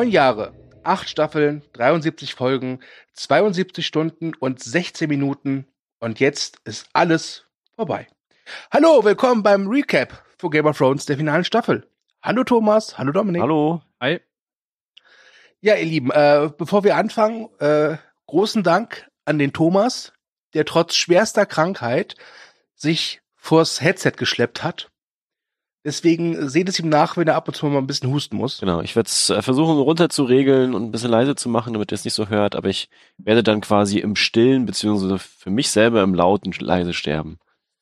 9 Jahre, 8 Staffeln, 73 Folgen, 72 Stunden und 16 Minuten und jetzt ist alles vorbei. Hallo, willkommen beim Recap für Game of Thrones der finalen Staffel. Hallo Thomas, hallo Dominik. Hallo. Hi. Ja, ihr Lieben, bevor wir anfangen, großen Dank an den Thomas, der trotz schwerster Krankheit sich vors Headset geschleppt hat. Deswegen seht es ihm nach, wenn er ab und zu mal ein bisschen husten muss. Genau, ich werde es versuchen runterzuregeln und ein bisschen leise zu machen, damit ihr es nicht so hört, aber ich werde dann quasi im Stillen, beziehungsweise für mich selber im Lauten leise sterben.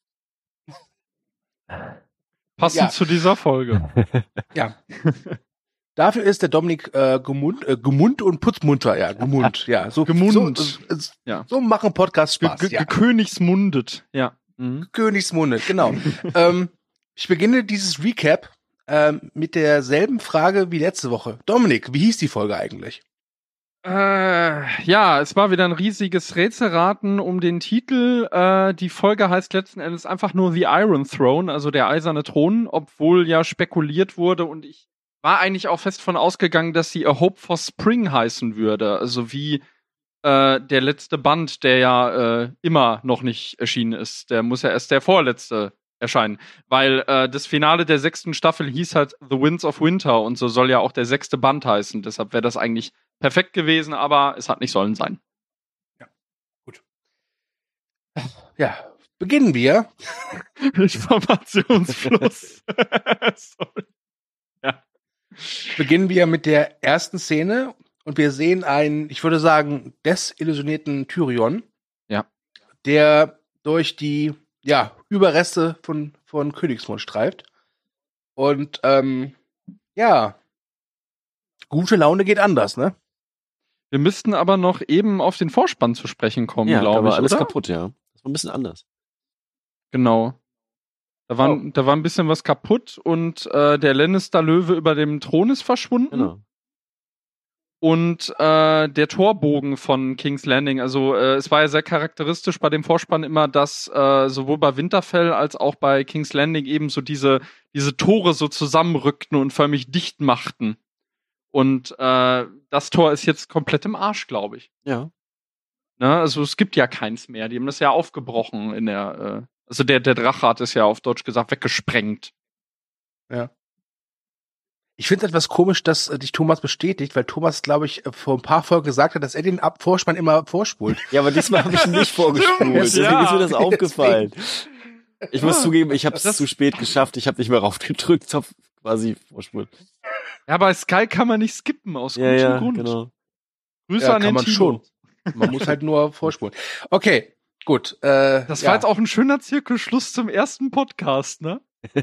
Passend zu dieser Folge. Ja. Dafür ist der Dominik gemund und putzmunter. Ja, gemund. Ja, so Gemund. So machen Podcast Spaß. Königsmundet. Ja. Königsmundet, genau. Ich beginne dieses Recap mit derselben Frage wie letzte Woche. Dominik, wie hieß die Folge eigentlich? Ja, es war wieder ein riesiges Rätselraten um den Titel. Die Folge heißt letzten Endes einfach nur The Iron Throne, also der eiserne Thron, obwohl ja spekuliert wurde und ich war eigentlich auch fest von ausgegangen, dass sie A Hope for Spring heißen würde. Also wie der letzte Band, der ja immer noch nicht erschienen ist. Der muss ja erst der vorletzte erscheinen. Weil das Finale der 6. Staffel hieß halt The Winds of Winter und so soll ja auch der 6. Band heißen. Deshalb wäre das eigentlich perfekt gewesen, aber es hat nicht sollen sein. Ja, gut. Ja, beginnen wir. Informationsfluss. Sorry. Ja. Beginnen wir mit der ersten Szene und wir sehen einen, ich würde sagen, desillusionierten Tyrion. Ja. Der durch die Überreste von Königsmund streift. Und gute Laune geht anders, ne? Wir müssten aber noch eben auf den Vorspann zu sprechen kommen, glaube ich. Da war alles oder? kaputt, ja. Das war ein bisschen anders. Genau. Da war ein bisschen was kaputt und der Lannister-Löwe über dem Thron ist verschwunden. Genau. Und der Torbogen von King's Landing, also es war ja sehr charakteristisch bei dem Vorspann immer, dass sowohl bei Winterfell als auch bei King's Landing eben so diese Tore so zusammenrückten und förmlich dicht machten. Und das Tor ist jetzt komplett im Arsch, glaube ich. Ja. Ne? Also es gibt ja keins mehr. Die haben das ja aufgebrochen in der, also der Drache hat es ja auf Deutsch gesagt weggesprengt. Ja. Ich finde es etwas komisch, dass dich Thomas bestätigt, weil Thomas, glaube ich, vor ein paar Folgen gesagt hat, dass er den Vorspann immer vorspult. Ja, aber diesmal habe ich ihn nicht vorgespult. Deswegen ist mir das aufgefallen. Ich muss zugeben, ich habe es zu spät geschafft. Ich habe nicht mehr raufgedrückt auf quasi vorspulen. Ja, bei Sky kann man nicht skippen aus gutem Grund. Genau. Grüße an den man Timo. schon. Man muss halt nur vorspulen. Okay, gut. Das war jetzt auch ein schöner Zirkelschluss zum ersten Podcast, ne?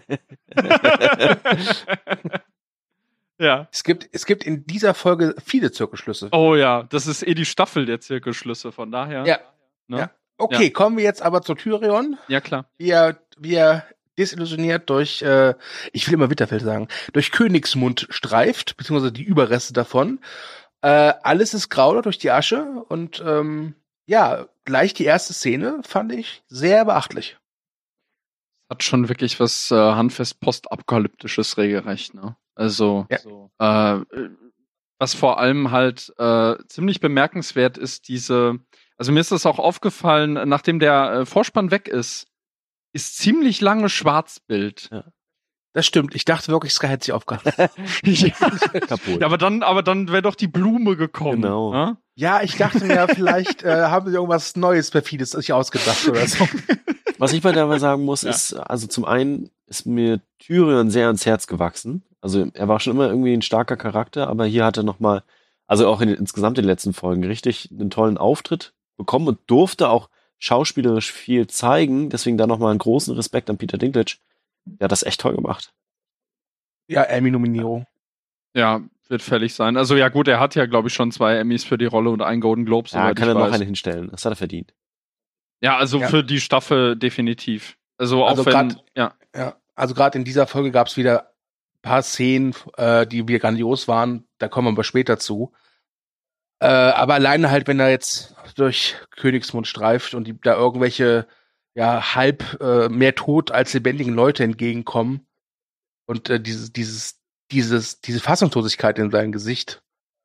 Ja. Es gibt in dieser Folge viele Zirkelschlüsse. Oh ja, das ist die Staffel der Zirkelschlüsse, von daher. Ja. Ne? Ja. Okay, kommen wir jetzt aber zu Tyrion. Ja, klar. Wie er desillusioniert durch, ich will immer Winterfell sagen, durch Königsmund streift, beziehungsweise die Überreste davon. Alles ist grau durch die Asche und gleich die erste Szene fand ich sehr beachtlich. Hat schon wirklich was handfest postapokalyptisches regelrecht, ne? Also, was vor allem halt ziemlich bemerkenswert ist, also mir ist das auch aufgefallen, nachdem der Vorspann weg ist ziemlich lange Schwarzbild. Ja. Das stimmt. Ich dachte wirklich, Sky hätte sich aufgehört. Kaputt. Ja, aber dann wäre doch die Blume gekommen. Genau. Ne? Ja, ich dachte mir, vielleicht haben sie irgendwas Neues, Perfides sich ausgedacht oder so. Was ich mal dabei sagen muss, ist, also zum einen ist mir Tyrion sehr ans Herz gewachsen. Also er war schon immer irgendwie ein starker Charakter, aber hier hat er nochmal, also auch insgesamt in den letzten Folgen, richtig einen tollen Auftritt bekommen und durfte auch schauspielerisch viel zeigen. Deswegen da nochmal einen großen Respekt an Peter Dinklage. Der hat das echt toll gemacht. Ja, Emmy-Nominierung. Ja, wird fällig sein. Also ja gut, er hat ja, glaube ich, schon 2 Emmys für die Rolle und einen Golden Globe. Ja, kann er noch eine hinstellen. Das hat er verdient. Ja, also für die Staffel definitiv. Also auch wenn, also gerade in dieser Folge gab es wieder ein paar Szenen, die wieder grandios waren. Da kommen wir aber später zu. Aber alleine halt, wenn er jetzt durch Königsmund streift und da irgendwelche halb mehr tot als lebendigen Leute entgegenkommen und diese Fassungslosigkeit in seinem Gesicht,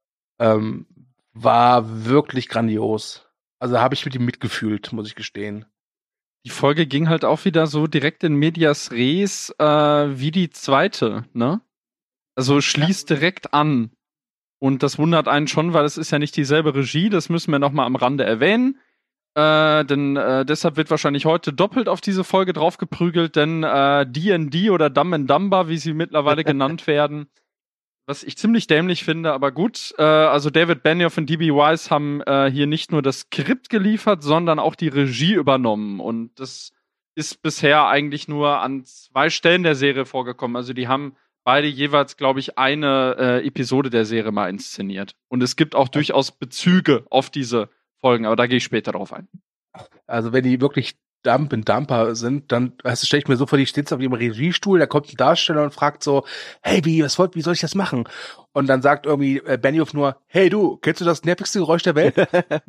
war wirklich grandios. Also habe ich mit ihm mitgefühlt, muss ich gestehen. Die Folge ging halt auch wieder so direkt in medias res wie die zweite, ne? Also schließt direkt an. Und das wundert einen schon, weil es ist ja nicht dieselbe Regie, das müssen wir nochmal am Rande erwähnen. Denn deshalb wird wahrscheinlich heute doppelt auf diese Folge draufgeprügelt, denn D&D oder Dumb and Dumber, wie sie mittlerweile genannt werden, was ich ziemlich dämlich finde, aber gut. Also David Benioff und D.B. Weiss haben hier nicht nur das Skript geliefert, sondern auch die Regie übernommen. Und das ist bisher eigentlich nur an 2 Stellen der Serie vorgekommen. Also die haben beide jeweils, glaube ich, eine Episode der Serie mal inszeniert. Und es gibt auch durchaus Bezüge auf diese Folgen, aber da gehe ich später drauf ein. Also wenn die wirklich Dump and Dumper sind, dann stelle ich mir so vor, die steht auf ihrem Regiestuhl, da kommt ein Darsteller und fragt so, hey, wie soll ich das machen? Und dann sagt irgendwie Benioff nur, hey du, kennst du das nervigste Geräusch der Welt?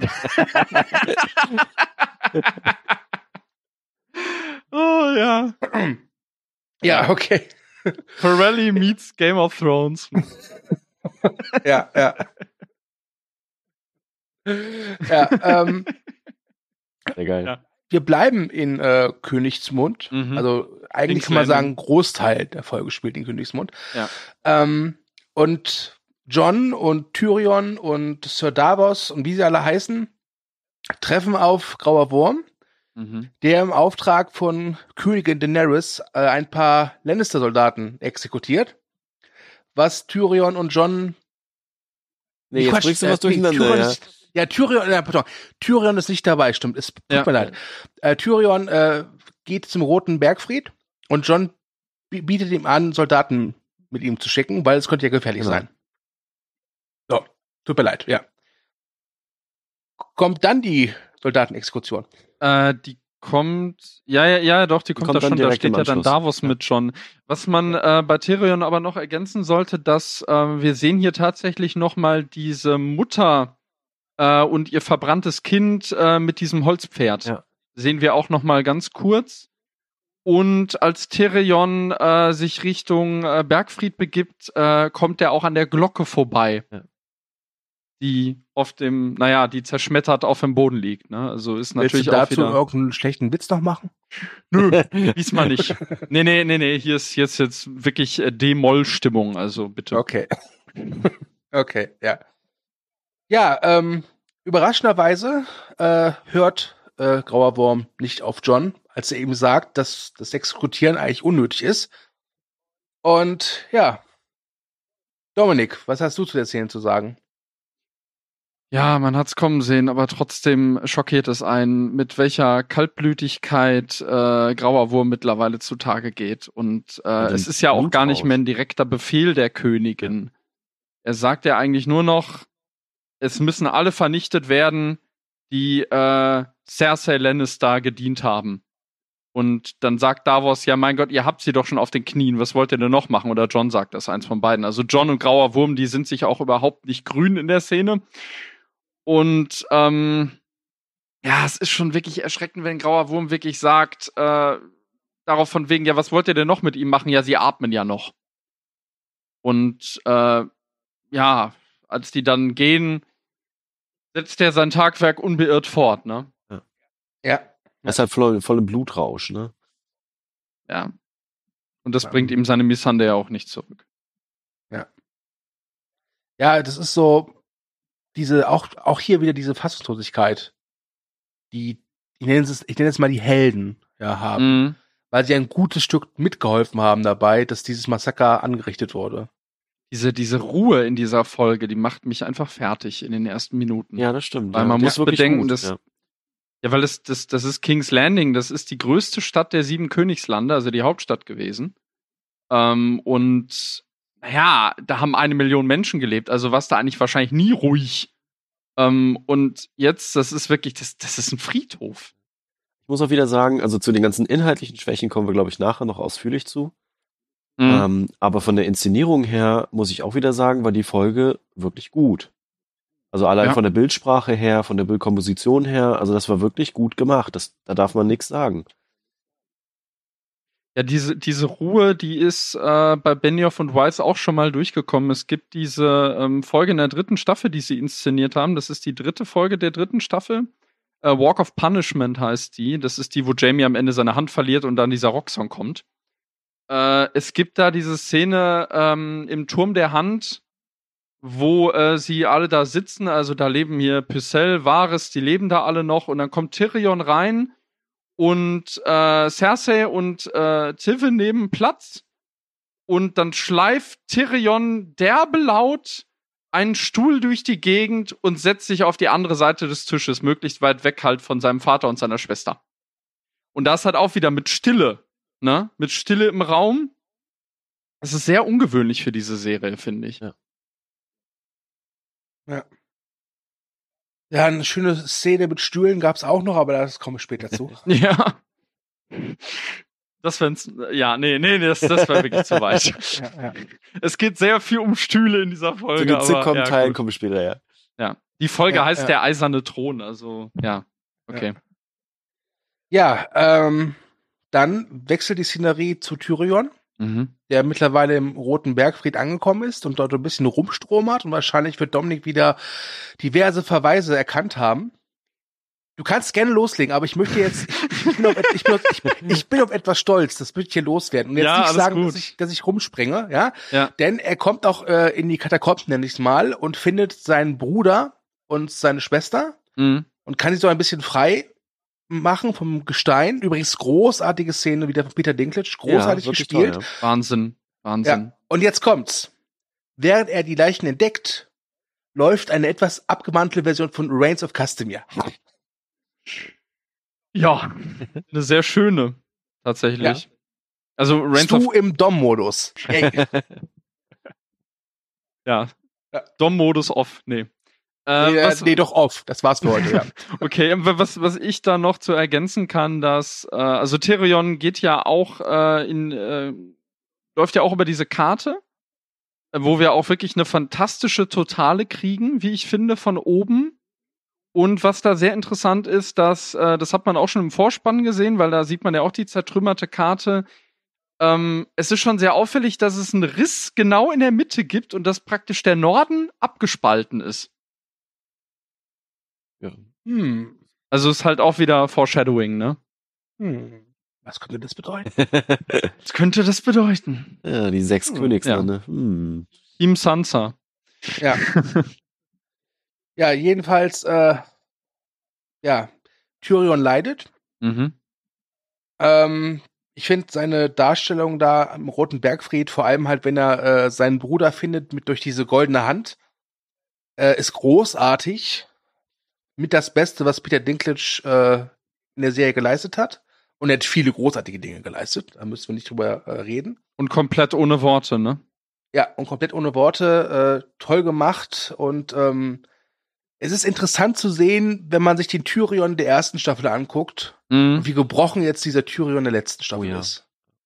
Oh ja. Ja, okay. Pirelli meets Game of Thrones. Ja. Ja, Sehr geil. Ja. wir bleiben in Königsmund. Also eigentlich King's kann man sagen, Landing. Großteil der Folge spielt in Königsmund. Ja. Und Jon und Tyrion und Sir Davos und wie sie alle heißen, treffen auf Grauer Wurm, der im Auftrag von Königin Daenerys ein paar Lannister-Soldaten exekutiert, was Tyrion und Jon... Nee, jetzt bringst du was durcheinander, Tyrion ist nicht dabei, stimmt. Es tut mir leid. Tyrion geht zum Roten Bergfried und Jon bietet ihm an, Soldaten mit ihm zu schicken, weil es könnte ja gefährlich sein. So, tut mir leid, ja. Kommt dann die Soldatenexekution? Die kommt, die kommt da schon, da steht ja dann Davos mit schon. Was man bei Tyrion aber noch ergänzen sollte, dass wir sehen hier tatsächlich nochmal diese Mutter und ihr verbranntes Kind mit diesem Holzpferd. Ja. Sehen wir auch nochmal ganz kurz. Und als Tyrion sich Richtung Bergfried begibt, kommt er auch an der Glocke vorbei. Ja. Die auf dem, die zerschmettert auf dem Boden liegt. Ne? Also ist natürlich auch wieder... Willst du dazu irgendeinen schlechten Witz noch machen? Nö, diesmal nicht. Nee, hier ist jetzt wirklich D-Moll-Stimmung, also bitte. Okay. Okay, ja. Ja, überraschenderweise hört Grauer Wurm nicht auf Jon, als er eben sagt, dass das Exekutieren eigentlich unnötig ist. Und ja, Dominik, was hast du zu der Szene zu sagen? Ja, man hat's kommen sehen, aber trotzdem schockiert es einen, mit welcher Kaltblütigkeit Grauer Wurm mittlerweile zutage geht. Und es ist ja auch gar nicht mehr ein direkter Befehl der Königin. Er sagt ja eigentlich nur noch, es müssen alle vernichtet werden, die Cersei Lannister gedient haben. Und dann sagt Davos, ja mein Gott, ihr habt sie doch schon auf den Knien, was wollt ihr denn noch machen? Oder Jon sagt das, eins von beiden. Also Jon und Grauer Wurm, die sind sich auch überhaupt nicht grün in der Szene. Und es ist schon wirklich erschreckend, wenn Grauer Wurm wirklich sagt, darauf von wegen, ja, was wollt ihr denn noch mit ihm machen? Ja, sie atmen ja noch. Und als die dann gehen, setzt er sein Tagwerk unbeirrt fort, ne? Ja. Er ist halt voll im Blutrausch, ne? Ja. Und das bringt ihm seine Misshandlung ja auch nicht zurück. Ja. Ja, das ist so, auch hier wieder diese Fassungslosigkeit, die, ich nenne es mal die Helden, haben. Weil sie ein gutes Stück mitgeholfen haben dabei, dass dieses Massaker angerichtet wurde. Diese Ruhe in dieser Folge, die macht mich einfach fertig in den ersten Minuten. Ja, das stimmt. Weil man muss bedenken, weil das ist King's Landing, das ist die größte Stadt der 7 Königslande, also die Hauptstadt gewesen. Und da haben 1 Million Menschen gelebt, also war es da eigentlich wahrscheinlich nie ruhig. Und jetzt, das ist wirklich, das ist ein Friedhof. Ich muss auch wieder sagen, also zu den ganzen inhaltlichen Schwächen kommen wir, glaube ich, nachher noch ausführlich zu. Aber von der Inszenierung her, muss ich auch wieder sagen, war die Folge wirklich gut. Also allein von der Bildsprache her, von der Bildkomposition her, also das war wirklich gut gemacht. Da darf man nichts sagen. Ja, diese Ruhe, die ist bei Benioff und Weiss auch schon mal durchgekommen. Es gibt diese Folge in der 3. Staffel, die sie inszeniert haben. Das ist die 3. Folge der 3. Staffel. Walk of Punishment heißt die. Das ist die, wo Jamie am Ende seine Hand verliert und dann dieser Rocksong kommt. Es gibt da diese Szene im Turm der Hand, wo sie alle da sitzen. Also da leben hier Pycelle, Varys, die leben da alle noch. Und dann kommt Tyrion rein. Und Cersei und Tywin nehmen Platz und dann schleift Tyrion derbe laut einen Stuhl durch die Gegend und setzt sich auf die andere Seite des Tisches, möglichst weit weg halt von seinem Vater und seiner Schwester. Und das halt auch wieder mit Stille, ne? Mit Stille im Raum. Das ist sehr ungewöhnlich für diese Serie, finde ich. Ja. Ja. Ja, eine schöne Szene mit Stühlen gab's auch noch, aber das komme ich später zu. Ja. Das wär's, ja, nee, das wäre wirklich zu weit. Ja. Es geht sehr viel um Stühle in dieser Folge. Zu den aber Sitcom-Teilen gut. kommen wir später, ja. Ja. Die Folge Ja, heißt ja. Der eiserne Thron, also, ja. Okay. Ja, dann wechselt die Szenerie zu Tyrion, der mittlerweile im Roten Bergfried angekommen ist und dort ein bisschen rumstromert und wahrscheinlich wird Dominik wieder diverse Verweise erkannt haben. Du kannst gerne loslegen, aber ich möchte jetzt, ich bin auf etwas stolz, das möchte ich hier loswerden. Und jetzt Ja, nicht alles sagen, gut. dass ich rumspringe, ja? Ja. Denn er kommt auch in die Katakomben, nenn ich's mal, und findet seinen Bruder und seine Schwester und kann sie so ein bisschen frei machen vom Gestein. Übrigens großartige Szene wieder von Peter Dinklage, großartig wirklich gespielt. toll, ja. Wahnsinn. Ja. Und jetzt kommt's. Während er die Leichen entdeckt, läuft eine etwas abgewandelte Version von Reigns of Castamere. Ja. Eine sehr schöne, tatsächlich. Ja. Also, Reigns of... Stu im Dom-Modus. Ey. Ja. Ja. Dom-Modus off, nee. Nee, doch off. Das war's für heute, ja. Okay, was ich da noch zu ergänzen kann, dass also Tyrion geht ja auch läuft ja auch über diese Karte, wo wir auch wirklich eine fantastische Totale kriegen, wie ich finde, von oben. Und was da sehr interessant ist, dass das hat man auch schon im Vorspann gesehen, weil da sieht man ja auch die zertrümmerte Karte. Es ist schon sehr auffällig, dass es einen Riss genau in der Mitte gibt und dass praktisch der Norden abgespalten ist. Ja. Also ist halt auch wieder Foreshadowing, ne? Was könnte das bedeuten? Was könnte das bedeuten? Ja, die 6 Königslande. Ja. Team Sansa. Ja. Ja, jedenfalls, Tyrion leidet. Ich finde seine Darstellung da am Roten Bergfried, vor allem halt, wenn er seinen Bruder findet durch diese goldene Hand, ist großartig. Mit das Beste, was Peter Dinklage in der Serie geleistet hat. Und er hat viele großartige Dinge geleistet. Da müssen wir nicht drüber reden. Und komplett ohne Worte, ne? Ja, und komplett ohne Worte. Toll gemacht. Und es ist interessant zu sehen, wenn man sich den Tyrion der ersten Staffel anguckt, wie gebrochen jetzt dieser Tyrion der letzten Staffel ist.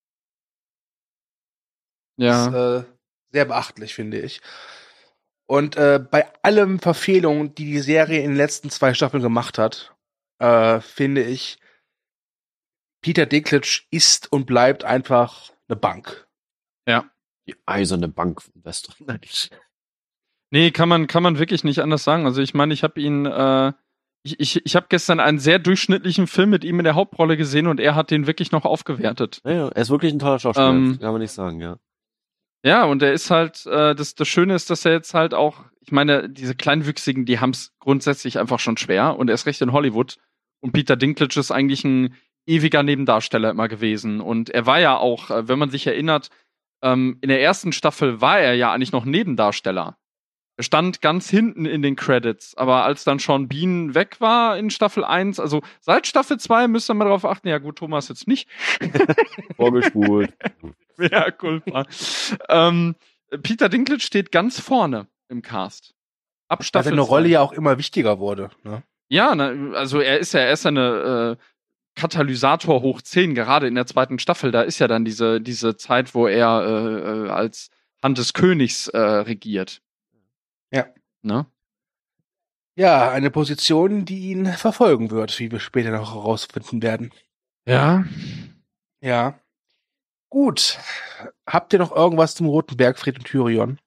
Ja. Das ist sehr beachtlich, finde ich. Und bei allen Verfehlungen, die Serie in den letzten 2 Staffeln gemacht hat, finde ich, Peter Dinklage ist und bleibt einfach eine Bank. Ja. Die eiserne Bank von Westeros. Nee, kann man wirklich nicht anders sagen. Also ich meine, ich habe ihn, ich habe gestern einen sehr durchschnittlichen Film mit ihm in der Hauptrolle gesehen und er hat den wirklich noch aufgewertet. Ja, er ist wirklich ein toller Schauspieler, kann man nicht sagen, ja. Ja, und er ist halt, das Schöne ist, dass er jetzt halt auch, ich meine, diese Kleinwüchsigen, die haben es grundsätzlich einfach schon schwer und er ist recht in Hollywood und Peter Dinklage ist eigentlich ein ewiger Nebendarsteller immer gewesen und er war ja auch, wenn man sich erinnert, in der ersten Staffel war er ja eigentlich noch Nebendarsteller. Er stand ganz hinten in den Credits, aber als dann Sean Bean weg war in Staffel 1, also seit Staffel 2 müsst ihr mal darauf achten, ja gut, Thomas jetzt nicht. Vorgespult. Ja, culpa. Peter Dinklage steht ganz vorne im Cast. Ab Staffel Weil seine 2. Rolle ja auch immer wichtiger wurde. Ne? Ja, also er ist eine Katalysator hoch 10, gerade in der 2. Staffel. Da ist ja dann diese Zeit, wo er als Hand des Königs regiert. Ja. Ne? Ja, eine Position, die ihn verfolgen wird, wie wir später noch herausfinden werden. Ja. Ja. Gut. Habt ihr noch irgendwas zum Roten Bergfried und Tyrion?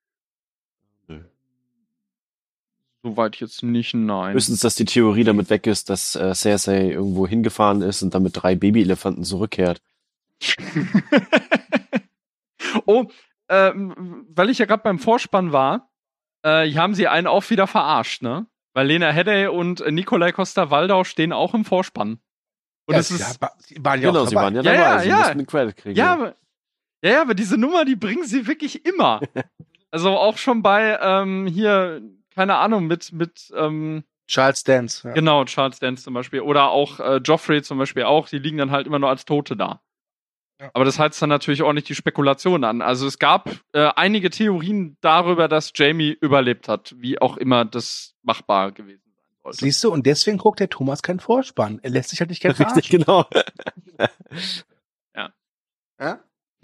Soweit jetzt nicht, nein. Höchstens, dass die Theorie damit weg ist, dass Cersei irgendwo hingefahren ist und dann mit 3 Babyelefanten zurückkehrt. Oh, weil ich ja gerade beim Vorspann war, hier haben sie einen auch wieder verarscht, ne? Weil Lena Headey und Nikolai Coster-Waldau stehen auch im Vorspann. Und es ist... Sie waren ja Genau, auch sie dabei. waren ja dabei. Sie mussten einen Credit kriegen. Aber diese Nummer, die bringen sie wirklich immer. Also auch schon bei, hier, keine Ahnung, mit Charles Dance. Ja. Genau, Charles Dance zum Beispiel. Oder auch Joffrey zum Beispiel auch. Die liegen dann halt immer nur als Tote da. Ja. Aber das heizt dann natürlich ordentlich die Spekulation an. Also es gab einige Theorien darüber, dass Jaime überlebt hat. Wie auch immer das machbar gewesen sein sollte. Siehst du, und deswegen guckt der Thomas keinen Vorspann. Er lässt sich halt nicht gerne verarschen. Richtig, genau. Ja?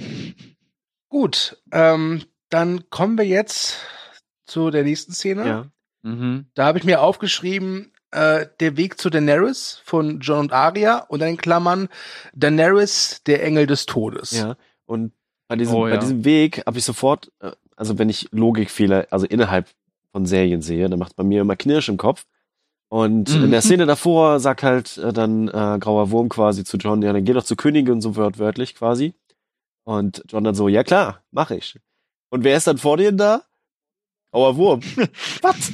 Gut, dann kommen wir jetzt zu der nächsten Szene. Ja. Da habe ich mir aufgeschrieben, der Weg zu Daenerys von Jon und Arya und dann in Klammern Daenerys, der Engel des Todes. Ja, und bei diesem Weg habe ich sofort, also wenn ich Logikfehler, also innerhalb von Serien sehe, dann macht bei mir immer Knirsch im Kopf. Und in der Szene davor sagt halt dann Grauer Wurm quasi zu Jon, ja, dann geh doch zur Königin, so wörtlich quasi. Und Jon dann so, ja klar, mach ich. Und wer ist dann vor dir da? Grauer Wurm. Was?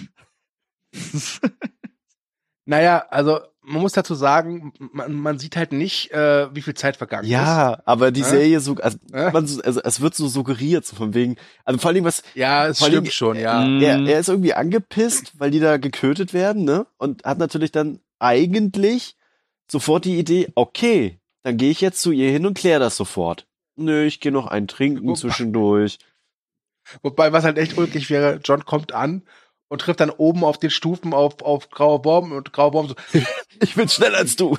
Naja, also man muss dazu sagen, man sieht halt nicht, wie viel Zeit vergangen ist. Ja, aber die Serie so, also es wird so suggeriert, so von wegen, also vor allem was. Ja, es stimmt schon, ja. Er ist irgendwie angepisst, weil die da getötet werden, ne? Und hat natürlich dann eigentlich sofort die Idee, okay, dann gehe ich jetzt zu ihr hin und kläre das sofort. Nö, ich gehe noch ein Trinken zwischendurch. Wobei, was halt echt ulkig wäre, Jon kommt an und trifft dann oben auf den Stufen auf Grauer Worm und Grauer Worm so, ich bin schneller als du.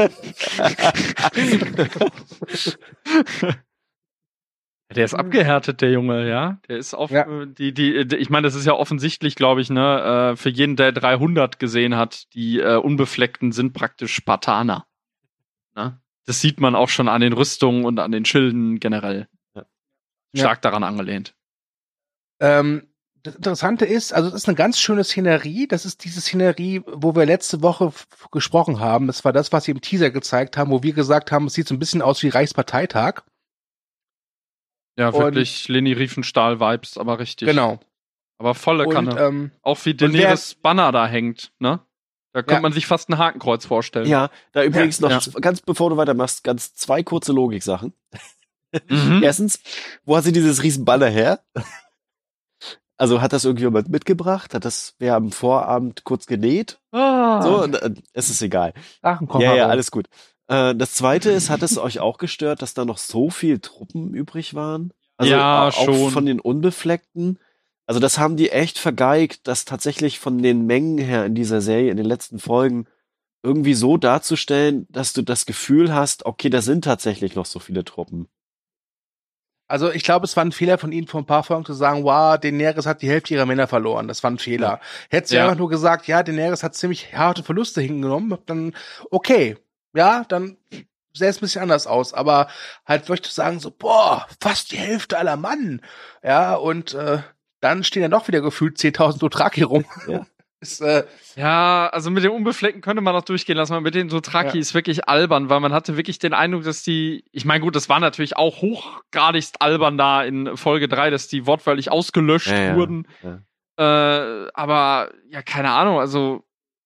Der ist abgehärtet, der Junge, ja. Der ist auf ich meine, das ist ja offensichtlich, glaube ich, ne, für jeden, der 300 gesehen hat, die Unbefleckten sind praktisch Spartaner. Ne? Das sieht man auch schon an den Rüstungen und an den Schilden generell. Ja. Stark daran angelehnt. Das Interessante ist, also es ist eine ganz schöne Szenerie. Das ist diese Szenerie, wo wir letzte Woche gesprochen haben. Das war das, was sie im Teaser gezeigt haben, wo wir gesagt haben, es sieht so ein bisschen aus wie Reichsparteitag. Ja, wirklich Leni Riefenstahl-Vibes, aber richtig. Genau. Aber volle Kanne. Auch wie Daenerys Banner da hängt, ne? Da könnte man sich fast ein Hakenkreuz vorstellen. Ja, da übrigens noch, ganz bevor du weitermachst, ganz 2 kurze Logik-Sachen. Erstens, wo hat sie dieses riesen Banner her? Also hat das irgendjemand mitgebracht? Hat das wer am Vorabend kurz genäht? So, es ist egal. Ja, alles gut. Das Zweite ist, hat es euch auch gestört, dass da noch so viel Truppen übrig waren? Also auch schon. Von den Unbefleckten? Also das haben die echt vergeigt, das tatsächlich von den Mengen her in dieser Serie, in den letzten Folgen, irgendwie so darzustellen, dass du das Gefühl hast, okay, da sind tatsächlich noch so viele Truppen. Also ich glaube, es war ein Fehler von ihnen vor ein paar Folgen zu sagen, wow, Daenerys hat die Hälfte ihrer Männer verloren. Das war ein Fehler. Ja. Hättest du einfach nur gesagt, ja, Daenerys hat ziemlich harte Verluste hingenommen, dann okay. Ja, dann sähe es ein bisschen anders aus. Aber halt wirklich zu sagen so, boah, fast die Hälfte aller Mann. Ja, und dann stehen ja noch wieder gefühlt 10.000 Dothraki rum. Ja. Also mit dem Unbefleckten könnte man noch durchgehen lassen, aber mit den Dothraki ist wirklich albern, weil man hatte wirklich den Eindruck, dass ich meine, gut, das war natürlich auch hochgradigst albern da in Folge 3, dass die wortwörtlich ausgelöscht wurden. Ja. Aber, ja, keine Ahnung, also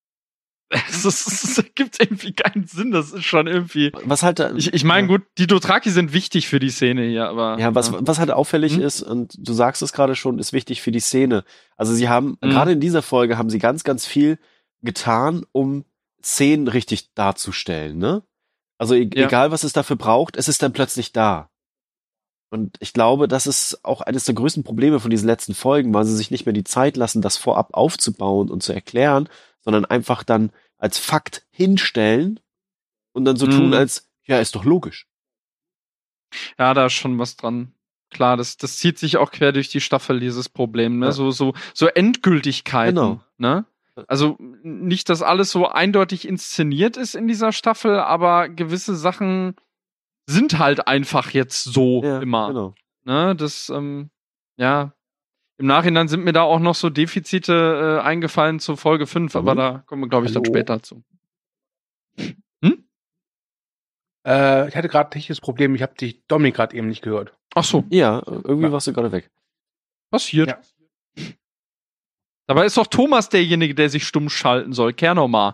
es gibt irgendwie keinen Sinn, das ist schon irgendwie. Was halt ich meine, gut, die Dothraki sind wichtig für die Szene hier, aber. Ja, was halt auffällig ist, und du sagst es gerade schon, ist wichtig für die Szene. Also sie haben, gerade in dieser Folge haben sie ganz, ganz viel getan, um Szenen richtig darzustellen, ne? Also egal, was es dafür braucht, es ist dann plötzlich da. Und ich glaube, das ist auch eines der größten Probleme von diesen letzten Folgen, weil sie sich nicht mehr die Zeit lassen, das vorab aufzubauen und zu erklären, sondern einfach dann als Fakt hinstellen und dann so tun, als, ja, ist doch logisch. Ja, da ist schon was dran. Klar, das zieht sich auch quer durch die Staffel, dieses Problem, ne? Ja. So Endgültigkeiten, genau. Ne? Also nicht, dass alles so eindeutig inszeniert ist in dieser Staffel, aber gewisse Sachen sind halt einfach jetzt so immer. Genau. Ne, das, ja. Im Nachhinein sind mir da auch noch so Defizite eingefallen zur Folge 5, aber da kommen wir, glaube ich, dann später zu. Ich hatte gerade ein technisches Problem, ich habe dich Dominik gerade eben nicht gehört. Ach so. Ja, irgendwie warst du gerade weg. Passiert. Ja. Dabei ist doch Thomas derjenige, der sich stumm schalten soll. Kehr nochmal.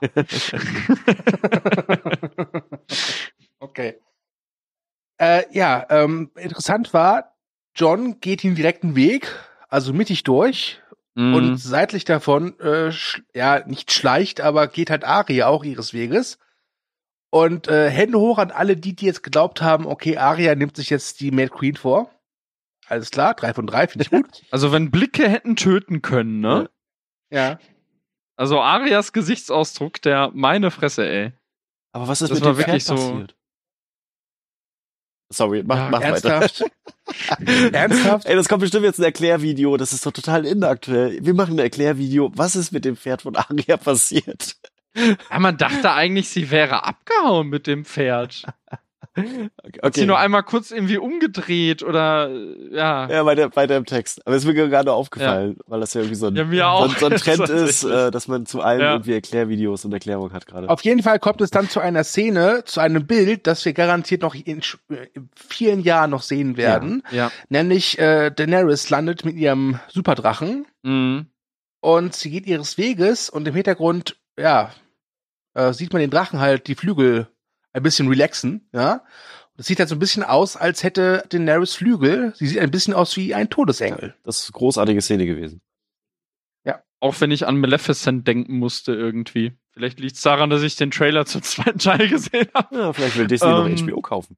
Okay. Interessant war, Jon geht den direkten Weg, also mittig durch und seitlich davon, nicht schleicht, aber geht halt Arya auch ihres Weges. Und Hände hoch an alle die jetzt geglaubt haben, okay, Arya nimmt sich jetzt die Mad Queen vor. Alles klar, 3 von 3, finde ich gut. Also wenn Blicke hätten töten können, ne? Ja. Also Arias Gesichtsausdruck, der meine Fresse, ey. Aber was ist Das mit war dem wirklich Pferd so- passiert? Sorry, mach weiter. Ernsthaft? Ernsthaft? Ey, das kommt bestimmt jetzt ein Erklärvideo. Das ist doch total inaktuell. Wir machen ein Erklärvideo. Was ist mit dem Pferd von Arya passiert? Ja, man dachte eigentlich, sie wäre abgehauen mit dem Pferd. Hat sie nur einmal kurz irgendwie umgedreht oder ja. Ja, weiter im Text. Aber es ist mir gerade aufgefallen, weil das ja irgendwie so ein, so ein Trend ist, dass man zu allem irgendwie Erklärvideos und Erklärungen hat gerade. Auf jeden Fall kommt es dann zu einer Szene, zu einem Bild, das wir garantiert noch in vielen Jahren noch sehen werden. Ja. Nämlich Daenerys landet mit ihrem Superdrachen und sie geht ihres Weges und im Hintergrund, sieht man den Drachen halt die Flügel ein bisschen relaxen, ja. Das sieht halt so ein bisschen aus, als hätte Daenerys Flügel. Sie sieht ein bisschen aus wie ein Todesengel. Das ist eine großartige Szene gewesen. Ja. Auch wenn ich an Maleficent denken musste irgendwie. Vielleicht liegt es daran, dass ich den Trailer zum zweiten Teil gesehen habe. Ja, vielleicht will Disney noch HBO kaufen.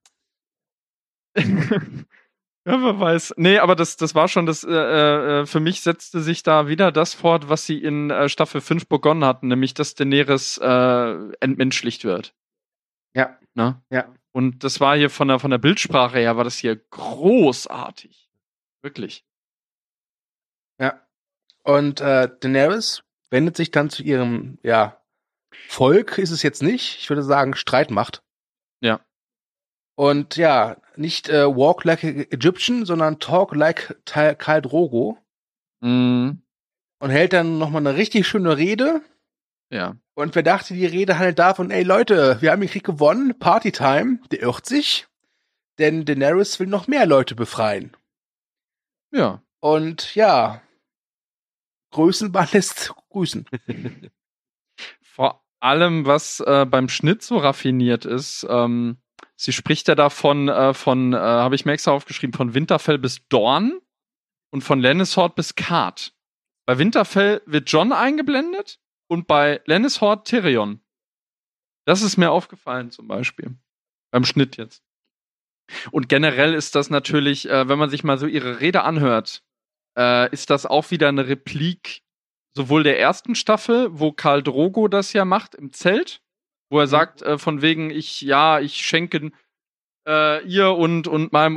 Ja, wer weiß. Nee, aber das war schon das, für mich setzte sich da wieder das fort, was sie in Staffel 5 begonnen hatten, nämlich dass Daenerys entmenschlicht wird. Ja. Ne? Ja. Und das war hier von der Bildsprache her, war das hier großartig. Wirklich. Ja. Und Daenerys wendet sich dann zu ihrem, Volk ist es jetzt nicht. Ich würde sagen, Streitmacht. Ja. Und ja, nicht walk like an Egyptian, sondern talk like Khal Drogo. Und hält dann nochmal eine richtig schöne Rede. Ja. Und wer dachte, die Rede handelt davon, ey Leute, wir haben den Krieg gewonnen, Partytime, der irrt sich, denn Daenerys will noch mehr Leute befreien. Ja. Und ja, Größenbahn lässt grüßen. Vor allem, was beim Schnitt so raffiniert ist, sie spricht ja davon, habe ich mir extra aufgeschrieben, von Winterfell bis Dorne und von Lannistort bis Cart. Bei Winterfell wird Jon eingeblendet und bei Lannistort Tyrion. Das ist mir aufgefallen zum Beispiel. Beim Schnitt jetzt. Und generell ist das natürlich, wenn man sich mal so ihre Rede anhört, ist das auch wieder eine Replik sowohl der ersten Staffel, wo Khal Drogo das ja macht im Zelt, wo er sagt, von wegen, ich schenke ihr und meinem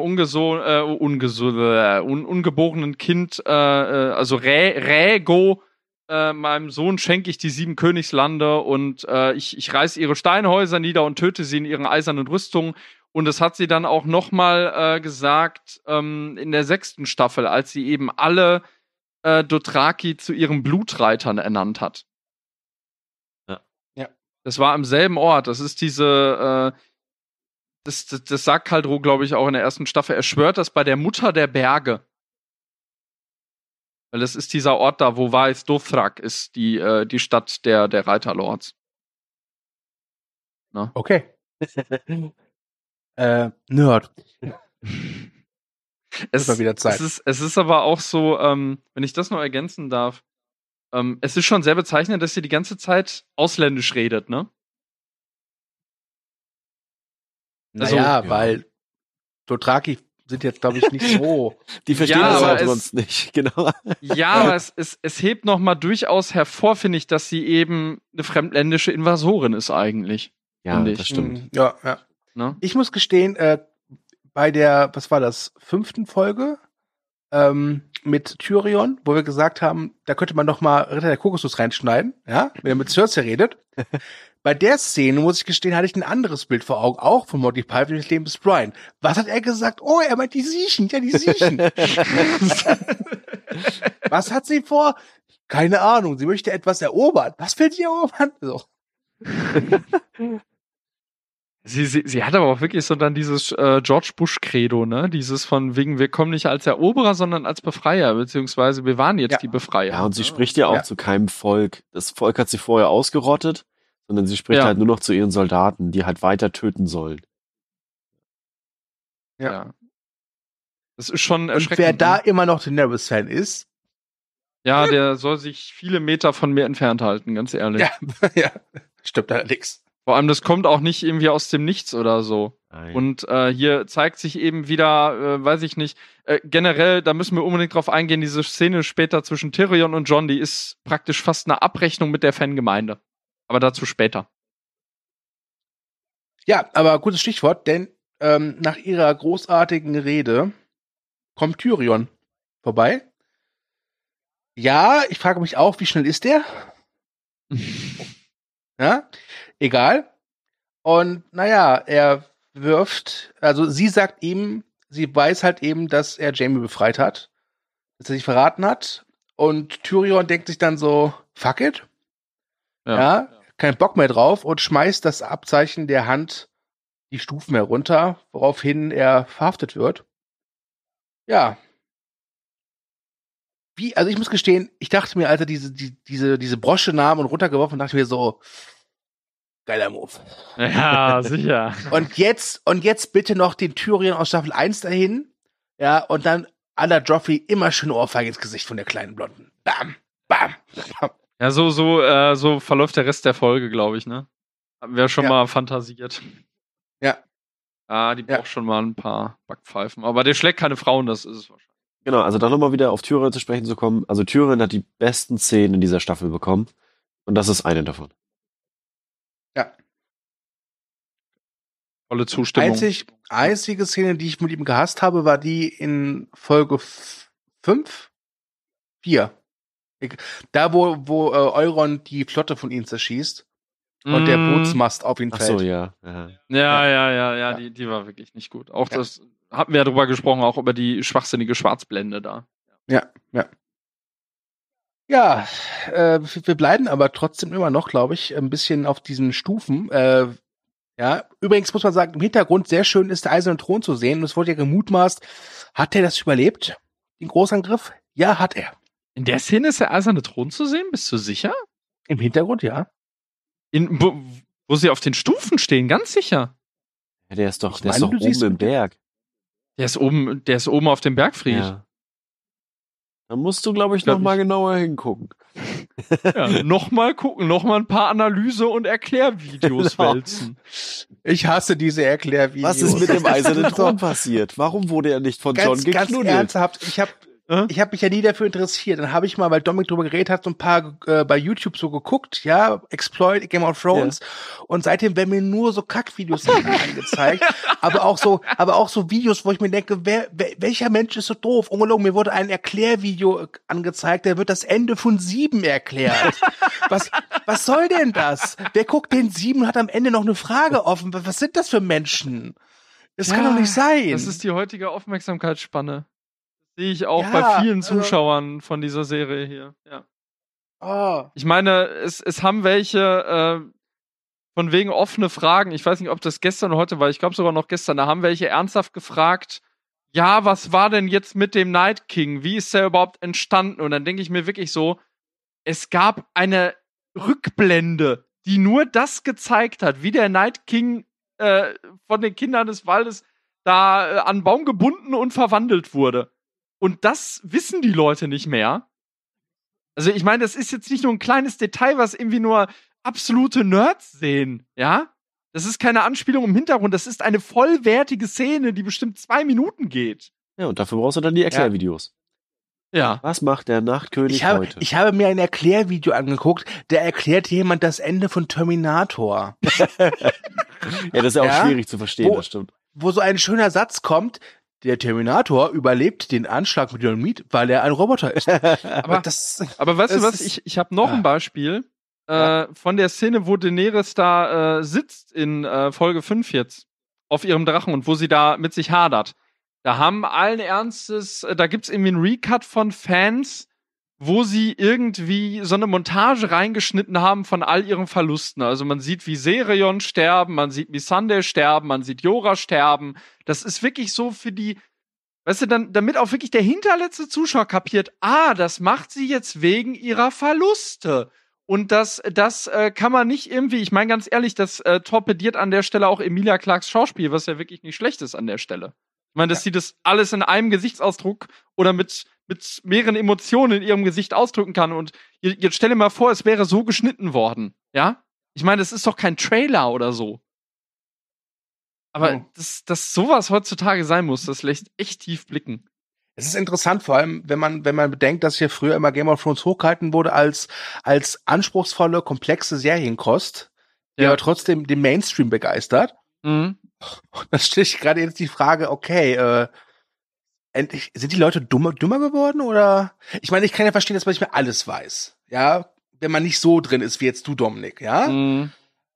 ungeborenen Kind, also Rhaego, meinem Sohn schenke ich die 7 Königslande und ich reiße ihre Steinhäuser nieder und töte sie in ihren eisernen Rüstungen. Und das hat sie dann auch nochmal gesagt in der 6. Staffel, als sie eben alle Dothraki zu ihren Blutreitern ernannt hat. Ja. Das war am selben Ort. Das ist diese das sagt Khal Drogo, glaube ich, auch in der 1. Staffel. Er schwört das bei der Mutter der Berge. Weil das ist dieser Ort da, wo Vaes Dothrak ist, die Stadt der Reiterlords. Na? Okay. Nerd. Es war wieder Zeit. Es ist aber auch so, wenn ich das noch ergänzen darf, es ist schon sehr bezeichnend, dass sie die ganze Zeit ausländisch redet, ne? Naja, weil Dothraki sind jetzt, glaube ich, nicht so. Die verstehen das aber sonst nicht, genau. Ja, aber es hebt noch mal durchaus hervor, finde ich, dass sie eben eine fremdländische Invasorin ist eigentlich. Ja, das stimmt. Ja. Ne? Ich muss gestehen, bei der, was war das, 5. Folge mit Tyrion, wo wir gesagt haben, da könnte man noch mal Ritter der Kokosnuss reinschneiden, ja, wenn er mit Cersei redet. bei der Szene, muss ich gestehen, hatte ich ein anderes Bild vor Augen, auch von Monty Python, das Leben des Brian. Was hat er gesagt? Oh, er meint die Siechen, ja, die Siechen. Was hat sie vor? Keine Ahnung, sie möchte etwas erobern. Was will sie erobern? So. Sie hat aber auch wirklich so dann dieses George Bush-Credo, ne? Dieses von wegen, wir kommen nicht als Eroberer, sondern als Befreier, beziehungsweise wir waren jetzt die Befreier. Ja, und sie spricht ja auch zu keinem Volk. Das Volk hat sie vorher ausgerottet, sondern sie spricht halt nur noch zu ihren Soldaten, die halt weiter töten sollen. Ja. Das ist schon erschreckend. Und wer da immer noch Daenerys-Fan ist? Ja, der soll sich viele Meter von mir entfernt halten, ganz ehrlich. Ja, stimmt allerdings. Vor allem, das kommt auch nicht irgendwie aus dem Nichts oder so. Nein. Und hier zeigt sich eben wieder, weiß ich nicht, generell, da müssen wir unbedingt drauf eingehen, diese Szene später zwischen Tyrion und Jon, die ist praktisch fast eine Abrechnung mit der Fangemeinde. Aber dazu später. Ja, aber gutes Stichwort, denn nach ihrer großartigen Rede kommt Tyrion vorbei. Ja, ich frage mich auch, wie schnell ist der? Ja, egal. Und naja, er wirft, also sie sagt ihm, sie weiß halt eben, dass er Jaime befreit hat, dass er sich verraten hat. Und Tyrion denkt sich dann so, fuck it. Ja, kein Bock mehr drauf und schmeißt das Abzeichen der Hand die Stufen herunter, woraufhin er verhaftet wird. Ja. Also ich muss gestehen, ich dachte mir, als er diese Brosche nahm und runtergeworfen, dachte ich mir so, geiler Move. Ja, sicher. Und jetzt bitte noch den Tyrion aus Staffel 1 dahin. Ja, und dann à la Joffrey immer schön Ohrfeige ins Gesicht von der kleinen Blonden. Bam, bam, bam. Ja, so verläuft der Rest der Folge, glaube ich, ne? Haben wir schon mal fantasiert. Ja. Ah, die braucht schon mal ein paar Backpfeifen. Aber der schlägt keine Frauen, das ist es wahrscheinlich. Genau, also dann nochmal wieder auf Tyrion zu sprechen zu kommen. Also Tyrion hat die besten Szenen in dieser Staffel bekommen. Und das ist eine davon. Ja. Volle Zustimmung. Einzige Szene, die ich mit ihm gehasst habe, war die in Folge 5? 4. Da, wo Euron die Flotte von ihnen zerschießt und der Bootsmast auf ihn fällt. Ach so, ja. Ja, die war wirklich nicht gut. Auch das hatten wir ja drüber gesprochen, auch über die schwachsinnige Schwarzblende da. Ja. Ja, wir bleiben aber trotzdem immer noch, glaube ich, ein bisschen auf diesen Stufen. Ja, übrigens muss man sagen, im Hintergrund sehr schön ist der Eiserne Thron zu sehen. Und es wurde ja gemutmaßt, hat er das überlebt? Den Großangriff? Ja, hat er. In der Szene ist der Eiserne Thron zu sehen? Bist du sicher? Im Hintergrund, ja. Wo sie auf den Stufen stehen, ganz sicher. Ja, der ist doch oben im Berg. Der ist oben auf dem Bergfried. Ja. Da musst du, glaube ich, noch mal genauer hingucken. Ja, noch mal gucken, noch mal ein paar Analyse- und Erklärvideos wälzen. Ich hasse diese Erklärvideos. Was ist mit dem Eisernen Thron passiert? Warum wurde er nicht von Jon geknuddelt? Ganz ernsthaft, ich hab mich ja nie dafür interessiert. Dann habe ich mal, weil Dominik drüber geredet hat, so ein paar bei YouTube so geguckt, ja, Exploit, Game of Thrones. Ja. Und seitdem werden mir nur so Kackvideos angezeigt. aber auch so Videos, wo ich mir denke, welcher Mensch ist so doof? Ungelogen, mir wurde ein Erklärvideo angezeigt, da wird das Ende von 7 erklärt. Was soll denn das? Wer guckt den 7 und hat am Ende noch eine Frage offen? Was sind das für Menschen? Das kann doch nicht sein. Das ist die heutige Aufmerksamkeitsspanne. Sehe ich auch bei vielen Zuschauern von dieser Serie hier. Ja. Oh. Ich meine, es haben welche von wegen offene Fragen. Ich weiß nicht, ob das gestern oder heute war. Ich glaube sogar noch gestern. Da haben welche ernsthaft gefragt, ja, was war denn jetzt mit dem Night King? Wie ist der überhaupt entstanden? Und dann denke ich mir wirklich so, es gab eine Rückblende, die nur das gezeigt hat, wie der Night King von den Kindern des Waldes da an Baum gebunden und verwandelt wurde. Und das wissen die Leute nicht mehr. Also ich meine, das ist jetzt nicht nur ein kleines Detail, was irgendwie nur absolute Nerds sehen, ja? Das ist keine Anspielung im Hintergrund, das ist eine vollwertige Szene, die bestimmt 2 Minuten geht. Ja, und dafür brauchst du dann die Erklärvideos. Ja. Was macht der Nachtkönig heute? Ich habe mir ein Erklärvideo angeguckt, da erklärt jemand das Ende von Terminator. Ja, das ist ja auch schwierig zu verstehen, das stimmt. Wo so ein schöner Satz kommt, der Terminator überlebt den Anschlag mit Dynamit, weil er ein Roboter ist. Aber weißt du was? Ich habe noch ein Beispiel. von der Szene, wo Daenerys da sitzt in Folge 5 jetzt auf ihrem Drachen und wo sie da mit sich hadert. Da haben allen Ernstes, da gibt's irgendwie einen Recut von Fans, wo sie irgendwie so eine Montage reingeschnitten haben von all ihren Verlusten. Also man sieht, wie Sirion sterben, man sieht Missandei sterben, man sieht Jorah sterben. Das ist wirklich so für die, weißt du, damit auch wirklich der hinterletzte Zuschauer kapiert, das macht sie jetzt wegen ihrer Verluste. Und das kann man nicht irgendwie, ich meine ganz ehrlich, das torpediert an der Stelle auch Emilia Clarkes Schauspiel, was ja wirklich nicht schlecht ist an der Stelle. Ich meine, dass sie das alles in einem Gesichtsausdruck oder mit mehreren Emotionen in ihrem Gesicht ausdrücken kann. Und jetzt stell dir mal vor, es wäre so geschnitten worden, ja? Ich meine, das ist doch kein Trailer oder so. Aber dass sowas heutzutage sein muss, das lässt echt tief blicken. Es ist interessant, vor allem, wenn man bedenkt, dass hier früher immer Game of Thrones hochgehalten wurde als anspruchsvolle, komplexe Serienkost, die aber trotzdem den Mainstream begeistert. Mhm. Und dann stelle ich gerade jetzt die Frage, okay, endlich, sind die Leute dümmer geworden, oder? Ich meine, ich kann ja verstehen, dass man nicht mehr alles weiß, ja, wenn man nicht so drin ist wie jetzt du, Dominik, ja? Mhm.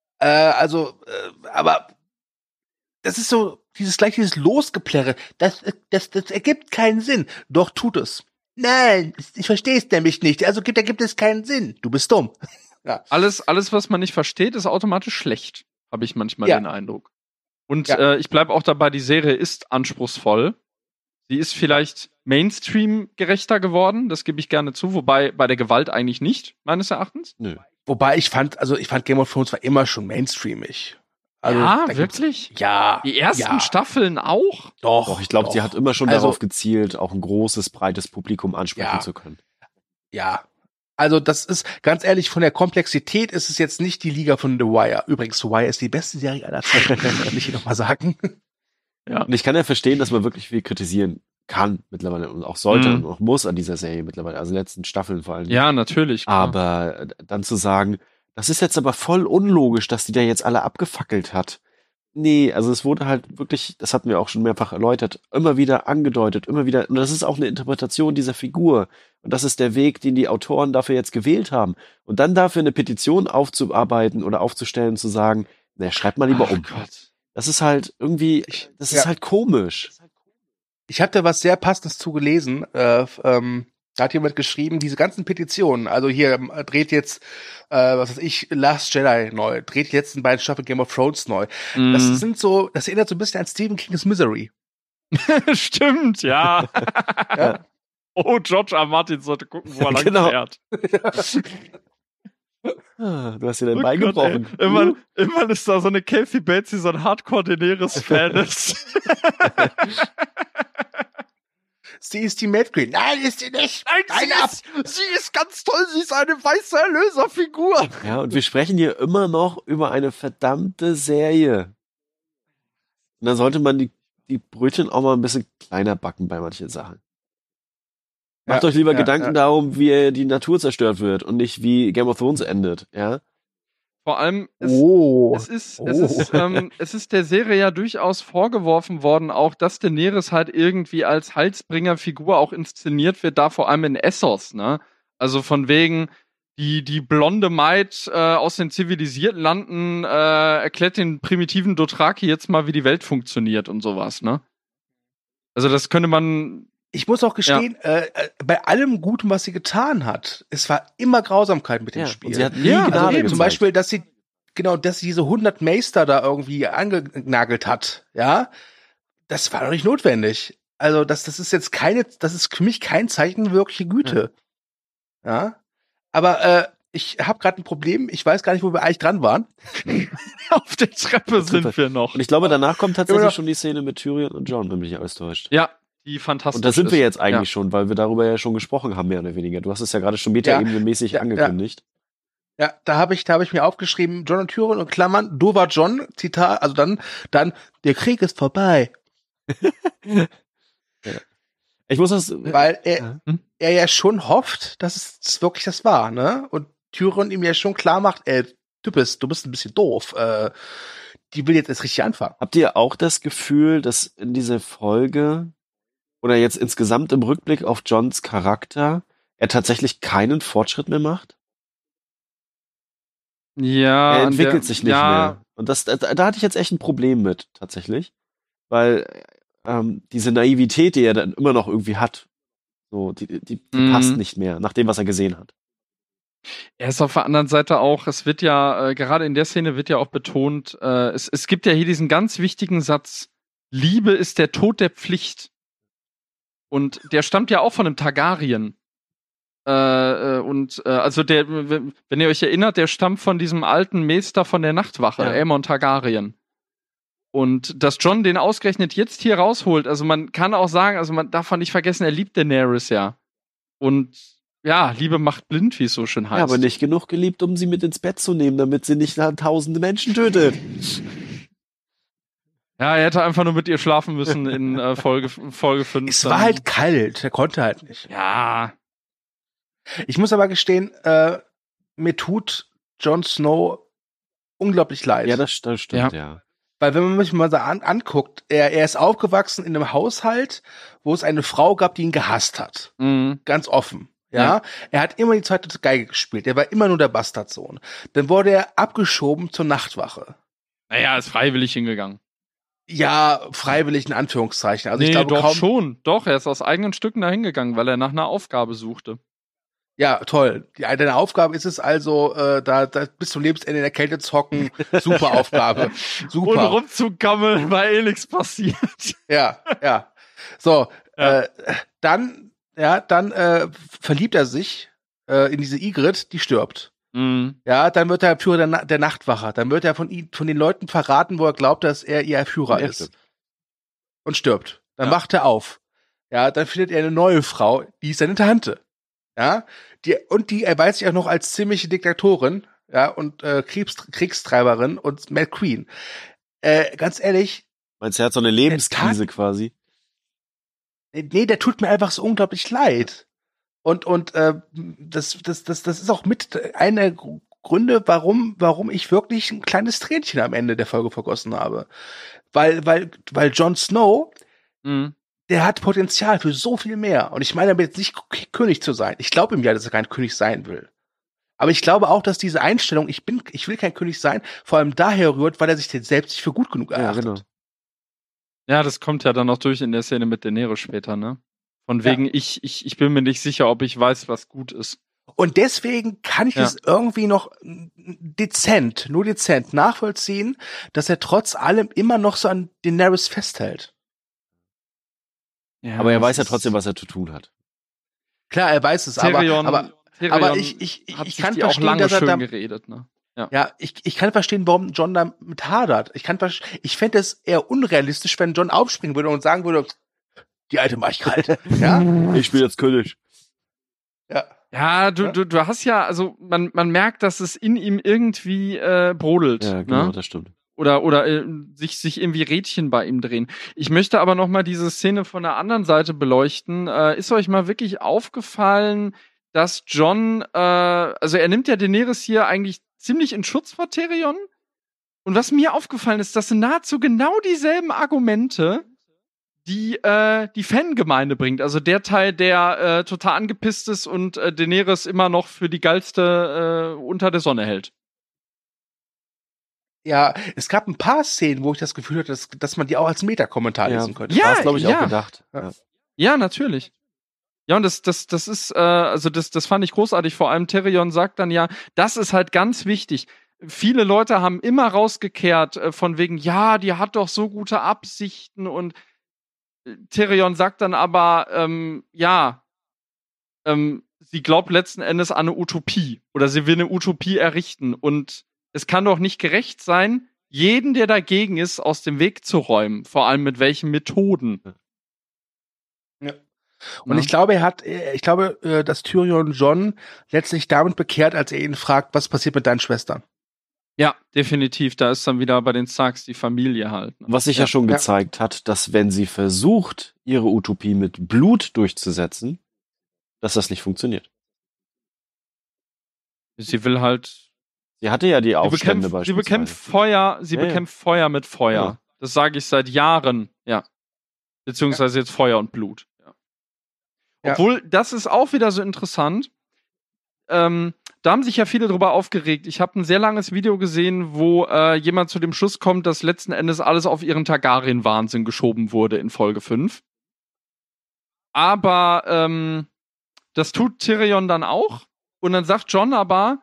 Aber das ist so, dieses Losgeplärre, das ergibt keinen Sinn. Doch, tut es. Nein, ich verstehe es nämlich nicht. Also da gibt es keinen Sinn. Du bist dumm. Ja. Alles, was man nicht versteht, ist automatisch schlecht, habe ich manchmal den Eindruck. Und ich bleibe auch dabei, die Serie ist anspruchsvoll. Sie ist vielleicht Mainstream-gerechter geworden, das gebe ich gerne zu, wobei bei der Gewalt eigentlich nicht, meines Erachtens. Nö. Wobei ich fand Game of Thrones war immer schon mainstreamig. Also, ja, wirklich? Ja. Die ersten Staffeln auch? Doch, ich glaube, sie hat immer schon darauf gezielt, auch ein großes, breites Publikum ansprechen zu können. Ja. Also das ist, ganz ehrlich, von der Komplexität ist es jetzt nicht die Liga von The Wire. Übrigens, The Wire ist die beste Serie aller Zeiten, kann ich hier nochmal sagen. Ja. Und ich kann ja verstehen, dass man wirklich viel kritisieren kann mittlerweile und auch sollte und auch muss an dieser Serie mittlerweile, also letzten Staffeln vor allem. Ja, natürlich. Klar. Aber dann zu sagen, das ist jetzt aber voll unlogisch, dass die da jetzt alle abgefackelt hat. Nee, also es wurde halt wirklich, das hatten wir auch schon mehrfach erläutert, immer wieder angedeutet, immer wieder, und das ist auch eine Interpretation dieser Figur. Und das ist der Weg, den die Autoren dafür jetzt gewählt haben. Und dann dafür eine Petition aufzuarbeiten oder aufzustellen, zu sagen, schreibt mal lieber um. Gott. Das ist halt irgendwie, ist halt komisch. Ich habe da was sehr Passendes zu gelesen. Da hat jemand geschrieben, diese ganzen Petitionen, also hier dreht jetzt, was weiß ich, Last Jedi neu, dreht die letzten beiden Staffeln Game of Thrones neu. Das erinnert so ein bisschen an Stephen King's Misery. Stimmt, ja. Ja. Oh, George R. Martin sollte gucken, wo er lang fährt. Du hast dir dein Bein gebrochen. Immerhin ist da so eine Kathy Bates, die so ein Hardcore-Daenerys-Fan ist. Sie ist die Mad Queen. Nein, ist sie nicht. Nein, sie ist ganz toll. Sie ist eine weiße Erlöserfigur. Ja, und wir sprechen hier immer noch über eine verdammte Serie. Und da sollte man die Brötchen auch mal ein bisschen kleiner backen bei manchen Sachen. Macht euch lieber Gedanken darum, wie die Natur zerstört wird und nicht wie Game of Thrones endet, ja? Vor allem, es ist der Serie ja durchaus vorgeworfen worden, auch dass Daenerys halt irgendwie als Heilsbringerfigur auch inszeniert wird, da vor allem in Essos, ne? Also von wegen, die blonde Maid aus den zivilisierten Landen erklärt den primitiven Dothraki jetzt mal, wie die Welt funktioniert und sowas, ne? Also das könnte man... Ich muss auch gestehen, bei allem Guten, was sie getan hat, es war immer Grausamkeit mit dem Spiel. Und sie hat nie Gnade gezeigt. Zum Beispiel, dass sie diese 100 Meister da irgendwie angenagelt hat, ja, das war doch nicht notwendig. Also das ist jetzt das ist für mich kein Zeichen wirkliche Güte. Ja, aber ich habe gerade ein Problem. Ich weiß gar nicht, wo wir eigentlich dran waren. Auf der Treppe sind wir noch. Und ich glaube, danach kommt tatsächlich schon die Szene mit Tyrion und Jon, wenn mich nicht alles täuscht. Ja. Die fantastisch und da sind wir jetzt eigentlich schon, weil wir darüber ja schon gesprochen haben, mehr oder weniger. Du hast es ja gerade schon metaebenenmäßig angekündigt. Ja, da hab ich mir aufgeschrieben, Jon und Tyrion und Klammern, Dover Jon, Zitat, also dann, der Krieg ist vorbei. Ich muss das... Weil er ja schon hofft, dass es wirklich das war, ne? Und Tyrion ihm ja schon klar macht, du bist ein bisschen doof, die will jetzt erst richtig anfangen. Habt ihr auch das Gefühl, dass in dieser Folge oder jetzt insgesamt im Rückblick auf Jons Charakter er tatsächlich keinen Fortschritt mehr macht? Ja, Er entwickelt sich nicht mehr. Und da hatte ich jetzt echt ein Problem mit, tatsächlich. Weil diese Naivität, die er dann immer noch irgendwie hat, so, die passt nicht mehr, nach dem, was er gesehen hat. Er ist auf der anderen Seite auch, es wird ja, gerade in der Szene wird ja auch betont, es gibt ja hier diesen ganz wichtigen Satz, Liebe ist der Tod der Pflicht. Und der stammt ja auch von einem Targaryen. Also wenn ihr euch erinnert, der stammt von diesem alten Meister von der Nachtwache, Aemon Targaryen. Und dass Jon den ausgerechnet jetzt hier rausholt, also man kann auch sagen, also man darf nicht vergessen, er liebt Daenerys ja. Und ja, Liebe macht blind, wie es so schön heißt. Ja, aber nicht genug geliebt, um sie mit ins Bett zu nehmen, damit sie nicht tausende Menschen tötet. Ja, er hätte einfach nur mit ihr schlafen müssen in Folge 5. Es war halt kalt, er konnte halt nicht. Ja. Ich muss aber gestehen, mir tut Jon Snow unglaublich leid. Ja, das stimmt, ja. Weil wenn man sich mal so anguckt, er ist aufgewachsen in einem Haushalt, wo es eine Frau gab, die ihn gehasst hat. Mhm. Ganz offen. Ja, er hat immer die zweite Geige gespielt. Er war immer nur der Bastardsohn. Dann wurde er abgeschoben zur Nachtwache. Naja, ist freiwillig hingegangen. Ja, freiwillig in Anführungszeichen. Also nee, ich glaube doch kaum schon. Doch, er ist aus eigenen Stücken da hingegangen, weil er nach einer Aufgabe suchte. Ja, toll. Deine Aufgabe ist es also, da bis zum Lebensende in der Kälte zu hocken. Super Aufgabe. Super. Und rumzugammeln, weil eh nichts passiert. Ja. So, dann verliebt er sich in diese Ygritte, die stirbt. Mhm. Ja, dann wird er Führer der Nachtwache. Dann wird er von den Leuten verraten, wo er glaubt, dass er ihr Führer ist. Stimmt. Und stirbt. Dann wacht er auf. Ja, dann findet er eine neue Frau, die ist seine Tante. Ja, die erweist sich auch noch als ziemliche Diktatorin, ja, und Kriegstreiberin und Mad Queen. Ganz ehrlich. Meinst du, er hat so eine Lebenskrise quasi? Nee, der tut mir einfach so unglaublich leid. Und das ist auch mit einer Gründe, warum ich wirklich ein kleines Tränchen am Ende der Folge vergossen habe. Weil Jon Snow, der hat Potenzial für so viel mehr. Und ich meine damit jetzt nicht König zu sein. Ich glaube ihm ja, dass er kein König sein will. Aber ich glaube auch, dass diese Einstellung, ich will kein König sein, vor allem daher rührt, weil er sich den selbst nicht für gut genug erachtet. Ja, genau. Ja, das kommt ja dann noch durch in der Szene mit Daenerys später, ne? Von wegen, ich bin mir nicht sicher, ob ich weiß, was gut ist. Und deswegen kann ich es irgendwie noch dezent nachvollziehen, dass er trotz allem immer noch so an Daenerys festhält. Ja, aber er weiß ja trotzdem, was er zu tun hat. Klar, er weiß es, Tyrion aber ich kann verstehen, dass er da geredet, ne? Ja, ich kann verstehen, warum Jon damit hadert. Ich fände es eher unrealistisch, wenn Jon aufspringen würde und sagen würde, die alte mach ich kalt. Ja? Ich bin jetzt König. Ja. Ja, du hast ja, also man merkt, dass es in ihm irgendwie brodelt. Ja, genau, ne? Das stimmt. Oder sich irgendwie Rädchen bei ihm drehen. Ich möchte aber noch mal diese Szene von der anderen Seite beleuchten. Ist euch mal wirklich aufgefallen, dass Jon, also er nimmt ja Daenerys hier eigentlich ziemlich in Schutz vor Tyrion? Und was mir aufgefallen ist, das sind nahezu genau dieselben Argumente, die die Fangemeinde bringt. Also der Teil, der total angepisst ist und Daenerys immer noch für die geilste unter der Sonne hält. Ja, es gab ein paar Szenen, wo ich das Gefühl hatte, dass man die auch als Meta-Kommentar lesen könnte. Ja, das glaube ich auch gedacht. Ja, natürlich. Ja, und das ist, also das fand ich großartig. Vor allem Tyrion sagt dann ja, das ist halt ganz wichtig. Viele Leute haben immer rausgekehrt von wegen, ja, die hat doch so gute Absichten und Tyrion sagt dann aber, sie glaubt letzten Endes an eine Utopie oder sie will eine Utopie errichten und es kann doch nicht gerecht sein, jeden, der dagegen ist, aus dem Weg zu räumen. Vor allem mit welchen Methoden. Ja. Und ich glaube, dass Tyrion Jon letztlich damit bekehrt, als er ihn fragt, was passiert mit deinen Schwestern? Ja, definitiv. Da ist dann wieder bei den Starks die Familie halt. Ne? Was sich ja schon gezeigt hat, dass wenn sie versucht, ihre Utopie mit Blut durchzusetzen, dass das nicht funktioniert. Sie will halt. Sie hatte ja die Aufstände beispielsweise. Sie bekämpft Feuer mit Feuer. Ja. Das sage ich seit Jahren. Ja. Beziehungsweise jetzt Feuer und Blut. Ja. Obwohl, das ist auch wieder so interessant. da haben sich ja viele drüber aufgeregt. Ich habe ein sehr langes Video gesehen, wo jemand zu dem Schluss kommt, dass letzten Endes alles auf ihren Targaryen-Wahnsinn geschoben wurde in Folge 5. Aber das tut Tyrion dann auch. Und dann sagt Jon aber,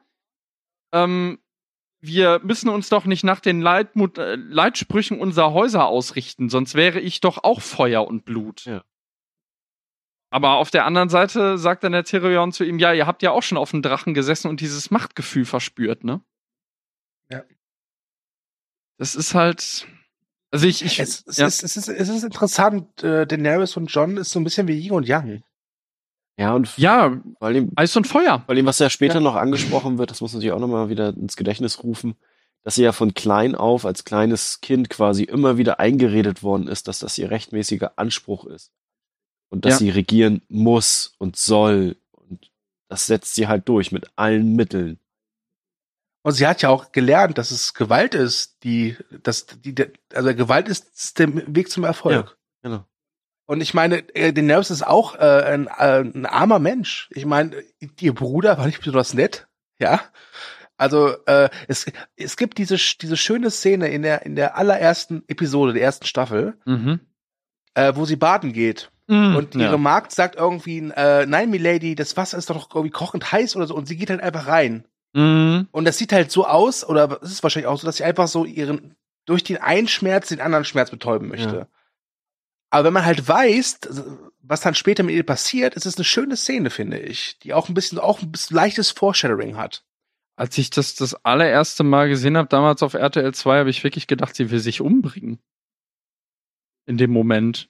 wir müssen uns doch nicht nach den Leitsprüchen unserer Häuser ausrichten, sonst wäre ich doch auch Feuer und Blut. Ja. Aber auf der anderen Seite sagt dann der Tyrion zu ihm, ja, ihr habt ja auch schon auf dem Drachen gesessen und dieses Machtgefühl verspürt, ne? Ja. Das ist halt... Also es ist interessant, Daenerys und Jon ist so ein bisschen wie Yin und Yang. Ja, und ja, weil ihm, Eis und Feuer. weil ihm, was ja später noch angesprochen wird, das muss man sich auch nochmal wieder ins Gedächtnis rufen, dass sie ja von klein auf als kleines Kind quasi immer wieder eingeredet worden ist, dass das ihr rechtmäßiger Anspruch ist. Und dass sie regieren muss und soll. Und das setzt sie halt durch mit allen Mitteln. Und sie hat ja auch gelernt, dass es Gewalt ist, also Gewalt ist der Weg zum Erfolg. Ja, genau. Und ich meine, Daenerys ist auch ein armer Mensch. Ich meine, ihr Bruder war nicht besonders nett, ja. Also es gibt diese schöne Szene in der allerersten Episode der ersten Staffel, wo sie baden geht. Und ihre Magd sagt irgendwie, nein, Milady, das Wasser ist doch irgendwie kochend heiß oder so. Und sie geht halt einfach rein. Und das sieht halt so aus, oder es ist wahrscheinlich auch so, dass sie einfach so durch den einen Schmerz den anderen Schmerz betäuben möchte. Ja. Aber wenn man halt weiß, was dann später mit ihr passiert, ist es eine schöne Szene, finde ich, die auch ein bisschen leichtes Foreshadowing hat. Als ich das allererste Mal gesehen habe, damals auf RTL 2, habe ich wirklich gedacht, sie will sich umbringen. In dem Moment.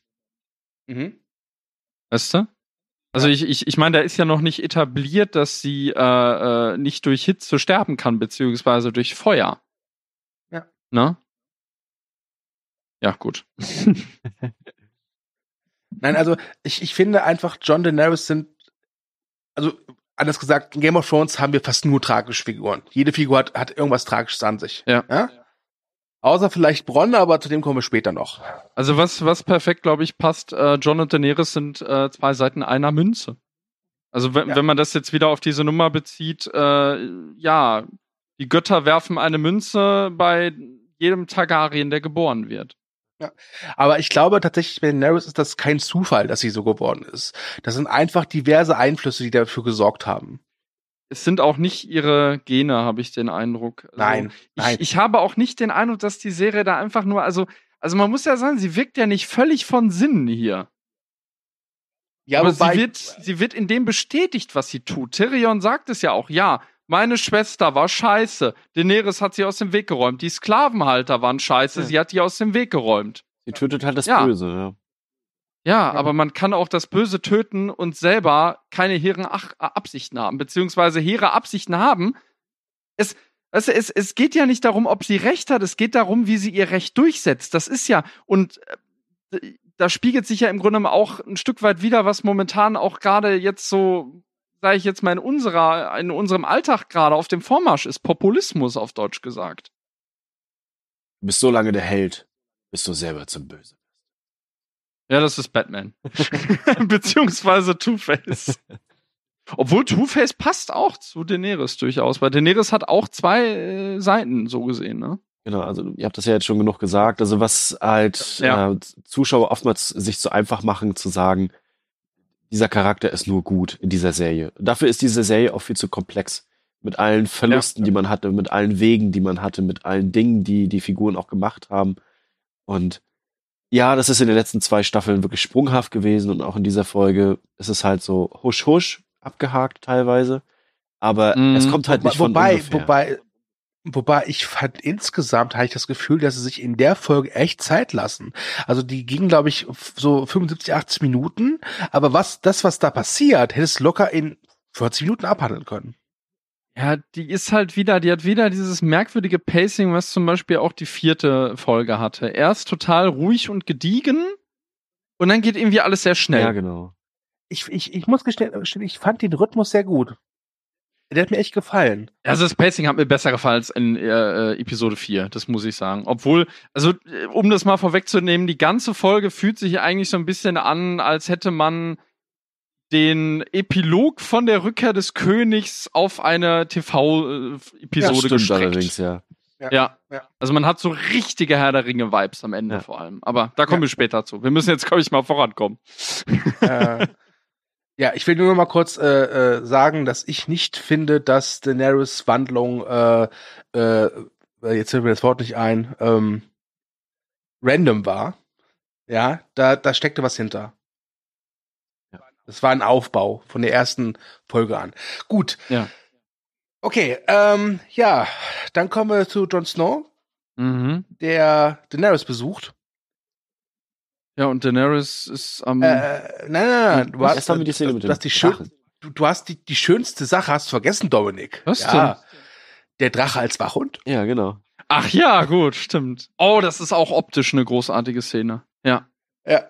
Weißt du? Also ich meine, da ist ja noch nicht etabliert, dass sie nicht durch Hitze sterben kann, beziehungsweise durch Feuer. Ja. Ne? Ja, gut. Nein, also ich finde einfach, Jon Daenerys also anders gesagt, in Game of Thrones haben wir fast nur tragische Figuren. Jede Figur hat irgendwas Tragisches an sich. Ja? Außer vielleicht Bronn, aber zu dem kommen wir später noch. Also was perfekt, glaube ich, passt, Jon und Daenerys sind zwei Seiten einer Münze. Also wenn man das jetzt wieder auf diese Nummer bezieht, die Götter werfen eine Münze bei jedem Targaryen, der geboren wird. Ja, aber ich glaube tatsächlich, bei Daenerys ist das kein Zufall, dass sie so geworden ist. Das sind einfach diverse Einflüsse, die dafür gesorgt haben. Es sind auch nicht ihre Gene, habe ich den Eindruck. Also nein. Ich habe auch nicht den Eindruck, dass die Serie da einfach nur, also man muss ja sagen, sie wirkt ja nicht völlig von Sinnen hier. Ja, aber sie wird in dem bestätigt, was sie tut. Tyrion sagt es ja auch, ja, meine Schwester war scheiße. Daenerys hat sie aus dem Weg geräumt. Die Sklavenhalter waren scheiße, sie hat die aus dem Weg geräumt. Sie tötet halt das Böse, ja. Ja, aber man kann auch das Böse töten und selber keine hehren Absichten haben, beziehungsweise hehre Absichten haben. Es geht ja nicht darum, ob sie Recht hat, es geht darum, wie sie ihr Recht durchsetzt. Das ist ja, und da spiegelt sich ja im Grunde auch ein Stück weit wider, was momentan auch gerade jetzt so, sage ich jetzt mal, in unserem Alltag gerade auf dem Vormarsch ist. Populismus, auf Deutsch gesagt. Du bist so lange der Held, bis du selber zum Böse. Ja, das ist Batman. Beziehungsweise Two-Face. Obwohl Two-Face passt auch zu Daenerys durchaus, weil Daenerys hat auch zwei Seiten, so gesehen, ne? Genau, also ihr habt das ja jetzt schon genug gesagt. Also was halt Zuschauer oftmals sich so einfach machen, zu sagen, dieser Charakter ist nur gut in dieser Serie. Dafür ist diese Serie auch viel zu komplex. Mit allen Verlusten, die man hatte, mit allen Wegen, die man hatte, mit allen Dingen, die die Figuren auch gemacht haben. Und ja, das ist in den letzten 2 Staffeln wirklich sprunghaft gewesen und auch in dieser Folge ist es halt so husch husch abgehakt teilweise. Aber es kommt halt nicht von ungefähr. Wobei ich fand, insgesamt hatte ich das Gefühl, dass sie sich in der Folge echt Zeit lassen. Also die ging, glaube ich, so 75, 80 Minuten. Aber was da passiert, hätte es locker in 40 Minuten abhandeln können. Ja, die hat wieder dieses merkwürdige Pacing, was zum Beispiel auch die 4. Folge hatte. Erst total ruhig und gediegen und dann geht irgendwie alles sehr schnell. Ja, genau. Ich muss gestehen, ich fand den Rhythmus sehr gut. Der hat mir echt gefallen. Also das Pacing hat mir besser gefallen als in Episode 4, das muss ich sagen. Obwohl, also um das mal vorwegzunehmen, die ganze Folge fühlt sich eigentlich so ein bisschen an, als hätte man den Epilog von der Rückkehr des Königs auf eine TV-Episode gestreckt. Allerdings, ja. Ja, also man hat so richtige Herr der Ringe-Vibes am Ende vor allem. Aber da kommen wir später zu. Wir müssen jetzt, glaube ich, mal vorankommen. Ja, ich will nur noch mal kurz sagen, dass ich nicht finde, dass Daenerys Wandlung, jetzt fällt mir das Wort nicht ein, random war. Ja, da steckte was hinter. Ja. Das war ein Aufbau von der ersten Folge an. Gut. Ja. Okay, dann kommen wir zu Jon Snow, der Daenerys besucht. Ja, und Daenerys ist am... Nein. Du hast, Erst haben wir die Szene mit dem Drachen. Du hast die schönste Sache hast vergessen, Dominik. Was denn? Der Drache als Wachhund. Ja, genau. Ach ja, gut, stimmt. Oh, das ist auch optisch eine großartige Szene. Ja. Ja.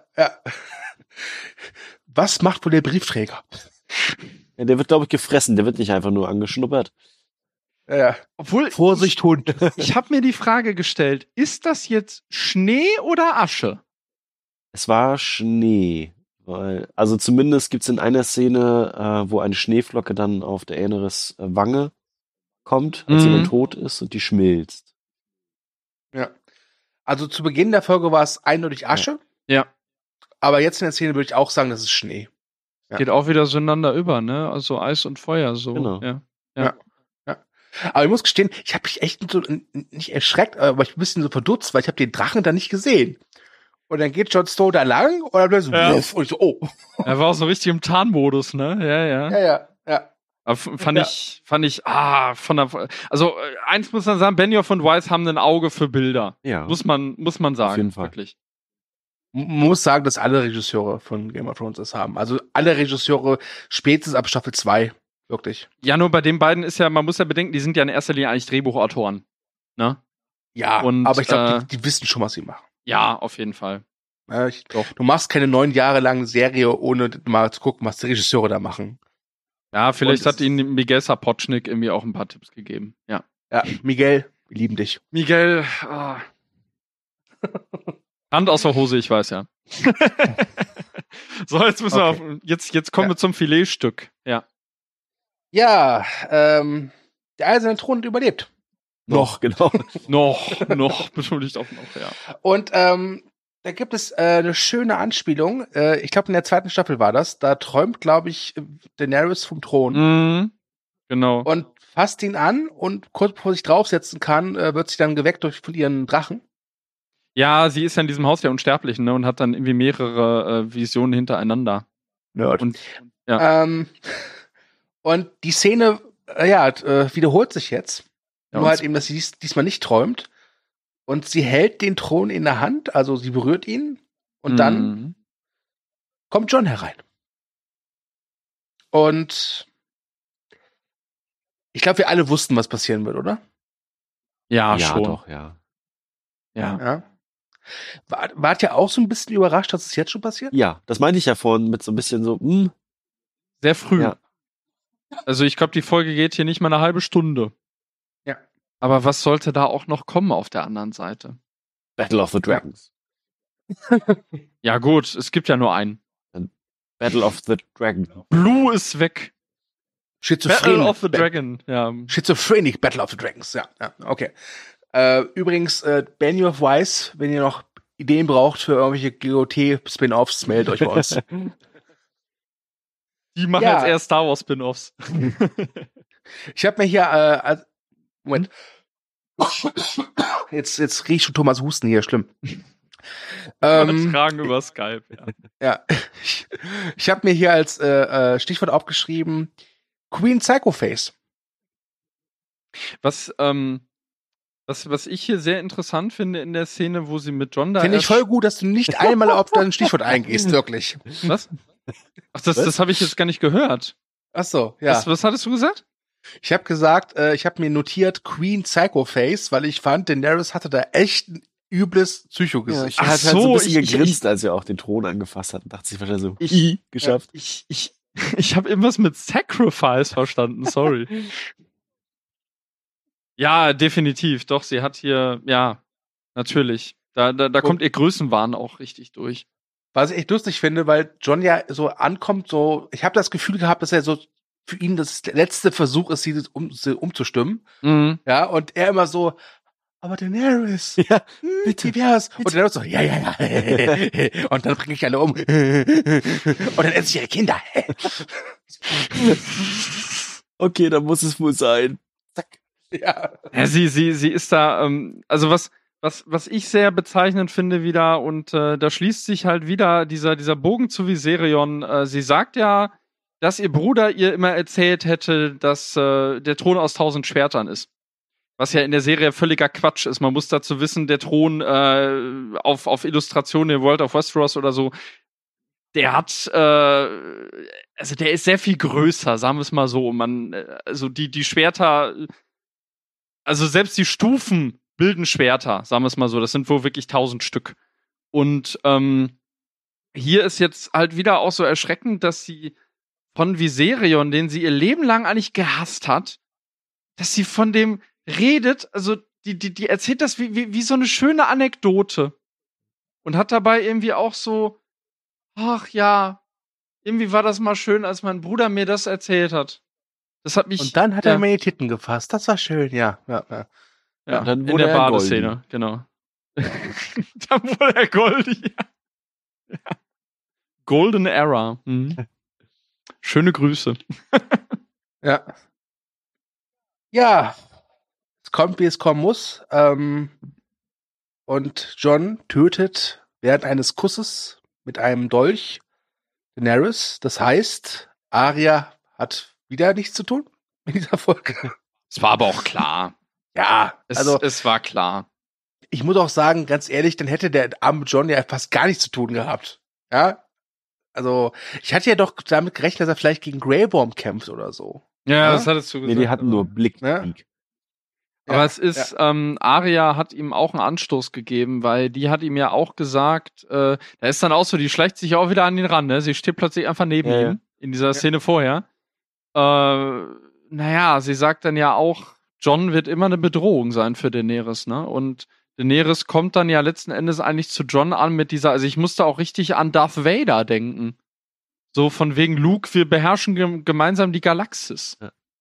Was macht wohl der Briefträger? Ja, der wird, glaube ich, gefressen. Der wird nicht einfach nur angeschnuppert. Ja. Obwohl, Vorsicht, Hund. ich habe mir die Frage gestellt, ist das jetzt Schnee oder Asche? Es war Schnee. Also zumindest gibt's in einer Szene, wo eine Schneeflocke dann auf der Daenerys Wange kommt, als sie dann tot ist und die schmilzt. Ja. Also zu Beginn der Folge war es eindeutig Asche. Ja. Aber jetzt in der Szene würde ich auch sagen, das ist Schnee. Ja. Geht auch wieder so ineinander über, ne? Also Eis und Feuer, so. Genau. Ja. Aber ich muss gestehen, ich habe mich echt so nicht erschreckt, aber ich bin ein bisschen so verdutzt, weil ich habe den Drachen da nicht gesehen. Und dann geht Jon Snow da lang und dann so, wuff, und ich so, oh. Er war auch so richtig im Tarnmodus, ne? Ja. Ja. Aber fand ich, also eins muss man sagen, Benioff und Weiss haben ein Auge für Bilder. Ja. Muss man sagen. Auf jeden Fall. Wirklich. Man muss sagen, dass alle Regisseure von Game of Thrones das haben. Also alle Regisseure spätestens ab Staffel 2. Wirklich. Ja, nur bei den beiden ist ja, man muss ja bedenken, die sind ja in erster Linie eigentlich Drehbuchautoren. Ne? Ja, und, aber ich glaube, die wissen schon, was sie machen. Ja, auf jeden Fall. Ja, du machst keine 9 Jahre lange Serie, ohne mal zu gucken, was die Regisseure da machen. Ja, vielleicht hat ihnen Miguel Sapochnik irgendwie auch ein paar Tipps gegeben. Ja, Miguel, wir lieben dich. Miguel, Hand aus der Hose, ich weiß ja. So, jetzt müssen wir jetzt kommen wir zum Filetstück. Ja. Ja, der Eiserne Thron hat überlebt. Noch, genau. noch, beschuldigt auch noch, ja. Und da gibt es eine schöne Anspielung. Ich glaube, in der 2. Staffel war das. Da träumt, glaube ich, Daenerys vom Thron. Genau. Und fasst ihn an und kurz bevor sich draufsetzen kann, wird sie dann geweckt von ihren Drachen. Ja, sie ist ja in diesem Haus der Unsterblichen, ne, und hat dann irgendwie mehrere Visionen hintereinander. Nerd. Und die Szene, wiederholt sich jetzt. Ja, nur halt eben, dass sie diesmal nicht träumt. Und sie hält den Thron in der Hand, also sie berührt ihn. Und dann kommt Jon herein. Und ich glaube, wir alle wussten, was passieren wird, oder? Ja, schon. Doch, ja. Wart ihr auch so ein bisschen überrascht, dass es jetzt schon passiert? Ja, das meinte ich ja vorhin mit so ein bisschen so, Sehr früh. Ja. Also ich glaube, die Folge geht hier nicht mal eine halbe Stunde. Ja. Aber was sollte da auch noch kommen auf der anderen Seite? Battle of the Dragons. Ja gut, es gibt ja nur einen. Battle of the Dragon. Blue ist weg. Schizophren. Battle of the Dragon, ja. Schizophrenic Battle of the Dragons, ja, okay. Übrigens, Benioff Weiss, wenn ihr noch Ideen braucht für irgendwelche GOT-Spin-Offs, meldet euch bei uns. Die machen jetzt eher Star Wars Spin-Offs. Ich habe mir hier, Moment. Jetzt riech ich schon Thomas Husten hier, schlimm. Fragen über Skype, ja. Ich habe mir hier als Stichwort aufgeschrieben, Queen Psychoface. Was ich hier sehr interessant finde in der Szene, wo sie mit Jon da... Finde ich voll gut, dass du nicht einmal auf dein Stichwort eingehst, wirklich. Was? Ach, das habe ich jetzt gar nicht gehört. Ach so, ja. Was hattest du gesagt? Ich habe gesagt, ich habe mir notiert Queen Psychoface, weil ich fand, Daenerys hatte da echt ein übles Psychogesicht. Ja, er hat halt so ein bisschen gegrinst, als er auch den Thron angefasst hat und dachte sich wahrscheinlich so, geschafft. Ich habe irgendwas mit Sacrifice verstanden, sorry. Ja, definitiv. Doch, sie hat hier, ja, natürlich. Da kommt ihr Größenwahn auch richtig durch. Was ich echt lustig finde, weil John ja so ankommt, so, ich habe das Gefühl gehabt, dass er so für ihn das der letzte Versuch ist, sie umzustimmen. Mhm. Ja, und er immer so, aber Daenerys, Ja, bitte, wie wär's? Und Daenerys so, ja. Und dann bringe ich alle um. Und dann esse ich ihre Kinder. Okay, dann muss es wohl sein. Zack. Ja. Ja, sie ist da, also was ich sehr bezeichnend finde wieder, und da schließt sich halt wieder dieser Bogen zu Viserion. Sie sagt ja, dass ihr Bruder ihr immer erzählt hätte, dass der Thron aus 1000 Schwertern ist. Was ja in der Serie völliger Quatsch ist. Man muss dazu wissen, der Thron auf Illustrationen in World of Westeros oder so, der hat, also der ist sehr viel größer, sagen wir es mal so. Also die Schwerter, also selbst die Stufen bilden Schwerter, sagen wir es mal so. Das sind wohl wirklich 1000 Stück. Und hier ist jetzt halt wieder auch so erschreckend, dass sie von Viserion, den sie ihr Leben lang eigentlich gehasst hat, dass sie von dem redet, also die erzählt das wie so eine schöne Anekdote. Und hat dabei irgendwie auch so, ach ja, irgendwie war das mal schön, als mein Bruder mir das erzählt hat. Das hat mich. Und dann hat er mir die Titten gefasst. Das war schön, ja. Ja, dann in wurde der er Badeszene, genau. Dann wurde er goldig. Ja. Golden Era. Mhm. Schöne Grüße. Ja. Ja. Es kommt, wie es kommen muss. Und Jon tötet während eines Kusses mit einem Dolch Daenerys. Das heißt, Arya hat wieder nichts zu tun in dieser Folge. Es war aber auch klar. Ja, also Es war klar. ich muss auch sagen, ganz ehrlich, dann hätte der arme Jon ja fast gar nichts zu tun gehabt. Ja, also ich hatte ja doch damit gerechnet, dass er vielleicht gegen Grey Worm kämpft oder so. Ja, das hattest du Nee, gesagt. die hatten nur Blick. Ja. Aber Ja, es ist, Arya hat ihm auch einen Anstoß gegeben, weil die hat ihm ja auch gesagt, da ist dann auch so, die schleicht sich auch wieder an ihn ran, ne? Sie steht plötzlich einfach neben Ja, ja. ihm, in dieser Szene vorher. Naja, sie sagt dann ja auch, Jon wird immer eine Bedrohung sein für Daenerys, ne? Und Daenerys kommt dann ja letzten Endes eigentlich zu Jon an mit dieser, also ich musste auch richtig an Darth Vader denken. So von wegen Luke, wir beherrschen gemeinsam die Galaxis.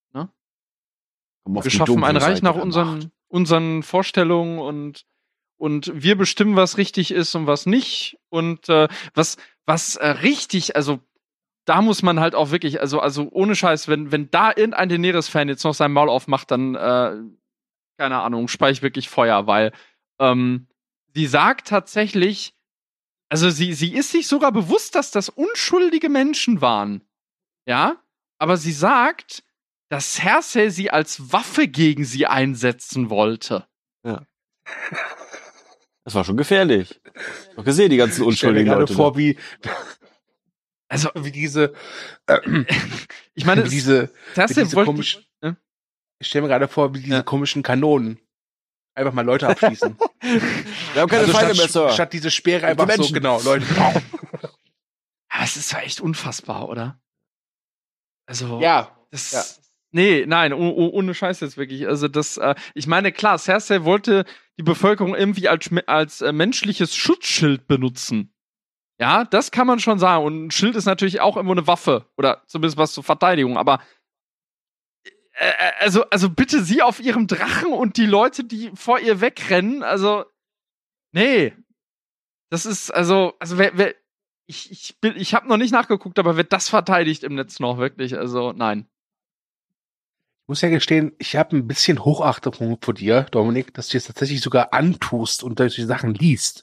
Wir schaffen ein Reich nach unseren Vorstellungen und wir bestimmen, was richtig ist und was nicht. Und was richtig, also da muss man halt auch wirklich, also ohne Scheiß, wenn da irgendein Daenerys-Fan jetzt noch sein Maul aufmacht, dann, keine Ahnung, speich ich wirklich Feuer, weil sie sagt tatsächlich, also sie ist sich sogar bewusst, dass das unschuldige Menschen waren. Ja? Aber sie sagt, dass Cersei sie als Waffe gegen sie einsetzen wollte. Ja. Das war schon gefährlich. Doch gesehen, die ganzen unschuldigen Leute. Ich stelle mir gerade vor, Also, wie diese, ich meine, wie diese Cersei wollte. ich stelle mir gerade vor, wie diese komischen Kanonen einfach mal Leute abschießen. Wir haben keine Feinde mehr, Sir. Statt diese Speere einfach so, genau, Leute. Aber es ist zwar echt unfassbar, oder? Also, Ja. das. Ja. Nee, nein, ohne Scheiß jetzt wirklich. Also das, ich meine, klar, Cersei wollte die Bevölkerung irgendwie als menschliches Schutzschild benutzen. Ja, das kann man schon sagen. Und ein Schild ist natürlich auch irgendwo eine Waffe. Oder zumindest was zur Verteidigung. Aber also bitte sie auf ihrem Drachen und die Leute, die vor ihr wegrennen, also nee. Das ist, ich habe noch nicht nachgeguckt, aber wird das verteidigt im Netz noch wirklich? Also nein. Ich muss ja gestehen, ich habe ein bisschen Hochachtung vor dir, Dominik, dass du jetzt tatsächlich sogar antust und solche Sachen liest.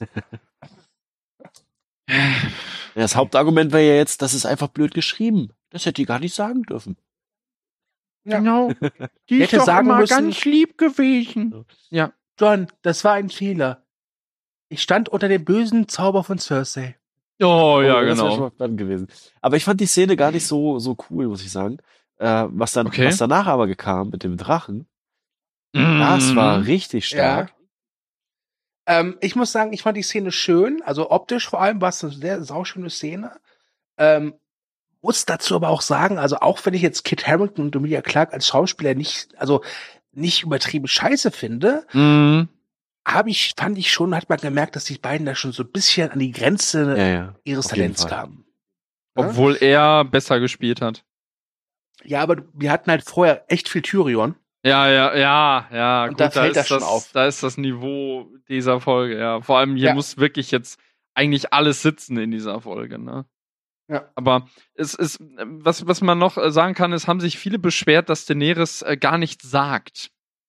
Das Hauptargument wäre ja jetzt, das ist einfach blöd geschrieben. Das hätte die gar nicht sagen dürfen. Ja. Genau. Die Hätte ist doch sagen immer müssen, ganz lieb gewesen. Ja. John, das war ein Fehler. Ich stand unter dem bösen Zauber von Cersei. Oh, ja, Das wäre genau. schon mal spannend gewesen. Aber ich fand die Szene gar nicht so cool, muss ich sagen. Was danach aber kam mit dem Drachen, das war richtig stark. Ja. Ich muss sagen, ich fand die Szene schön. Also optisch vor allem war es eine sehr sauschöne Szene. Muss dazu aber auch sagen, also auch wenn ich jetzt Kit Harington und Emilia Clarke als Schauspieler nicht übertrieben scheiße finde, fand ich schon, hat man gemerkt, dass die beiden da schon so ein bisschen an die Grenze ihres Talents kamen. Obwohl er besser gespielt hat. Ja, aber wir hatten halt vorher echt viel Tyrion. Ja. Und gut, da fällt das schon auf. Da ist das Niveau dieser Folge, ja. Vor allem hier muss wirklich jetzt eigentlich alles sitzen in dieser Folge, ne? Ja. Aber es ist, was man noch sagen kann, es haben sich viele beschwert, dass Daenerys gar nichts sagt.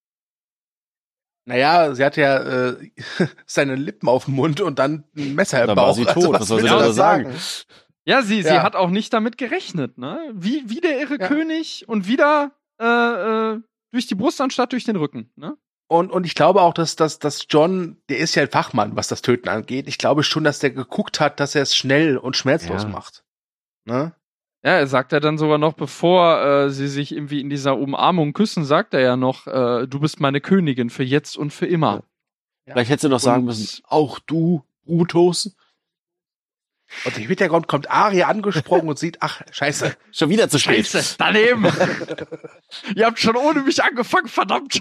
Naja, sie hat ja seine Lippen auf dem Mund und dann ein Messer im Dann Bauch. war sie tot, was soll sie da sagen? Ja, sie hat auch nicht damit gerechnet, ne? Wie der irre König und wieder durch die Brust anstatt durch den Rücken, ne? Und ich glaube auch, dass Jon, der ist ja ein Fachmann, was das Töten angeht. Ich glaube schon, dass der geguckt hat, dass er es schnell und schmerzlos macht. Ne? Ja, er sagt ja dann sogar noch, bevor sie sich irgendwie in dieser Umarmung küssen, sagt er ja noch, du bist meine Königin für jetzt und für immer. Ja. Vielleicht hättest du noch sagen müssen, auch du, Brutus. Und im Hintergrund kommt Arya angesprungen und sieht, ach, scheiße. Schon wieder zu spät. Scheiße, daneben. Ihr habt schon ohne mich angefangen, verdammt.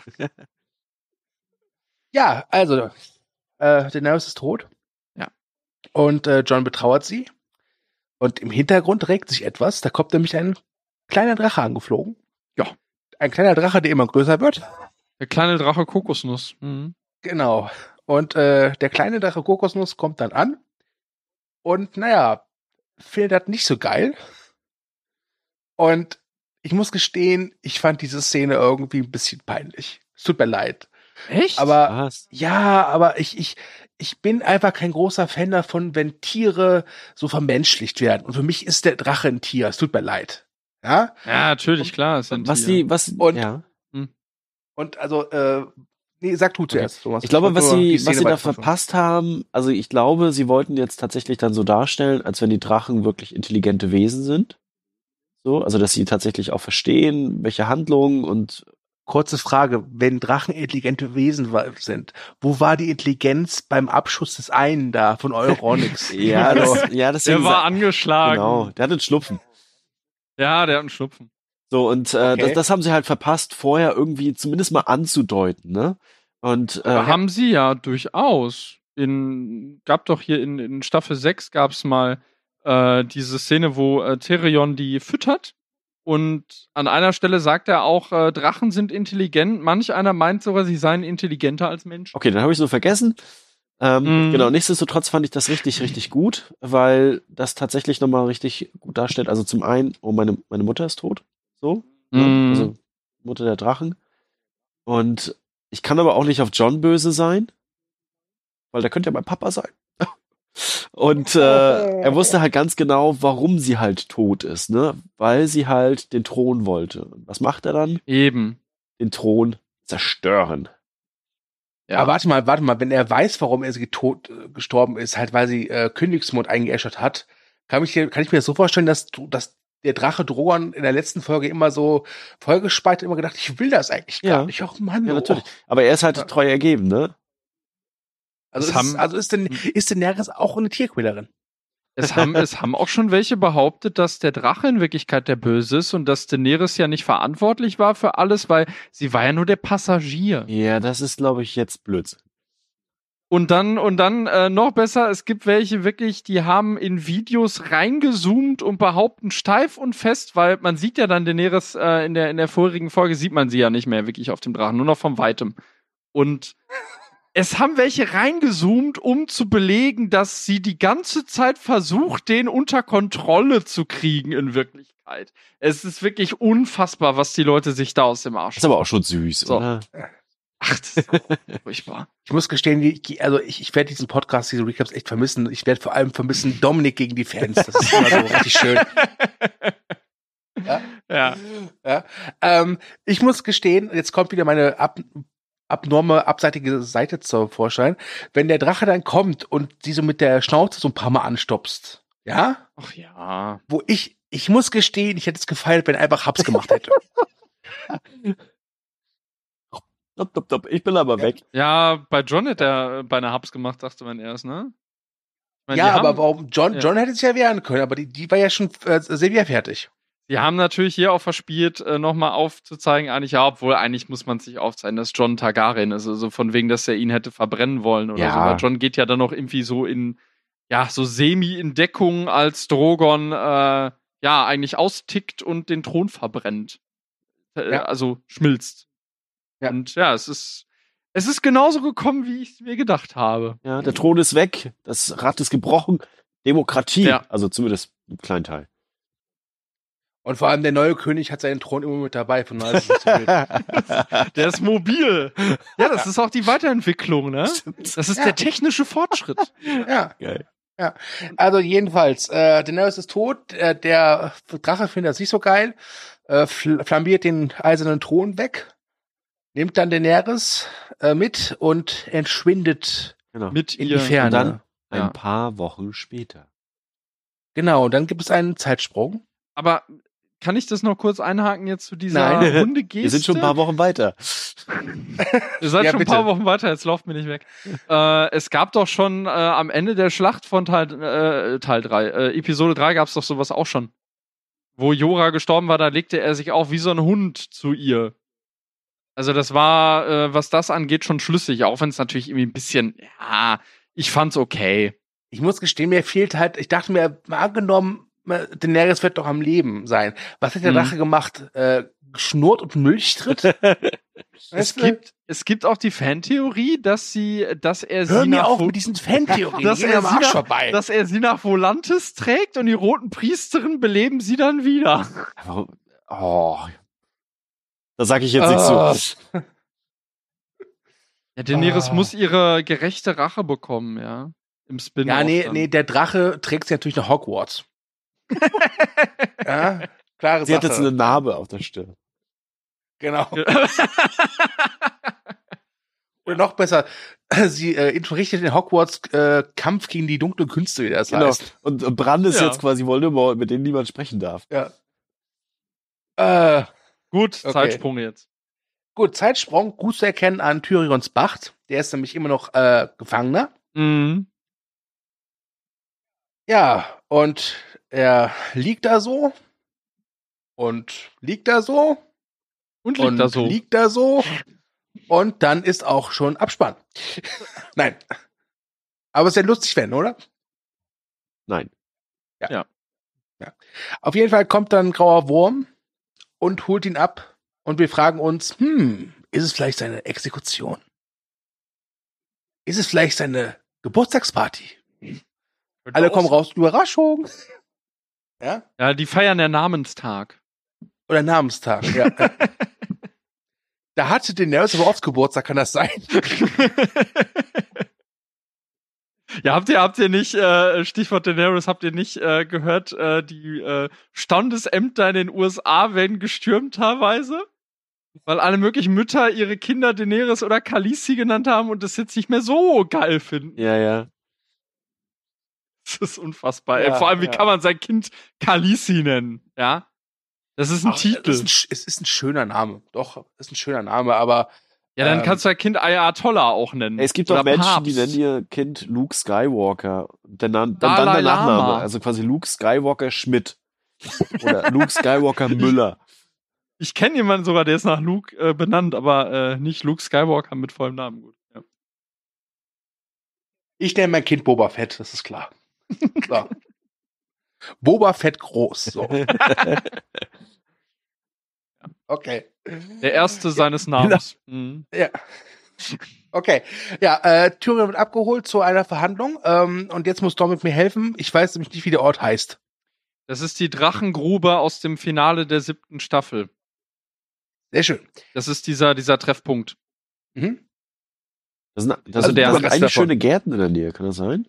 Ja, also, Daenerys ist tot. Ja. Und Jon betrauert sie. Und im Hintergrund regt sich etwas. Da kommt nämlich ein kleiner Drache angeflogen. Ja. Ein kleiner Drache, der immer größer wird. Der kleine Drache Kokosnuss. Mhm. Genau. Und der kleine Drache Kokosnuss kommt dann an. Und naja, findet das nicht so geil. Und ich muss gestehen, ich fand diese Szene irgendwie ein bisschen peinlich. Es tut mir leid. Echt? Aber Was? ja, aber ich bin einfach kein großer Fan davon, wenn Tiere so vermenschlicht werden. Und für mich ist der Drache ein Tier. Es tut mir leid. Ja? Ja, natürlich, klar. Es sind Tiere. Und also, nee, sag du zuerst. Okay. Ich glaube, was sie da verpasst haben, also ich glaube, sie wollten jetzt tatsächlich dann so darstellen, als wenn die Drachen wirklich intelligente Wesen sind. So, also dass sie tatsächlich auch verstehen, welche Handlungen und kurze Frage, wenn Drachen intelligente Wesen sind, wo war die Intelligenz beim Abschuss des einen da von Euronix? Der war angeschlagen. Genau, der hat einen Schnupfen. Ja, der hat einen Schnupfen. So, und das haben sie halt verpasst, vorher irgendwie zumindest mal anzudeuten, ne? Und haben sie ja durchaus. Gab doch hier in Staffel 6 gab's mal diese Szene, wo Tyrion die füttert. Und an einer Stelle sagt er auch, Drachen sind intelligent. Manch einer meint sogar, sie seien intelligenter als Menschen. Okay, dann habe ich so vergessen. Genau, nichtsdestotrotz fand ich das richtig, richtig gut, weil das tatsächlich nochmal richtig gut darstellt. Also zum einen, meine Mutter ist tot. So. Also Mutter der Drachen. Und ich kann aber auch nicht auf Jon böse sein, weil der könnte ja mein Papa sein. Und er wusste halt ganz genau, warum sie halt tot ist, ne? Weil sie halt den Thron wollte. Und was macht er dann? Eben. Den Thron zerstören. Ja. Aber warte mal, wenn er weiß, warum er gestorben ist, halt weil sie Königsmund eingeäschert hat, kann ich mir das so vorstellen, dass der Drache Drogon in der letzten Folge immer so vollgespeit immer gedacht, ich will das eigentlich gar nicht. Och Mann. Ja, natürlich. Aber er ist halt treu ergeben, ne? Also ist Daenerys auch eine Tierquälerin? Es haben auch schon welche behauptet, dass der Drache in Wirklichkeit der Böse ist und dass Daenerys ja nicht verantwortlich war für alles, weil sie war ja nur der Passagier. Ja, das ist, glaube ich, jetzt Blödsinn. Und dann noch besser, es gibt welche wirklich, die haben in Videos reingezoomt und behaupten steif und fest, weil man sieht ja dann Daenerys in der vorigen Folge, sieht man sie ja nicht mehr wirklich auf dem Drachen, nur noch von Weitem. Und es haben welche reingezoomt, um zu belegen, dass sie die ganze Zeit versucht, den unter Kontrolle zu kriegen in Wirklichkeit. Es ist wirklich unfassbar, was die Leute sich da aus dem Arsch. Das ist aber auch schon süß, oder? Ach, das ist furchtbar. Ich muss gestehen, ich werde diesen Podcast, diese Recaps echt vermissen. Ich werde vor allem vermissen Dominik gegen die Fans. Das ist immer so richtig schön. Ja. Ich muss gestehen, jetzt kommt wieder meine abnorme, abseitige Seite zum Vorschein. Wenn der Drache dann kommt und die so mit der Schnauze so ein paar Mal anstopst, ja? Ach ja. Wo ich muss gestehen, ich hätte es gefeiert, wenn er einfach Haps gemacht hätte. Stopp. Ich bin aber weg. Ja, bei Jon hätte er beinahe Haps gemacht, dachte man erst, ne? Ich meine, aber warum? Jon hätte sich ja wehren können, aber die war ja schon sehr fertig. Sie haben natürlich hier auch verspielt, nochmal aufzuzeigen, eigentlich muss man sich aufzeigen, dass Jon Targaryen ist, also von wegen, dass er ihn hätte verbrennen wollen oder so. Weil Jon geht ja dann noch irgendwie so so semi in Deckung, als Drogon, eigentlich austickt und den Thron verbrennt. Also schmilzt. Ja. Und ja, es ist genauso gekommen, wie ich es mir gedacht habe. Ja, der Thron ist weg, das Rad ist gebrochen, Demokratie, also zumindest ein kleinen Teil. Und vor allem der neue König hat seinen Thron immer mit dabei, von daher ist es nicht so wild. Der ist mobil. Ja, das ist auch die Weiterentwicklung, ne? Das ist der technische Fortschritt. Ja. Geil. Ja. Also jedenfalls, Daenerys ist tot, der Drache findet das nicht so geil, flambiert den eisernen Thron weg, nimmt dann Daenerys mit und entschwindet mit in die Ferne. Und dann ein paar Wochen später. Genau, und dann gibt es einen Zeitsprung. Aber kann ich das noch kurz einhaken jetzt zu dieser Hundegeste? Wir sind schon ein paar Wochen weiter. Ihr seid schon ein paar Wochen weiter, jetzt lauft mir nicht weg. Es gab doch schon am Ende der Schlacht von Teil 3, Episode 3 gab es doch sowas auch schon. Wo Jorah gestorben war, da legte er sich auch wie so ein Hund zu ihr. Also das war, was das angeht, schon schlüssig, auch wenn es natürlich irgendwie ein bisschen, ich fand's okay. Ich muss gestehen, mir fehlt halt, ich dachte mir, mal angenommen, Daenerys wird doch am Leben sein. Was hat der Drache gemacht? Geschnurrt und Milchtritt? Es gibt auch die Fantheorie, dass er sie mit diesen Fantheorien, dass er sie nach Volantis trägt und die roten Priesterinnen beleben sie dann wieder. Da sag ich jetzt nichts zu. Ja, Daenerys muss ihre gerechte Rache bekommen, ja. Im Spin-off. Ja, nee, der Drache trägt sie natürlich nach Hogwarts. Ja, klare Sache. Sie hat jetzt eine Narbe auf der Stirn. Genau. Oder noch besser, sie unterrichtet in Hogwarts Kampf gegen die dunklen Künste, wie das heißt. Und Bran ist jetzt quasi Voldemort, mit dem niemand sprechen darf. Ja. Gut, okay. Zeitsprung jetzt. Gut, Zeitsprung, gut zu erkennen an Tyrions Bacht. Der ist nämlich immer noch Gefangener. Mhm. Ja, und er liegt da so. Und liegt da so. Und liegt da so. Liegt da so. Und dann ist auch schon Abspann. Nein. Aber es ist ja lustig, wenn, oder? Nein. Ja. Auf jeden Fall kommt dann ein grauer Wurm und holt ihn ab. Und wir fragen uns, ist es vielleicht seine Exekution? Ist es vielleicht seine Geburtstagsparty? Alle kommen raus, Überraschung. Ja, die feiern der Namenstag. Oder Namenstag, ja. Da hatte Daenerys aber oft Geburtstag, kann das sein? Ja, habt ihr nicht, Stichwort Daenerys, habt ihr nicht gehört, die Standesämter in den USA werden gestürmt teilweise? Weil alle möglichen Mütter ihre Kinder Daenerys oder Khaleesi genannt haben und das jetzt nicht mehr so geil finden. Ja. Das ist unfassbar. Ja, vor allem, wie kann man sein Kind Khaleesi nennen? Ja. Das ist ein Titel. Es ist ein schöner Name. Doch, ist ein schöner Name, aber. Ja, dann kannst du dein Kind Ayatollah auch nennen. Es gibt auch Menschen, Papst. Die nennen ihr Kind Luke Skywalker. Dann der Nachname. Also quasi Luke Skywalker Schmidt. Oder Luke Skywalker Müller. Ich kenne jemanden sogar, der ist nach Luke benannt, aber nicht Luke Skywalker mit vollem Namen. Gut. Ja. Ich nenne mein Kind Boba Fett, das ist klar. Klar. Boba Fett groß. So. Okay. Der erste seines Namens. Mhm. Ja. Okay. Ja, Tyrion wird abgeholt zu einer Verhandlung. Und jetzt muss Dominic mir helfen. Ich weiß nämlich nicht, wie der Ort heißt. Das ist die Drachengrube aus dem Finale der 7. Staffel. Sehr schön. Das ist dieser Treffpunkt. Mhm. Das sind eigentlich schöne Gärten in der Nähe, kann das sein?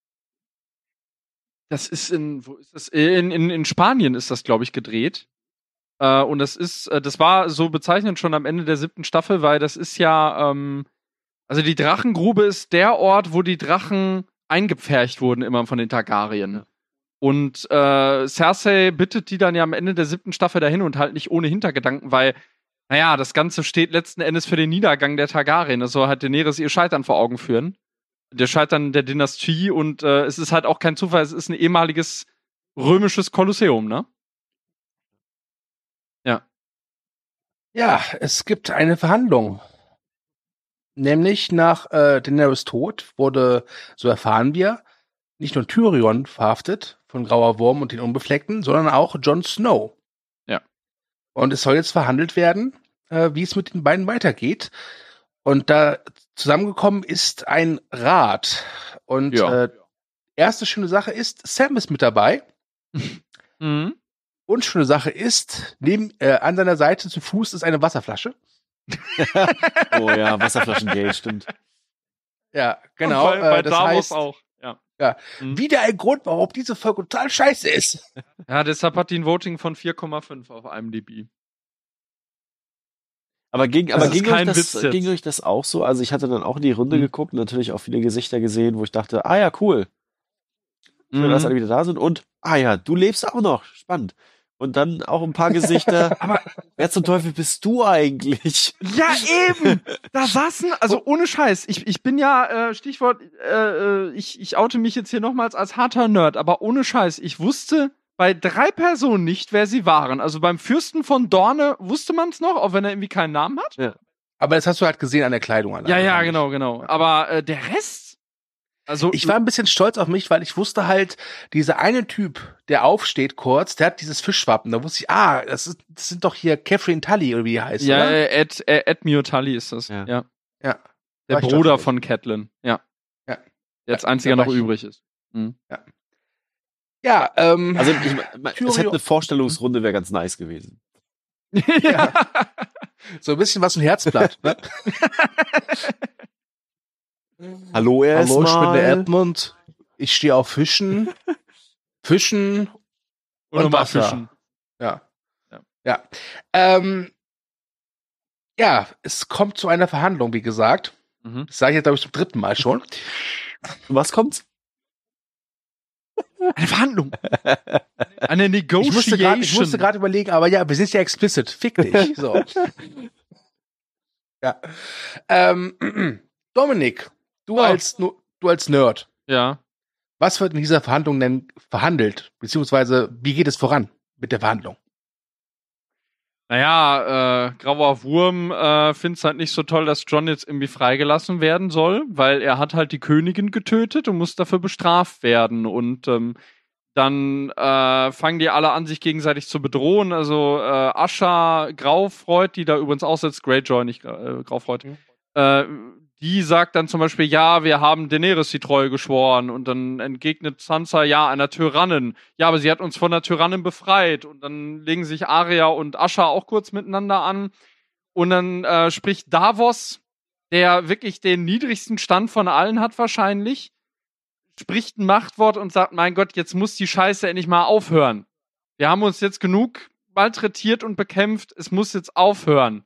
Das ist wo ist das? In Spanien ist das, glaube ich, gedreht. Und das war so bezeichnend schon am Ende der 7. Staffel, weil das ist ja, also die Drachengrube ist der Ort, wo die Drachen eingepfercht wurden immer von den Targaryen. Ja. Und Cersei bittet die dann ja am Ende der 7. Staffel dahin und halt nicht ohne Hintergedanken, weil, naja, das Ganze steht letzten Endes für den Niedergang der Targaryen. Das soll halt Daenerys ihr Scheitern vor Augen führen. Der Scheitern der Dynastie und es ist halt auch kein Zufall, es ist ein ehemaliges römisches Kolosseum, ne? Ja, es gibt eine Verhandlung. Nämlich nach Daenerys Tod wurde, so erfahren wir, nicht nur Tyrion verhaftet von Grauer Wurm und den Unbefleckten, sondern auch Jon Snow. Ja. Und es soll jetzt verhandelt werden, wie es mit den beiden weitergeht. Und da zusammengekommen ist ein Rat. Und erste schöne Sache ist, Sam ist mit dabei. Mhm. Und schöne Sache ist, an seiner Seite zu Fuß ist eine Wasserflasche. Oh ja, Wasserflaschengate, stimmt. Ja, genau. Und bei das Davos heißt, auch. Ja. Ja, Mhm. wieder ein Grund, warum diese Folge total scheiße ist. Ja, deshalb hat die ein Voting von 4,5 auf IMDb. Aber ging Das ist kein euch Witz jetzt. ging euch das auch so? Also ich hatte dann auch in die Runde geguckt und natürlich auch viele Gesichter gesehen, wo ich dachte, ah ja, cool. Schön, dass alle wieder da sind. Und, ah ja, du lebst auch noch. Spannend. Und dann auch ein paar Gesichter. Aber wer zum Teufel bist du eigentlich? ja, eben! Da saßen, also ohne Scheiß, ich bin ja, Stichwort, ich oute mich jetzt hier nochmals als harter Nerd, aber ohne Scheiß, ich wusste bei 3 Personen nicht, wer sie waren. Also beim Fürsten von Dorne wusste man es noch, auch wenn er irgendwie keinen Namen hat. Ja. Aber das hast du halt gesehen an der Kleidung. Ja, genau. Aber der Rest, also Ich war ein bisschen stolz auf mich, weil ich wusste halt, dieser eine Typ, der aufsteht kurz, der hat dieses Fischwappen. Da wusste ich, das sind doch hier Catherine Tully, oder wie die heißt, ja, oder? Edmure Tully ist das. Ja. Ja. Ja. Der War ich Bruder stolz auf von Catelyn. Ja. Ja. Jetzt Ja, einziger da noch war ich- übrig ist. Mhm. Ja, Also es hätte eine Tyrion- Vorstellungsrunde wäre ganz nice gewesen. Ja. so ein bisschen was ein Herzblatt. Ne? Hallo Hallo, ich bin der erstmal. Edmund. Ich stehe auf Fischen. Fischen Und nochmal Wasser. fischen. Ja. Ja. Ja, es kommt zu einer Verhandlung, wie gesagt. Mhm. Das sage ich jetzt, glaube ich, zum 3. Mal schon. Was kommt's? Eine Verhandlung. Eine Negotiation. Ich musste gerade überlegen, aber ja, wir sind ja explicit. Fick dich. So. Ja. Dominik, du Ja. als Nerd, Ja. was wird in dieser Verhandlung denn verhandelt? Beziehungsweise, wie geht es voran mit der Verhandlung? Naja, Grauer Wurm findet es halt nicht so toll, dass Jon jetzt irgendwie freigelassen werden soll, weil er hat halt die Königin getötet und muss dafür bestraft werden. Und dann fangen die alle an, sich gegenseitig zu bedrohen. Also Asha Graufreud, die da übrigens aussetzt, Greyjoy, nicht Graufreud, die sagt dann zum Beispiel, ja, wir haben Daenerys die Treue geschworen. Und dann entgegnet Sansa, ja, einer Tyrannin. Ja, aber sie hat uns von der Tyrannin befreit. Und dann legen sich Arya und Asha auch kurz miteinander an. Und dann spricht Davos, der wirklich den niedrigsten Stand von allen hat wahrscheinlich, spricht ein Machtwort und sagt, mein Gott, jetzt muss die Scheiße endlich mal aufhören. Wir haben uns jetzt genug malträtiert und bekämpft. Es muss jetzt aufhören.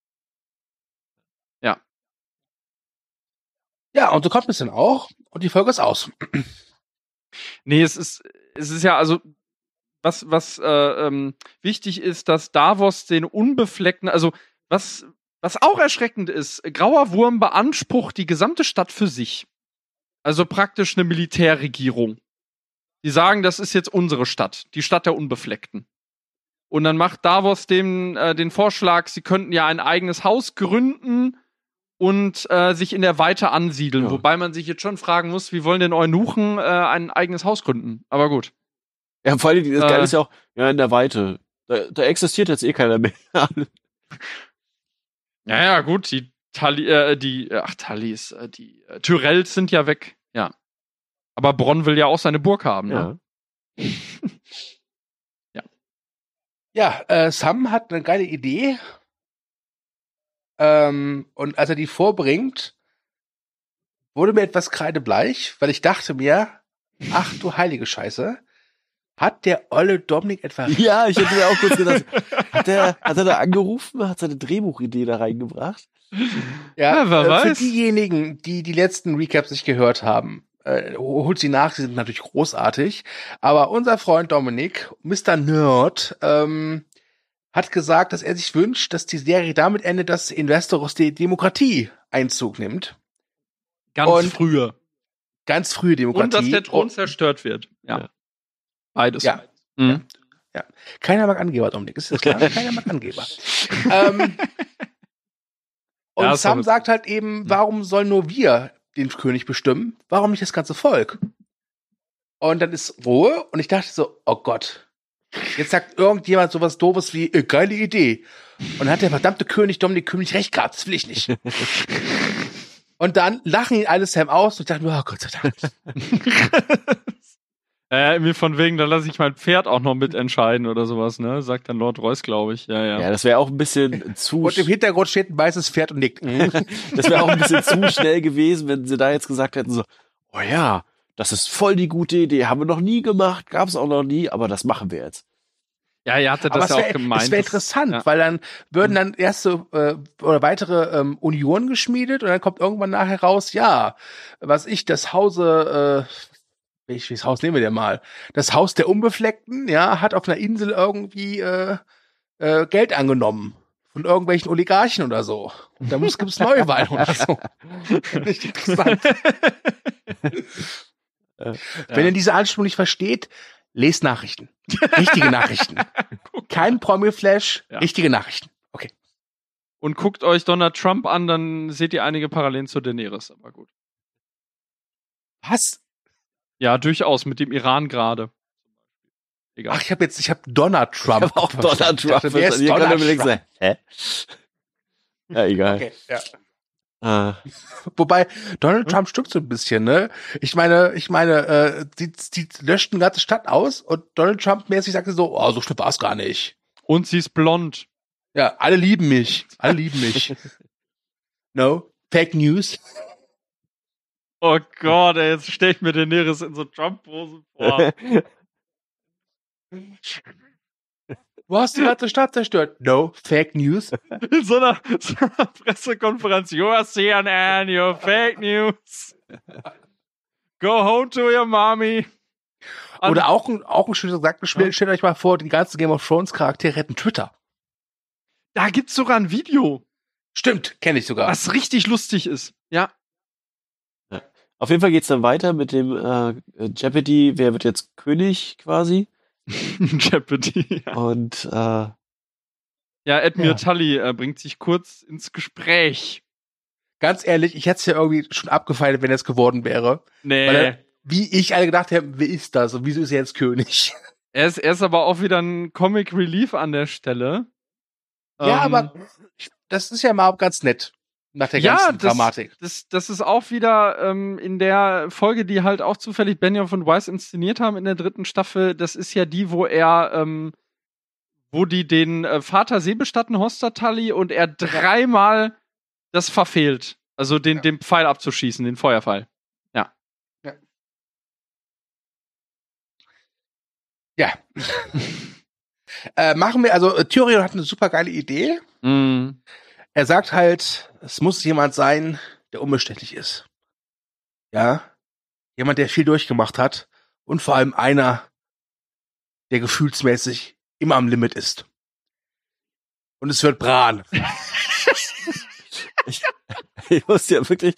Ja, und so kommt es dann auch. Und die Folge ist aus. Nee, es ist ja, also, was wichtig ist, dass Davos den Unbefleckten, also, was auch erschreckend ist, Grauer Wurm beansprucht die gesamte Stadt für sich. Also praktisch eine Militärregierung. Die sagen, das ist jetzt unsere Stadt, die Stadt der Unbefleckten. Und dann macht Davos dem den Vorschlag, sie könnten ja ein eigenes Haus gründen und sich in der Weite ansiedeln. Ja. Wobei man sich jetzt schon fragen muss, wie wollen denn Eunuchen ein eigenes Haus gründen? Aber gut. Ja, vor allem, das Geile ist ja auch, ja, in der Weite. Da existiert jetzt eh keiner mehr. Ja, gut, die Tyrells sind ja weg. Ja. Aber Bronn will ja auch seine Burg haben, ne? Ja. Ja, Sam hat eine geile Idee. Und als er die vorbringt, wurde mir etwas kreidebleich, weil ich dachte mir, ach du heilige Scheiße, hat der olle Dominik etwa Ja, ich hätte mir auch kurz gedacht, hat er da angerufen, hat seine Drehbuchidee da reingebracht? Ja, wer Für weiß. diejenigen, die die letzten Recaps nicht gehört haben, holt sie nach, sie sind natürlich großartig. Aber unser Freund Dominik, Mr. Nerd, hat gesagt, dass er sich wünscht, dass die Serie damit endet, dass Investoros die Demokratie Einzug nimmt. Ganz früher. Ganz frühe Demokratie. Und dass der Thron zerstört wird. Ja. Ja. Beides. Ja. Mhm. Ja. Keiner mag Angeber, Dominik. Ist das klar? Keiner mag Angeber. Und Ja, Sam so- sagt halt eben, warum sollen nur wir den König bestimmen? Warum nicht das ganze Volk? Und dann ist Ruhe und ich dachte so, oh Gott, jetzt sagt irgendjemand sowas Doofes wie, geile Idee. Und dann hat der verdammte König Dominik König recht gehabt, das will ich nicht. Und dann lachen ihn alle Sam aus und ich dachte, oh Gott sei Dank. irgendwie von wegen, da lasse ich mein Pferd auch noch mitentscheiden oder sowas, ne? Sagt dann Lord Royce, glaube ich. Ja. Ja, das wäre auch ein bisschen zu. Und im Hintergrund steht ein weißes Pferd und nickt. Das wäre auch ein bisschen zu schnell gewesen, wenn sie da jetzt gesagt hätten so, oh ja, das ist voll die gute Idee, haben wir noch nie gemacht, gab's auch noch nie, aber das machen wir jetzt. Ja, ihr hattet Aber das ja auch gemeint. es wäre das- interessant, ja. weil dann würden dann erste oder weitere Unionen geschmiedet und dann kommt irgendwann nachher raus, ja, das Hause, welches Haus nehmen wir denn mal? Das Haus der Unbefleckten, ja, hat auf einer Insel irgendwie Geld angenommen von irgendwelchen Oligarchen oder so. Und da gibt's Neuwahlen oder so. Nicht interessant. Wenn ihr diese Anspielung nicht versteht, lest Nachrichten. Richtige Nachrichten. Kein Promi-Flash, Ja. richtige Nachrichten. Okay. Und guckt euch Donald Trump an, dann seht ihr einige Parallelen zu Daenerys, aber gut. Was? Ja, durchaus, mit dem Iran gerade. Egal. Ach, ich habe Donald Trump. Ich hab auch Donald Ich dachte, Trump. wer ist Hier kann Donald man überlegen, Trump? so, hä? Ja, egal. Okay, ja. Äh, Wobei, Donald Trump stimmt so ein bisschen, ne? Ich meine, die löschten die ganze Stadt aus und Donald Trump mäßig sagte so, oh, so schlimm war's gar nicht. Und sie ist blond. Ja, alle lieben mich. Alle lieben mich. No? Fake News? Oh Gott, ey, jetzt stell ich mir Daenerys in so Trump-Pose vor. Du hast die ganze Stadt zerstört. No? Fake News? In so einer Pressekonferenz. You're CNN, you're fake news. Go home to your mommy. Oder auch ein schöner Gesagt, stellt euch mal vor, die ganzen Game of Thrones Charaktere hätten Twitter. Da gibt's sogar ein Video, Stimmt, kenne ich sogar. was richtig lustig ist. Ja. auf jeden Fall geht's dann weiter mit dem Jeopardy, wer wird jetzt König quasi? Jeopardy. Ja, Und ja Admir Ja. Tully bringt sich kurz ins Gespräch. Ganz ehrlich, ich hätte es ja irgendwie schon abgefeiert, wenn er es geworden wäre. Nee. Weil er, wie ich alle gedacht habe, wie ist das und wieso ist er jetzt König? Er ist aber auch wieder ein Comic Relief an der Stelle. Ja, aber das ist ja mal ganz nett. Nach der Ja, ganzen Dramatik. Das ist auch wieder in der Folge, die halt auch zufällig Benioff und Weiss inszeniert haben in der 3. Staffel. Das ist ja die, wo wo die den Vater seebestatten, Hoster Tully, und er 3-mal das verfehlt. Also den Pfeil abzuschießen, den Feuerpfeil. Ja. Machen wir, also Tyrion hat eine super geile Idee. Mhm. Er sagt halt, es muss jemand sein, der unbestechlich ist. Ja. Jemand, der viel durchgemacht hat. Und vor allem einer, der gefühlsmäßig immer am Limit ist. Und es wird Bran. ich musste ja wirklich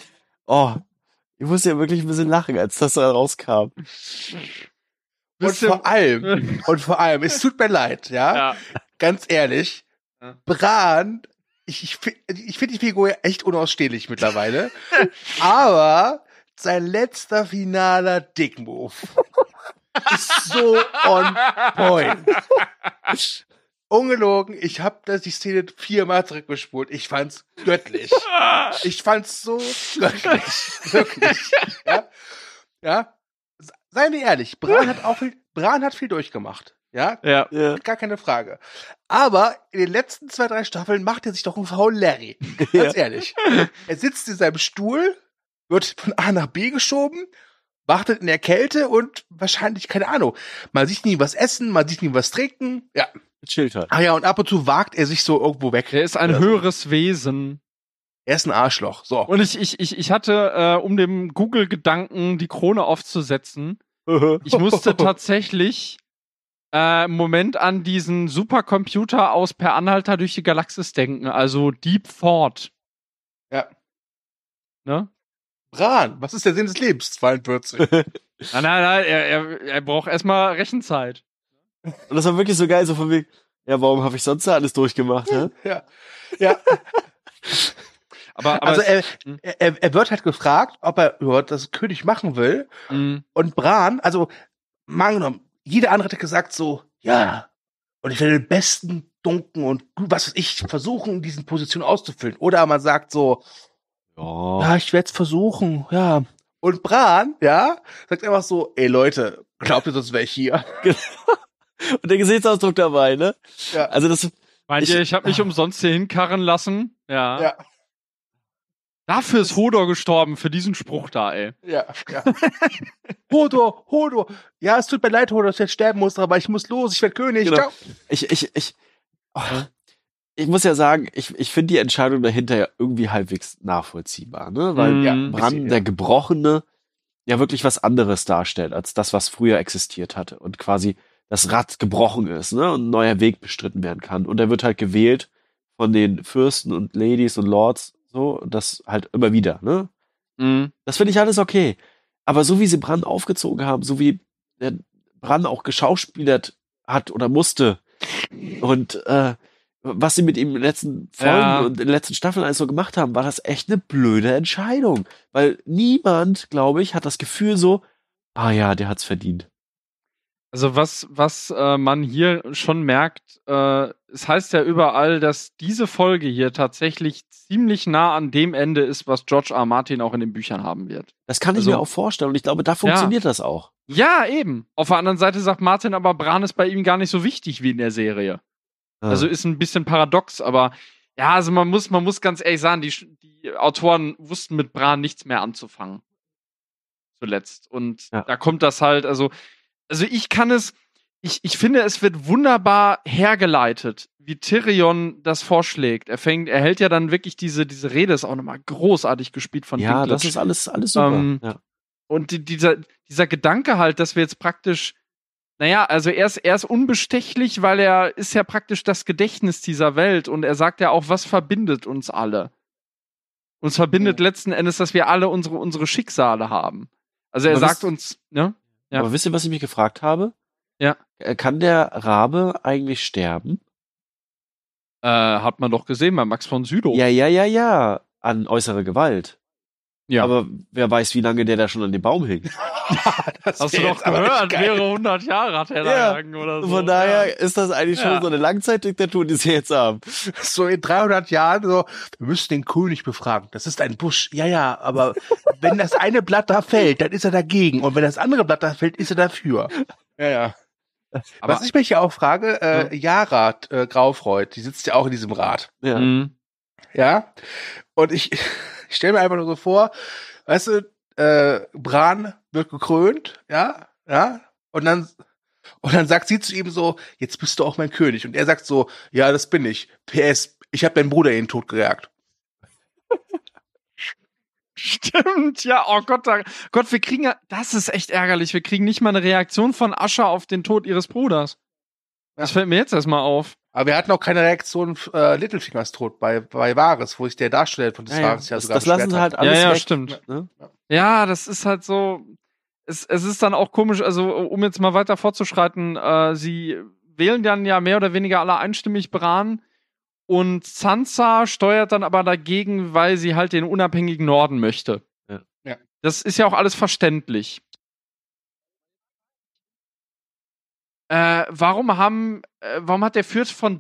ein bisschen lachen, als das da rauskam. Und vor allem, es tut mir leid, ja, Ja. ganz ehrlich, Ja. Bran, ich finde die Figur echt unausstehlich mittlerweile, aber sein letzter finaler Dick-Move ist so on point. Ungelogen, ich habe die Szene 4-mal zurückgespult. Ich fand's göttlich. Ich fand's so göttlich. Wirklich. Ja? Seien wir ehrlich, Bran hat viel durchgemacht. Ja? Ja. Ja. Gar keine Frage. Aber in den letzten 2, 3 Staffeln macht er sich doch einen faulen Larry. Ganz ehrlich. Er sitzt in seinem Stuhl, wird von A nach B geschoben, wartet in der Kälte und wahrscheinlich, keine Ahnung, man sieht nie was essen, man sieht nie was trinken. Ja. Chillt halt. Ach ja, und ab und zu wagt er sich so irgendwo weg. Er ist ein Oder so. höheres Wesen. Er ist ein Arschloch. So. Und ich hatte, um dem Google-Gedanken die Krone aufzusetzen, ich musste tatsächlich im Moment an diesen Supercomputer aus Per Anhalter durch die Galaxis denken, also Deep Thought. Ja. Ne? Bran, was ist der Sinn des Lebens? 42. Nein, er braucht erstmal Rechenzeit. Und das war wirklich so geil, so von wegen, ja, warum habe ich sonst da alles durchgemacht, hä? Ja. Aber Also er wird halt gefragt, ob er überhaupt das König machen will. Und Bran, also mal angenommen, jeder andere hätte gesagt so, ja, und ich werde den besten Dunken und was weiß ich, versuchen, diesen Positionen auszufüllen. Oder man sagt so, ja, ich werde es versuchen, ja. Und Bran, ja, sagt einfach so, ey Leute, glaubt ihr, sonst wäre ich hier? Und der Gesichtsausdruck dabei, ne? Ja. Also das... meint ihr, ich habe mich umsonst hier hinkarren lassen? Ja. Dafür ist Hodor gestorben, für diesen Spruch da, ey. Ja. Hodor. Ja, es tut mir leid, Hodor, dass ich jetzt sterben muss, aber ich muss los, ich werde König. Genau. Ciao. Ich muss ja sagen, ich finde die Entscheidung dahinter ja irgendwie halbwegs nachvollziehbar, ne? Weil Bran, der Gebrochene, ja wirklich was anderes darstellt, als das, was früher existiert hatte. Und quasi das Rad gebrochen ist, ne? Und ein neuer Weg bestritten werden kann. Und er wird halt gewählt von den Fürsten und Ladies und Lords, so, das halt immer wieder, ne? Das finde ich alles okay. Aber so wie sie Bran aufgezogen haben, so wie der Bran auch geschauspielert hat oder musste und was sie mit ihm in den letzten Folgen und in den letzten Staffeln alles so gemacht haben, war das echt eine blöde Entscheidung. Weil niemand, glaube ich, hat das Gefühl so, ja, der hat's verdient. Also was man hier schon merkt, es heißt ja überall, dass diese Folge hier tatsächlich ziemlich nah an dem Ende ist, was George R. Martin auch in den Büchern haben wird. Das kann ich mir auch vorstellen und ich glaube, da funktioniert das auch. Ja, eben. Auf der anderen Seite sagt Martin aber, Bran ist bei ihm gar nicht so wichtig wie in der Serie. Also ist ein bisschen paradox, aber ja, also man muss ganz ehrlich sagen, die Autoren wussten mit Bran nichts mehr anzufangen. Zuletzt. Und da kommt das halt, also ich kann es, ich finde, es wird wunderbar hergeleitet, wie Tyrion das vorschlägt. Er hält ja dann wirklich diese Rede, ist auch nochmal großartig gespielt von Dinklage. Ja, das ist alles super. Und dieser Gedanke halt, dass wir jetzt praktisch, naja, also er ist unbestechlich, weil er ist ja praktisch das Gedächtnis dieser Welt und er sagt ja auch, was verbindet uns alle? Uns verbindet letzten Endes, dass wir alle unsere Schicksale haben. Also er sagt uns, ne? Ja. Aber wisst ihr, was ich mich gefragt habe? Ja. Kann der Rabe eigentlich sterben? Hat man doch gesehen bei Max von Sydow. Ja. An äußerer Gewalt. Ja. Aber wer weiß, wie lange der da schon an dem Baum hing. Hast du doch gehört, mehrere 100 Jahre hat er da gehangen oder so. Von daher ist das eigentlich schon so eine Langzeitdiktatur, die sie jetzt haben. So in 300 Jahren so, wir müssen den König befragen. Das ist ein Busch. Ja, aber wenn das eine Blatt da fällt, dann ist er dagegen. Und wenn das andere Blatt da fällt, ist er dafür. Ja. Aber was ich mich ja auch frage, Yara Graufreud, die sitzt ja auch in diesem Rat. Ja. Ja. Und ich stelle mir einfach nur so vor, weißt du, Bran wird gekrönt, ja, und dann sagt sie zu ihm so, jetzt bist du auch mein König. Und er sagt so, ja, das bin ich. PS, ich habe deinen Bruder in den Tod gejagt. Stimmt, ja, oh Gott, wir kriegen das ist echt ärgerlich, wir kriegen nicht mal eine Reaktion von Asha auf den Tod ihres Bruders. Das fällt mir jetzt erstmal auf. Aber wir hatten auch keine Reaktion Littlefingers Tod bei Varys, wo sich der Darsteller von des Varys sogar das lassen sie halt alles weg. Stimmt. Ja, das ist halt so, es ist dann auch komisch, also um jetzt mal weiter fortzuschreiten, sie wählen dann ja mehr oder weniger alle einstimmig Bran und Sansa steuert dann aber dagegen, weil sie halt den unabhängigen Norden möchte. Ja. Das ist ja auch alles verständlich. Warum hat der Fürst von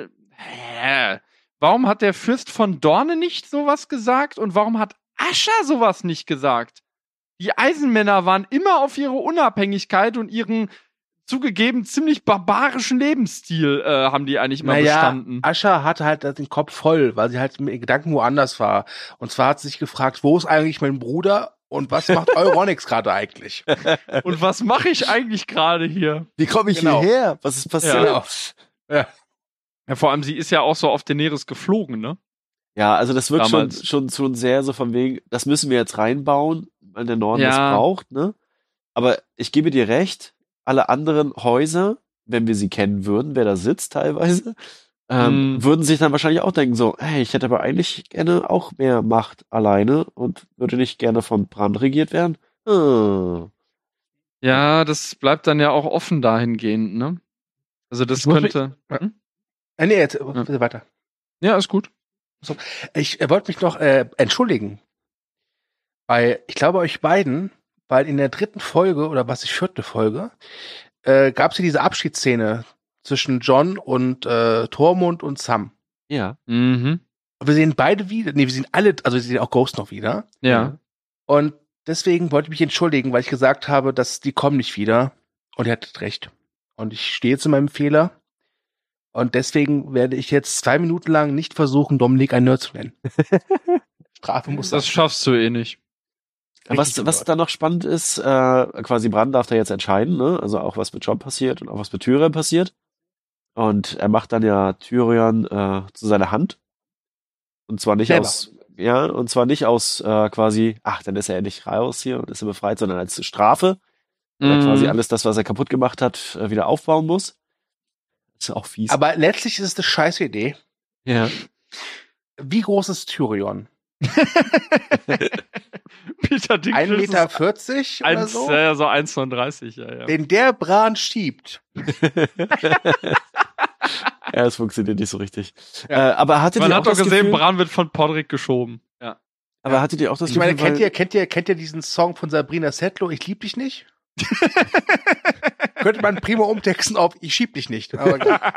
warum hat der Fürst von Dorne nicht sowas gesagt und warum hat Asha sowas nicht gesagt? Die Eisenmänner waren immer auf ihre Unabhängigkeit und ihren zugegeben ziemlich barbarischen Lebensstil haben die eigentlich immer bestanden. Asha hatte halt den Kopf voll, weil sie halt mit Gedanken woanders war. Und zwar hat sie sich gefragt, wo ist eigentlich mein Bruder? Und was macht Euronix gerade eigentlich? Und was mache ich eigentlich gerade hier? Wie komme ich hierher? Was ist passiert? Ja, vor allem, sie ist ja auch so auf Daenerys geflogen, ne? Ja, also das wirkt schon sehr so von wegen, das müssen wir jetzt reinbauen, weil der Norden das braucht, ne? Aber ich gebe dir recht, alle anderen Häuser, wenn wir sie kennen würden, wer da sitzt teilweise, würden sich dann wahrscheinlich auch denken so, hey, ich hätte aber eigentlich gerne auch mehr Macht alleine und würde nicht gerne von Bran regiert werden. Ja, das bleibt dann ja auch offen dahingehend, ne? Also das Ich muss könnte. Nee, jetzt bitte weiter. Ja, ist gut. So. Ich wollte mich noch entschuldigen. Weil ich glaube euch beiden, weil in der 3. Folge oder was ist 4. Folge, gab es ja diese Abschiedsszene zwischen John und Tormund und Sam. Ja. Mhm. Wir sehen beide wieder, wir sehen alle, also wir sehen auch Ghost noch wieder. Ja. Und deswegen wollte ich mich entschuldigen, weil ich gesagt habe, dass die kommen nicht wieder. Und ihr hattet recht. Und ich stehe zu meinem Fehler. Und deswegen werde ich jetzt 2 Minuten lang nicht versuchen, Dominik ein Nerd zu nennen. Strafe muss Das sein. schaffst du eh nicht. Was da noch spannend ist, quasi Bran darf da jetzt entscheiden, ne? Also auch was mit Jon passiert und auch was mit Tyrion passiert. Und er macht dann ja Tyrion zu seiner Hand. Und zwar nicht Selber. aus quasi, dann ist er endlich raus hier und ist er befreit, sondern als Strafe. Weil er quasi alles das, was er kaputt gemacht hat, wieder aufbauen muss. Ist auch fies. Aber letztlich ist es eine scheiße Idee. ja. Wie groß ist Tyrion? Peter Dinklage 1,40 Meter oder so? Ja, so 1,30, ja. Den der Bran schiebt. Ja, es funktioniert nicht so richtig. Ja. Aber hattet Man ihr auch hat doch das gesehen, Gefühl, Bran wird von Podrick geschoben. Ja. aber hattet ihr auch das Ich meine, Gefühl, kennt ihr diesen Song von Sabrina Settler, Ich lieb dich nicht? Könnte man prima umtexten auf Ich schieb dich nicht. Aber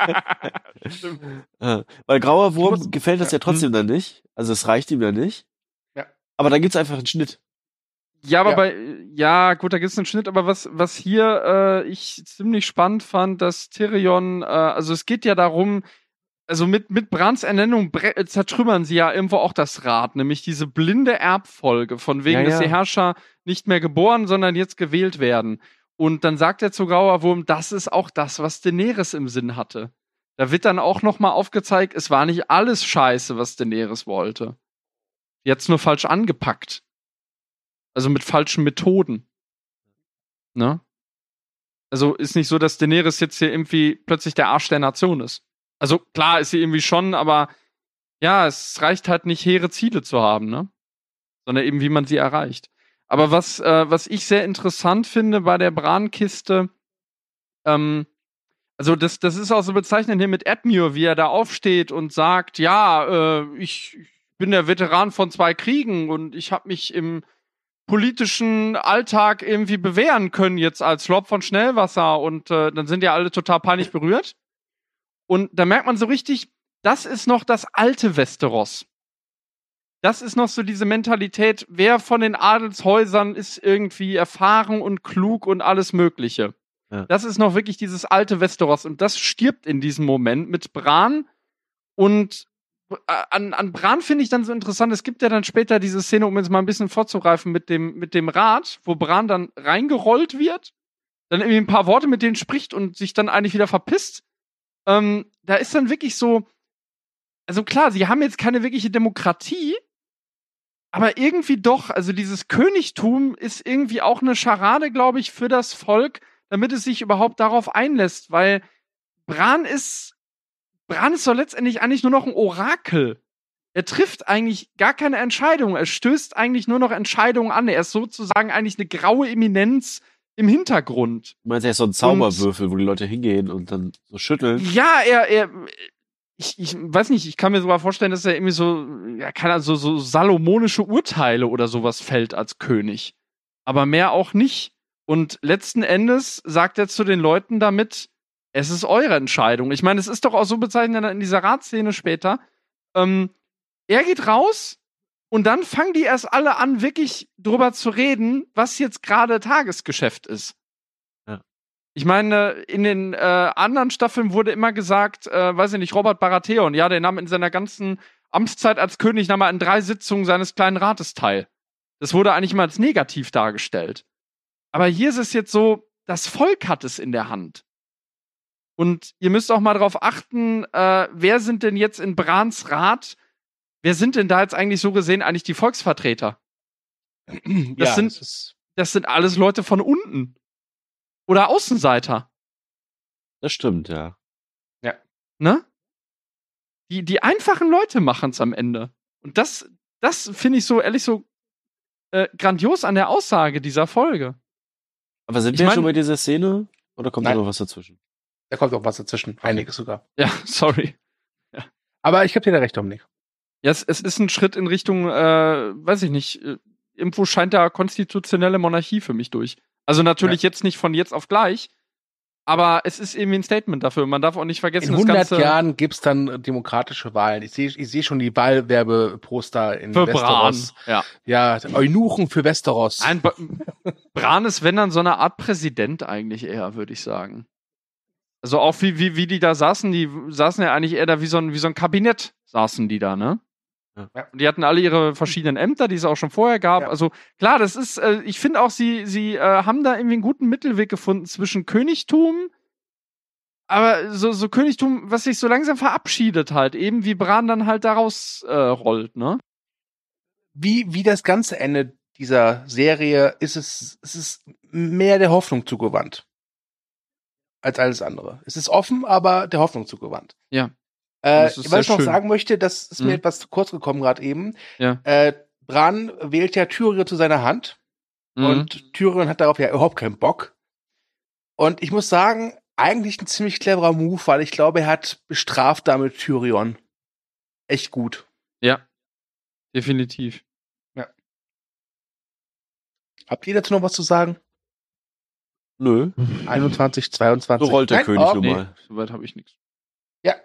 weil Grauer Wurm gefällt das ja trotzdem dann nicht. Also es reicht ihm dann nicht. Ja. Aber dann gibt's einfach einen Schnitt. Ja, aber gut, da gibt's einen Schnitt, aber was hier ich ziemlich spannend fand, dass Tyrion, also es geht ja darum, also mit Brans Ernennung zertrümmern sie ja irgendwo auch das Rad, nämlich diese blinde Erbfolge, von wegen, dass die Herrscher nicht mehr geboren, sondern jetzt gewählt werden. Und dann sagt er zu Grauer Wurm, das ist auch das, was Daenerys im Sinn hatte. Da wird dann auch nochmal aufgezeigt, es war nicht alles scheiße, was Daenerys wollte. Jetzt nur falsch angepackt. Also mit falschen Methoden. Ne? Also ist nicht so, dass Daenerys jetzt hier irgendwie plötzlich der Arsch der Nation ist. Also klar ist sie irgendwie schon, aber ja, es reicht halt nicht, hehre Ziele zu haben, ne? Sondern eben, wie man sie erreicht. Aber was ich sehr interessant finde bei der Bran-Kiste, also das ist auch so bezeichnend hier mit Edmure, wie er da aufsteht und sagt, ja, ich bin der Veteran von 2 Kriegen und ich habe mich im politischen Alltag irgendwie bewähren können jetzt als Lord von Schnellwasser und dann sind ja alle total peinlich berührt. Und da merkt man so richtig, das ist noch das alte Westeros. Das ist noch so diese Mentalität, wer von den Adelshäusern ist irgendwie erfahren und klug und alles Mögliche. Ja. Das ist noch wirklich dieses alte Westeros und das stirbt in diesem Moment mit Bran und an Bran finde ich dann so interessant, es gibt ja dann später diese Szene, um jetzt mal ein bisschen vorzugreifen mit dem Rad, wo Bran dann reingerollt wird, dann irgendwie ein paar Worte mit denen spricht und sich dann eigentlich wieder verpisst. Da ist dann wirklich so, also klar, sie haben jetzt keine wirkliche Demokratie, aber irgendwie doch, also dieses Königtum ist irgendwie auch eine Scharade, glaube ich, für das Volk, damit es sich überhaupt darauf einlässt, weil Bran ist doch letztendlich eigentlich nur noch ein Orakel. Er trifft eigentlich gar keine Entscheidung. Er stößt eigentlich nur noch Entscheidungen an. Er ist sozusagen eigentlich eine graue Eminenz im Hintergrund. Du meinst, er ist so ein Zauberwürfel, wo die Leute hingehen und dann so schütteln? Ja, ich weiß nicht, ich kann mir sogar vorstellen, dass er irgendwie so, ja, so salomonische Urteile oder sowas fällt als König. Aber mehr auch nicht. Und letzten Endes sagt er zu den Leuten damit, es ist eure Entscheidung. Ich meine, es ist doch auch so bezeichnend in dieser Ratsszene später. Er geht raus und dann fangen die erst alle an, wirklich drüber zu reden, was jetzt gerade Tagesgeschäft ist. Ja. Ich meine, in den anderen Staffeln wurde immer gesagt, weiß ich nicht, Robert Baratheon, ja, der nahm in seiner ganzen Amtszeit als König nahm er an 3 Sitzungen seines kleinen Rates teil. Das wurde eigentlich immer als negativ dargestellt. Aber hier ist es jetzt so, das Volk hat es in der Hand. Und ihr müsst auch mal darauf achten, wer sind denn jetzt in Brans Rat, wer sind denn da jetzt eigentlich so gesehen eigentlich die Volksvertreter? Das sind alles Leute von unten. Oder Außenseiter. Das stimmt, ja. Ja. Ne? Die einfachen Leute machen es am Ende. Und das finde ich so, ehrlich, so grandios an der Aussage dieser Folge. Aber sind wir schon bei dieser Szene? Oder kommt da noch was dazwischen? Da kommt auch was dazwischen. Einiges sogar. Ja, sorry. Aber ich gebe dir da recht, Dominik. Ja, es ist ein Schritt in Richtung, weiß ich nicht, irgendwo scheint da konstitutionelle Monarchie für mich durch. Also natürlich jetzt nicht von jetzt auf gleich, aber es ist irgendwie ein Statement dafür. Man darf auch nicht vergessen, In 100 Jahren gibt's dann demokratische Wahlen. Ich seh schon die Wahlwerbeposter in für Westeros. Bran. Ja, Eunuchen für Westeros. Nein, Bran ist, wenn dann, so eine Art Präsident eigentlich eher, würde ich sagen. Also auch wie die da saßen, die saßen ja eigentlich eher da wie so ein Kabinett saßen die da, ne? Ja. Und die hatten alle ihre verschiedenen Ämter, die es auch schon vorher gab. Ja. Also klar, das ist, ich finde auch, sie haben da irgendwie einen guten Mittelweg gefunden zwischen Königtum, aber so Königtum, was sich so langsam verabschiedet halt, eben wie Bran dann halt daraus rollt, ne? Wie das ganze Ende dieser Serie ist es mehr der Hoffnung zugewandt als alles andere. Es ist offen, aber der Hoffnung zugewandt. Ja. Was ist ich sehr noch schön. sagen möchte, das ist mir etwas zu kurz gekommen gerade eben. Ja. Bran wählt ja Tyrion zu seiner Hand und Tyrion hat darauf ja überhaupt keinen Bock. Und ich muss sagen, eigentlich ein ziemlich cleverer Move, weil ich glaube, er hat bestraft damit Tyrion. Echt gut. Ja. Definitiv. Habt ihr dazu noch was zu sagen? Nö. 21, 22. So rollt der Nein? König Oh, nun Nee, mal. soweit habe ich nichts. Ja,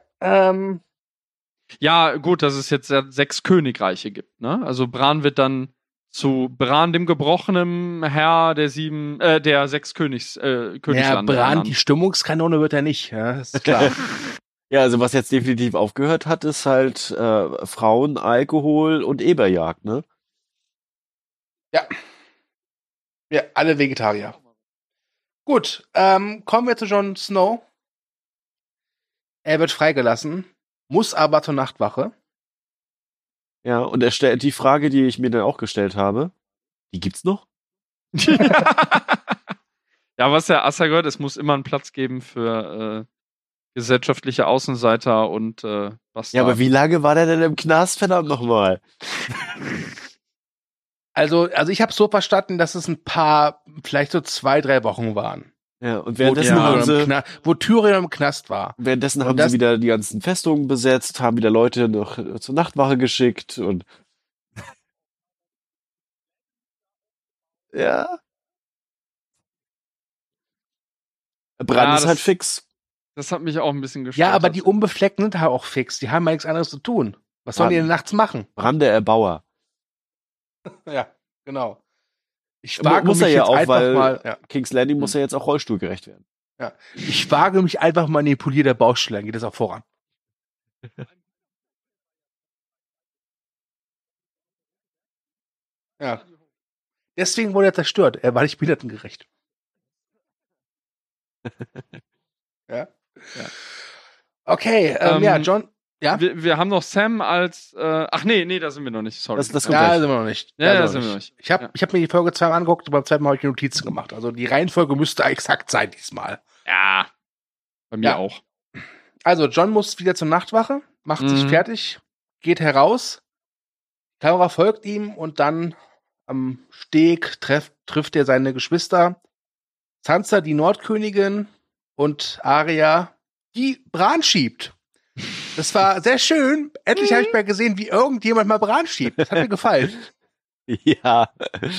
Ja, gut, dass es jetzt 6 Königreiche gibt, ne? Also Bran wird dann zu Bran dem gebrochenen Herr der 6 Königslande ja, Bran, ernannt. die Stimmungskanone wird er nicht, ja, ist klar. Ja, also was jetzt definitiv aufgehört hat, ist halt Frauen, Alkohol und Eberjagd, ne? Ja, alle Vegetarier. Gut, kommen wir zu Jon Snow. Er wird freigelassen, muss aber zur Nachtwache. Ja, und er stellt die Frage, die ich mir dann auch gestellt habe, die gibt's noch? Ja, was der Assa gehört, es muss immer einen Platz geben für gesellschaftliche Außenseiter und Bastarde. Ja, aber wie lange war der denn im Knast, verdammt nochmal? Also ich habe so verstanden, dass es ein paar, vielleicht so 2, 3 Wochen waren. Ja, und währenddessen Wo Tyrion im Knast war. Währenddessen Und haben das- sie wieder die ganzen Festungen besetzt, haben wieder Leute noch zur Nachtwache geschickt und ja. Bran Ja, ist halt das- fix. Das hat mich auch ein bisschen gestört. Ja, aber die Unbefleckten sind halt auch fix. Die haben ja nichts anderes zu tun. Was sollen die denn nachts machen? Bran der Erbauer. Ja, genau. Ich Mu- wage muss mich er ja jetzt auch, einfach weil- mal. Ja, King's Landing muss ja jetzt auch rollstuhlgerecht werden. ich wage mich einfach mal in die Polier der Baustelle. Dann geht es auch voran. Ja. Deswegen wurde er zerstört. Er war nicht behindertengerecht. Ja. Okay, ja, John. Ja, Wir haben noch Sam als ach nee, da sind wir noch nicht, sorry. Das kommt ja, gleich. sind wir noch nicht. Ja, Da da sind sind wir wir noch nicht. Ich hab mir die Folge zweimal angeguckt und beim zweiten Mal habe ich Notizen gemacht. Also die Reihenfolge müsste exakt sein diesmal. Ja. Bei mir Ja. auch. Also John muss wieder zur Nachtwache, macht sich fertig, geht heraus, Kamera folgt ihm und dann am Steg trifft er seine Geschwister Sansa, die Nordkönigin, und Arya, die Bran schiebt. Das war sehr schön. Endlich habe ich mal gesehen, wie irgendjemand mal Bran schiebt. Das hat mir gefallen. Ja.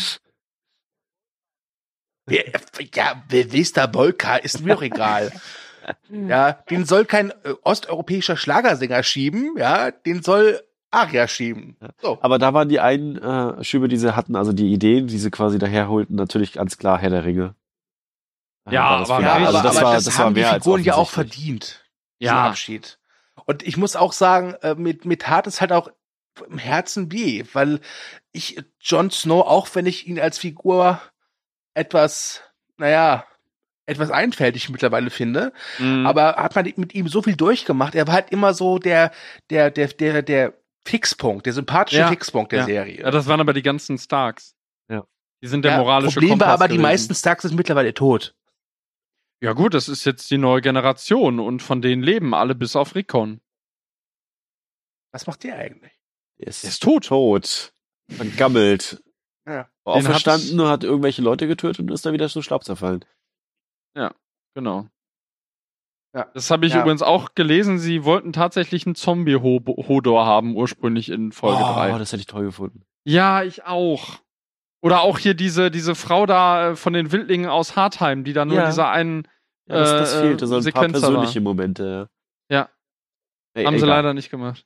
Wer ist der Volka? Ist mir doch egal. Ja, den soll kein osteuropäischer Schlagersänger schieben, ja, den soll Arya schieben. So. Aber da waren die einen Schübe, die sie hatten, also die Ideen, die sie quasi daherholten, natürlich ganz klar Herr der Ringe. Ja, war das aber- für- Ja, also aber das war haben die mehr als Figuren ja auch offensichtlich. verdient. Ja. Diesen Abschied. Und ich muss auch sagen, mit Hart ist halt auch im Herzen weh, weil ich Jon Snow, auch wenn ich ihn als Figur etwas einfältig mittlerweile finde, aber hat man mit ihm so viel durchgemacht. Er war halt immer so der Fixpunkt, der sympathische Ja. Fixpunkt der Ja. Serie. Ja, das waren aber die ganzen Starks. Ja. Die sind der Ja, moralische Problem war Kompass aber, die gewesen. meisten Starks sind mittlerweile tot. Ja gut, das ist jetzt die neue Generation und von denen leben alle bis auf Rickon. Was macht der eigentlich? Der ist, Der ist tot. tot. Vergammelt. Ja. Auferstanden und hat irgendwelche Leute getötet und ist dann wieder so Staub zerfallen. Genau. Ja. Das habe ich übrigens auch gelesen. Sie wollten tatsächlich einen Zombie-Hodor haben, ursprünglich in Folge 3. Oh, das hätte ich toll gefunden. Ja, ich auch. Oder auch hier diese Frau da von den Wildlingen aus Hartheim, die da nur in dieser einen Ja, das fehlte, so ein paar Sequenz persönliche Momente. Ja. Haben sie leider nicht gemacht.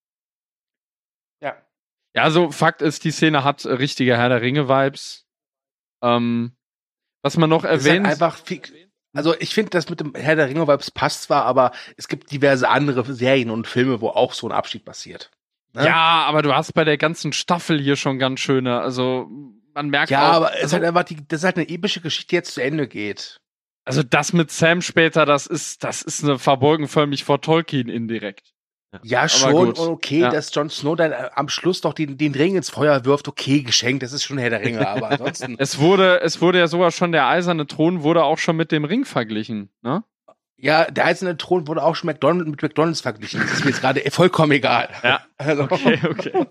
Ja. Ja, also Fakt ist, die Szene hat richtige Herr der Ringe-Vibes. Was man noch erwähnt. Ist halt einfach also ich finde, das mit dem Herr der Ringe-Vibes passt zwar, aber es gibt diverse andere Serien und Filme, wo auch so ein Abschied passiert. Ne? Ja, aber du hast bei der ganzen Staffel hier schon ganz schöne, also man merkt ja, auch. aber es ist halt einfach das ist halt eine epische Geschichte, die jetzt zu Ende geht. Also das mit Sam später, das ist eine Verbeugung für mich vor Tolkien indirekt. Ja, schon, und okay, dass Jon Snow dann am Schluss doch den Ring ins Feuer wirft, okay, geschenkt, das ist schon Herr der Ringe, aber ansonsten. Es wurde ja sogar schon, der eiserne Thron wurde auch schon mit dem Ring verglichen, ne? Ja, der eiserne Thron wurde auch schon mit McDonald's verglichen. Das ist mir jetzt gerade vollkommen egal. Ja, also. Okay.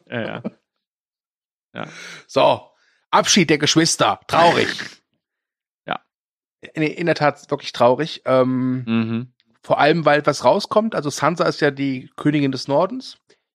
Ja. So, Abschied der Geschwister, traurig. Ja. In der Tat wirklich traurig. Vor allem, weil was rauskommt, also Sansa ist ja die Königin des Nordens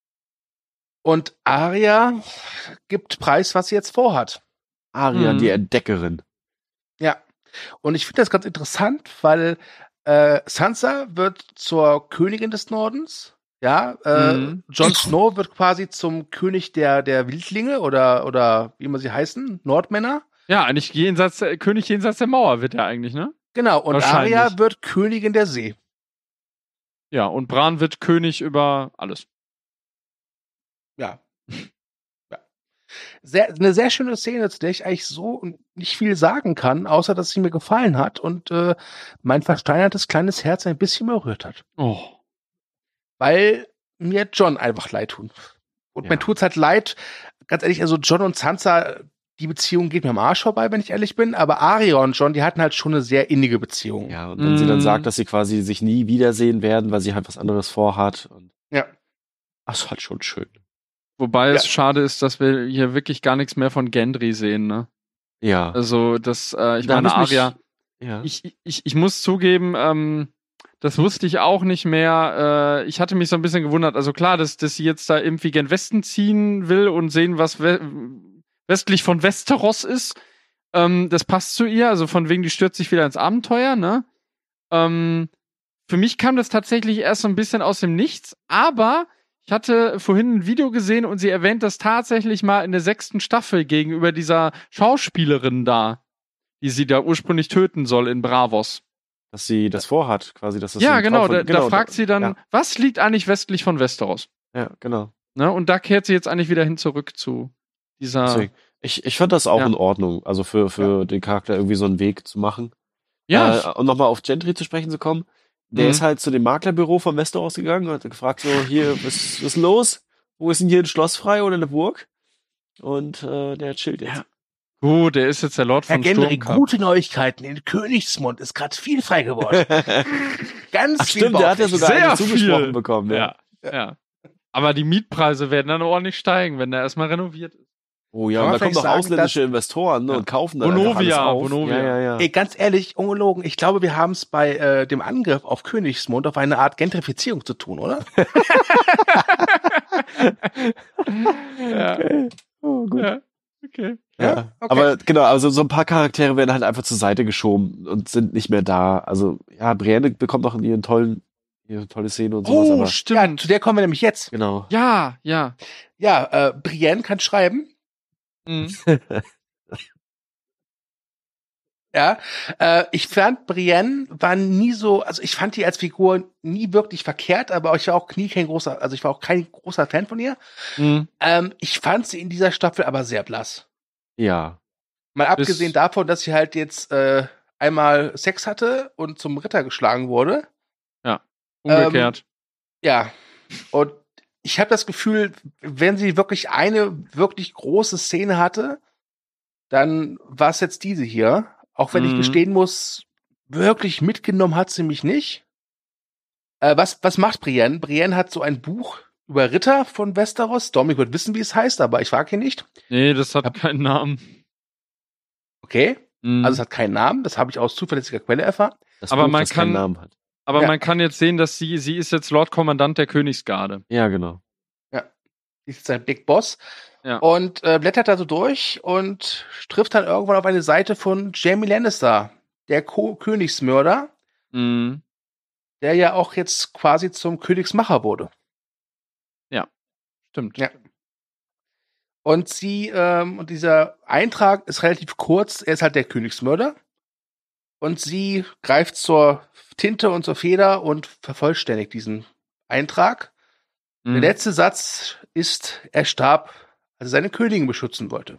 und Arya gibt preis, was sie jetzt vorhat. Arya, die Entdeckerin. Ja, und ich finde das ganz interessant, weil Sansa wird zur Königin des Nordens, ja, Jon Snow wird quasi zum König der Wildlinge oder wie immer sie heißen, Nordmänner. Ja, eigentlich König jenseits der Mauer wird er eigentlich, ne? Genau, und Arya wird Königin der See. Ja, und Bran wird König über alles. Ja. Eine sehr schöne Szene, zu der ich eigentlich so nicht viel sagen kann, außer dass sie mir gefallen hat und mein versteinertes kleines Herz ein bisschen berührt hat. Oh. Weil mir Jon einfach leid tut. Und mir tut's halt leid, ganz ehrlich, also Jon und Sansa, die Beziehung geht mir am Arsch vorbei, wenn ich ehrlich bin, aber Arya und Jon, die hatten halt schon eine sehr innige Beziehung. Ja, und wenn sie dann sagt, dass sie quasi sich nie wiedersehen werden, weil sie halt was anderes vorhat. Und ja. Das ist halt schon schön. Wobei es schade ist, dass wir hier wirklich gar nichts mehr von Gendry sehen, ne? Ja. Also, ich meine, Arya, ich muss zugeben, das wusste ich auch nicht mehr. Ich hatte mich so ein bisschen gewundert. Also klar, dass sie jetzt da irgendwie gen Westen ziehen will und sehen, was westlich von Westeros ist. Das passt zu ihr. Also von wegen, die stürzt sich wieder ins Abenteuer, ne? Für mich kam das tatsächlich erst so ein bisschen aus dem Nichts. Aber ich hatte vorhin ein Video gesehen und sie erwähnt das tatsächlich mal in der 6. Staffel gegenüber dieser Schauspielerin da, die sie da ursprünglich töten soll in Bravos. Dass sie das vorhat, quasi. Dass das ja, genau. Da fragt sie dann, was liegt eigentlich westlich von Westeros? Ja, genau. Ne? Und da kehrt sie jetzt eigentlich wieder hin zurück zu dieser... Deswegen. Ich fand das auch in Ordnung, also für den Charakter irgendwie so einen Weg zu machen. Ja. Und nochmal auf Gendry zu sprechen zu kommen. Der ist halt zu dem Maklerbüro von Westeros gegangen und hat gefragt so, hier, was ist los? Wo ist denn hier ein Schloss frei oder eine Burg? Und der chillt jetzt. Ja. Gut, der ist jetzt der Lord von Gendry, Sturmcup. gute Neuigkeiten. In Königsmund ist gerade viel frei geworden. Ganz viel. Stimmt, der hat ja sogar sehr eine zugesprochen viel bekommen. Ja. Aber die Mietpreise werden dann ordentlich steigen, wenn der erstmal renoviert ist. Oh ja, und da kommen doch ausländische Investoren und kaufen dann alles auf. Vonovia. Ja. Ey, ganz ehrlich, ungelogen, ich glaube, wir haben es bei dem Angriff auf Königsmund auf eine Art Gentrifizierung zu tun, oder? Ja. Okay. Oh, gut. Ja. Okay. Ja, aber genau, also so ein paar Charaktere werden halt einfach zur Seite geschoben und sind nicht mehr da. Also, ja, Brienne bekommt noch ihre tolle Szene und sowas. Aber Stimmt. Ja, zu der kommen wir nämlich jetzt. Genau. Ja. Ja, Brienne kann schreiben. Ja, ich fand Brienne war nie so, also ich fand die als Figur nie wirklich verkehrt, aber ich war auch kein großer Fan von ihr. Ich fand sie in dieser Staffel aber sehr blass. Ja. Mal abgesehen davon, dass sie halt jetzt einmal Sex hatte und zum Ritter geschlagen wurde. Ja, umgekehrt. Ja, und ich habe das Gefühl, wenn sie wirklich eine wirklich große Szene hatte, dann war es jetzt diese hier. Auch wenn ich gestehen muss, wirklich mitgenommen hat sie mich nicht. Was macht Brienne? Brienne hat so ein Buch über Ritter von Westeros. Dominik wird wissen, wie es heißt, aber ich frage ihn nicht. Nee, das hat keinen Namen. Okay, also es hat keinen Namen. Das habe ich aus zuverlässiger Quelle erfahren. Das aber Buch, man das kann keinen Namen hat. Aber Ja. man kann jetzt sehen, dass sie ist jetzt Lord Kommandant der Königsgarde. Ja, genau. Die ist sein Big Boss. Ja. Und blättert da so durch und trifft dann irgendwann auf eine Seite von Jaime Lannister, der Königsmörder, Mhm. der ja auch jetzt quasi zum Königsmacher wurde. Stimmt. Ja. Und und dieser Eintrag ist relativ kurz, er ist halt der Königsmörder. Und sie greift zur Tinte und zur Feder und vervollständigt diesen Eintrag. Mhm. Der letzte Satz ist, er starb, als er seine Königin beschützen wollte.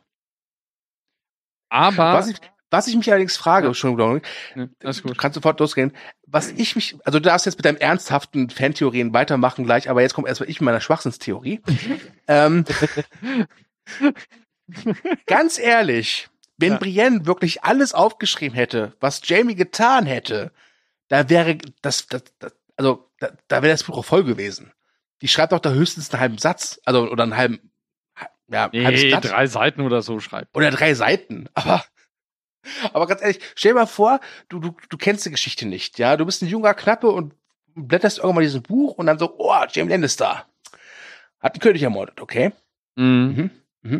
Aber Was ich mich allerdings frage, Ja. Entschuldigung, alles du gut. kannst sofort losgehen. Also du darfst jetzt mit deinem ernsthaften Fantheorien weitermachen gleich, aber jetzt kommt erstmal ich mit meiner Schwachsinnstheorie. Ganz ehrlich, wenn Ja. Brienne wirklich alles aufgeschrieben hätte, was Jaime getan hätte, da wäre da wäre das Buch auch voll gewesen. Die schreibt doch da höchstens einen halben Satz, also oder einen halben, halbes Nee, Blatt 3 Seiten oder so schreibt. oder 3 Seiten. Aber ganz ehrlich, stell dir mal vor, du kennst die Geschichte nicht, ja, du bist ein junger Knappe und blätterst irgendwann dieses Buch und dann so, oh, Jaime Lannister hat den König ermordet, okay? Mhm.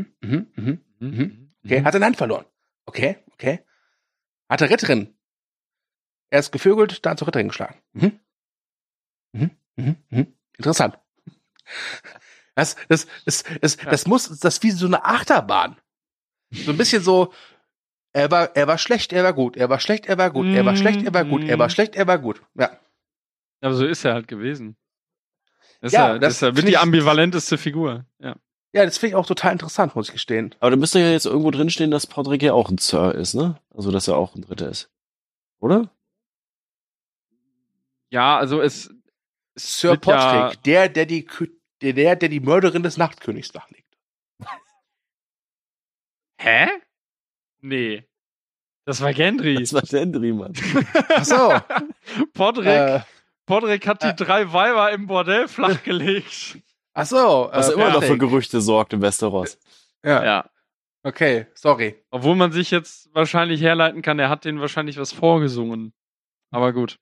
Okay, hat seine Hand verloren. Okay. Hat eine Ritterin. Er ist gevögelt, dann zur Ritterin geschlagen. Interessant. Das ist wie so eine Achterbahn. So ein bisschen so, er war schlecht, er war gut, er war schlecht, er war gut, er war schlecht, er war gut, er war schlecht, er war gut. Ja. Aber so ist er halt gewesen. Das Ja, ist das ist ja finde die ich- ambivalenteste Figur. Ja. Ja, das finde ich auch total interessant, muss ich gestehen. Aber da müsste ja jetzt irgendwo drinstehen, dass Podrick ja auch ein Sir ist, ne? Also, dass er auch ein Dritter ist. Oder? Ja, also es Sir wird ja- Podrick, der die Mörderin des Nachtkönigs nachlegt. Hä? Nee. Das war Gendry. Das war Gendry, Mann. Ach so. Podrick hat die 3 Weiber im Bordell flachgelegt. Ach so. Was immer noch für Podrick. Gerüchte sorgt im Westeros. Ja. Ja. Okay, sorry. Obwohl man sich jetzt wahrscheinlich herleiten kann, er hat denen wahrscheinlich was vorgesungen. Aber gut.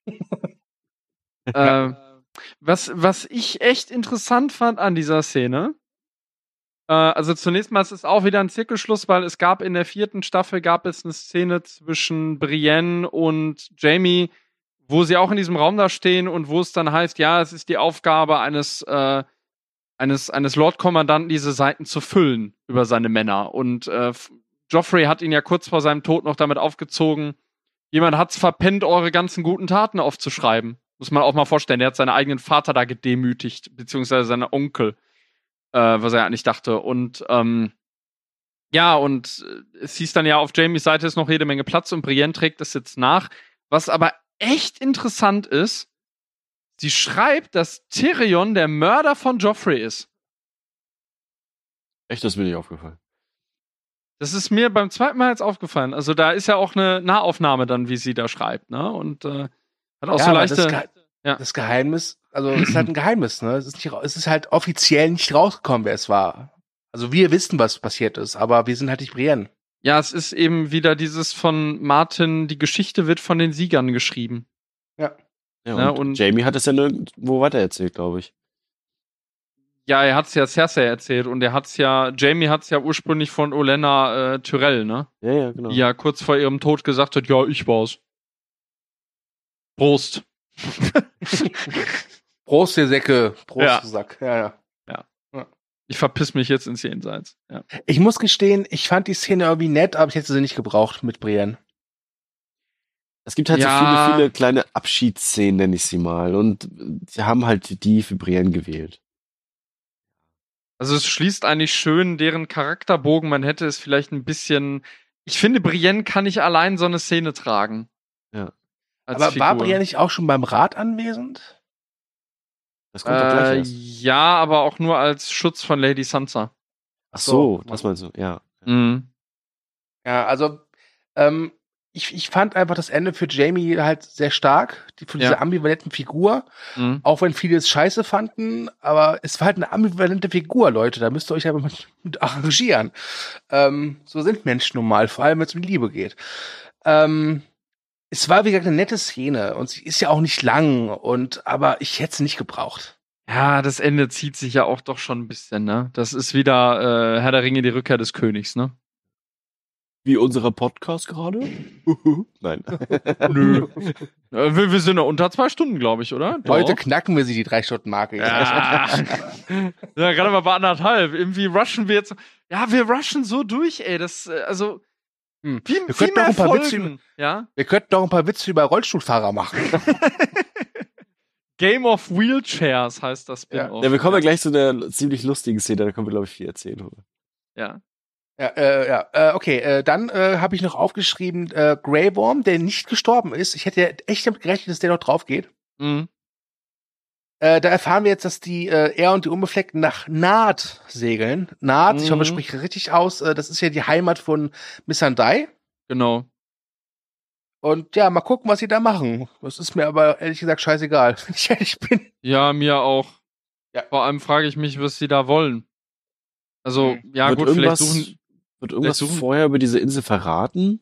Was ich echt interessant fand an dieser Szene, also zunächst mal, es ist auch wieder ein Zirkelschluss, weil es gab in der 4. Staffel eine Szene zwischen Brienne und Jaime, wo sie auch in diesem Raum da stehen und wo es dann heißt, ja, es ist die Aufgabe eines Lord-Kommandanten, diese Seiten zu füllen über seine Männer. Und Joffrey hat ihn ja kurz vor seinem Tod noch damit aufgezogen, jemand hat's verpennt, eure ganzen guten Taten aufzuschreiben. Muss man auch mal vorstellen, der hat seinen eigenen Vater da gedemütigt, beziehungsweise seinen Onkel, was er eigentlich dachte. Und es hieß dann ja, auf Jaimes Seite ist noch jede Menge Platz und Brienne trägt das jetzt nach. Was aber echt interessant ist, sie schreibt, dass Tyrion der Mörder von Joffrey ist. Echt, das bin ich aufgefallen. Das ist mir beim zweiten Mal jetzt aufgefallen. Also da ist ja auch eine Nahaufnahme dann, wie sie da schreibt, ne? Und hat auch so aber leichte... das Geheimnis, also es ist halt ein Geheimnis, ne? Es ist halt offiziell nicht rausgekommen, wer es war. Also wir wissen, was passiert ist, aber wir sind halt nicht Brienne. Ja, es ist eben wieder dieses von Martin, die Geschichte wird von den Siegern geschrieben. Ja, Ja, und und- Jamie hat es ja nirgendwo weitererzählt, glaube ich. Ja, er hat's ja Cersei erzählt und Jaime hat's ja ursprünglich von Olenna Tyrell, ne? Ja, genau. Die ja kurz vor ihrem Tod gesagt hat, ja, ich war's. Prost. Prost, ihr Säcke. Prost, Ja. du Sack. Ja. Ich verpiss mich jetzt ins Jenseits. Ja. Ich muss gestehen, ich fand die Szene irgendwie nett, aber ich hätte sie nicht gebraucht mit Brienne. Es gibt halt Ja. so viele kleine Abschiedsszenen, nenne ich sie mal. Und sie haben halt die für Brienne gewählt. Also es schließt eigentlich schön deren Charakterbogen. Man hätte es vielleicht ein bisschen... Ich finde, Brienne kann nicht allein so eine Szene tragen. Ja. Als Aber war Figur. Brienne nicht auch schon beim Rat anwesend? Das kommt doch gleich erst. Ja, aber auch nur als Schutz von Lady Sansa. Ach so, das meinst du, ja. Mhm. Ja, also ich fand einfach das Ende für Jaime halt sehr stark, von dieser ambivalenten Figur, Mhm. auch wenn viele es scheiße fanden, aber es war halt eine ambivalente Figur, Leute, da müsst ihr euch einfach mit arrangieren. So sind Menschen nun mal, vor allem wenn es um die Liebe geht. es war, wie gesagt, eine nette Szene und sie ist ja auch nicht lang aber ich hätte sie nicht gebraucht. Ja, das Ende zieht sich ja auch doch schon ein bisschen, ne? Das ist wieder Herr der Ringe, die Rückkehr des Königs, ne? Wie unser Podcast gerade? Nein. Nö. Wir sind ja unter 2 Stunden, glaube ich, oder? Heute knacken wir sie die 3-Stunden-Marke. Ja. Ja, gerade mal bei 1,5. Irgendwie rushen wir jetzt. Ja, wir rushen so durch, ey. Das, also. Viel mehr Folgen. Wir könnten noch ein paar Witze über Rollstuhlfahrer machen. Game of Wheelchairs heißt das Spin-off. Ja, wir kommen ja gleich zu einer ziemlich lustigen Szene, da können wir, glaube ich, viel erzählen. Oder? Ja. Okay, dann habe ich noch aufgeschrieben, Grey Worm, der nicht gestorben ist. Ich hätte ja echt damit gerechnet, dass der noch drauf geht. Mhm. Da erfahren wir jetzt, dass er und die Unbefleckten nach Naht segeln. Naht, ich hoffe, ich spreche richtig aus, das ist ja die Heimat von Missandei. Genau. Und ja, mal gucken, was sie da machen. Das ist mir aber ehrlich gesagt scheißegal, wenn ich ehrlich bin. Ja, mir auch. Ja. Vor allem frage ich mich, was sie da wollen. Also, ja Wird gut, vielleicht Wird irgendwas vorher über diese Insel verraten?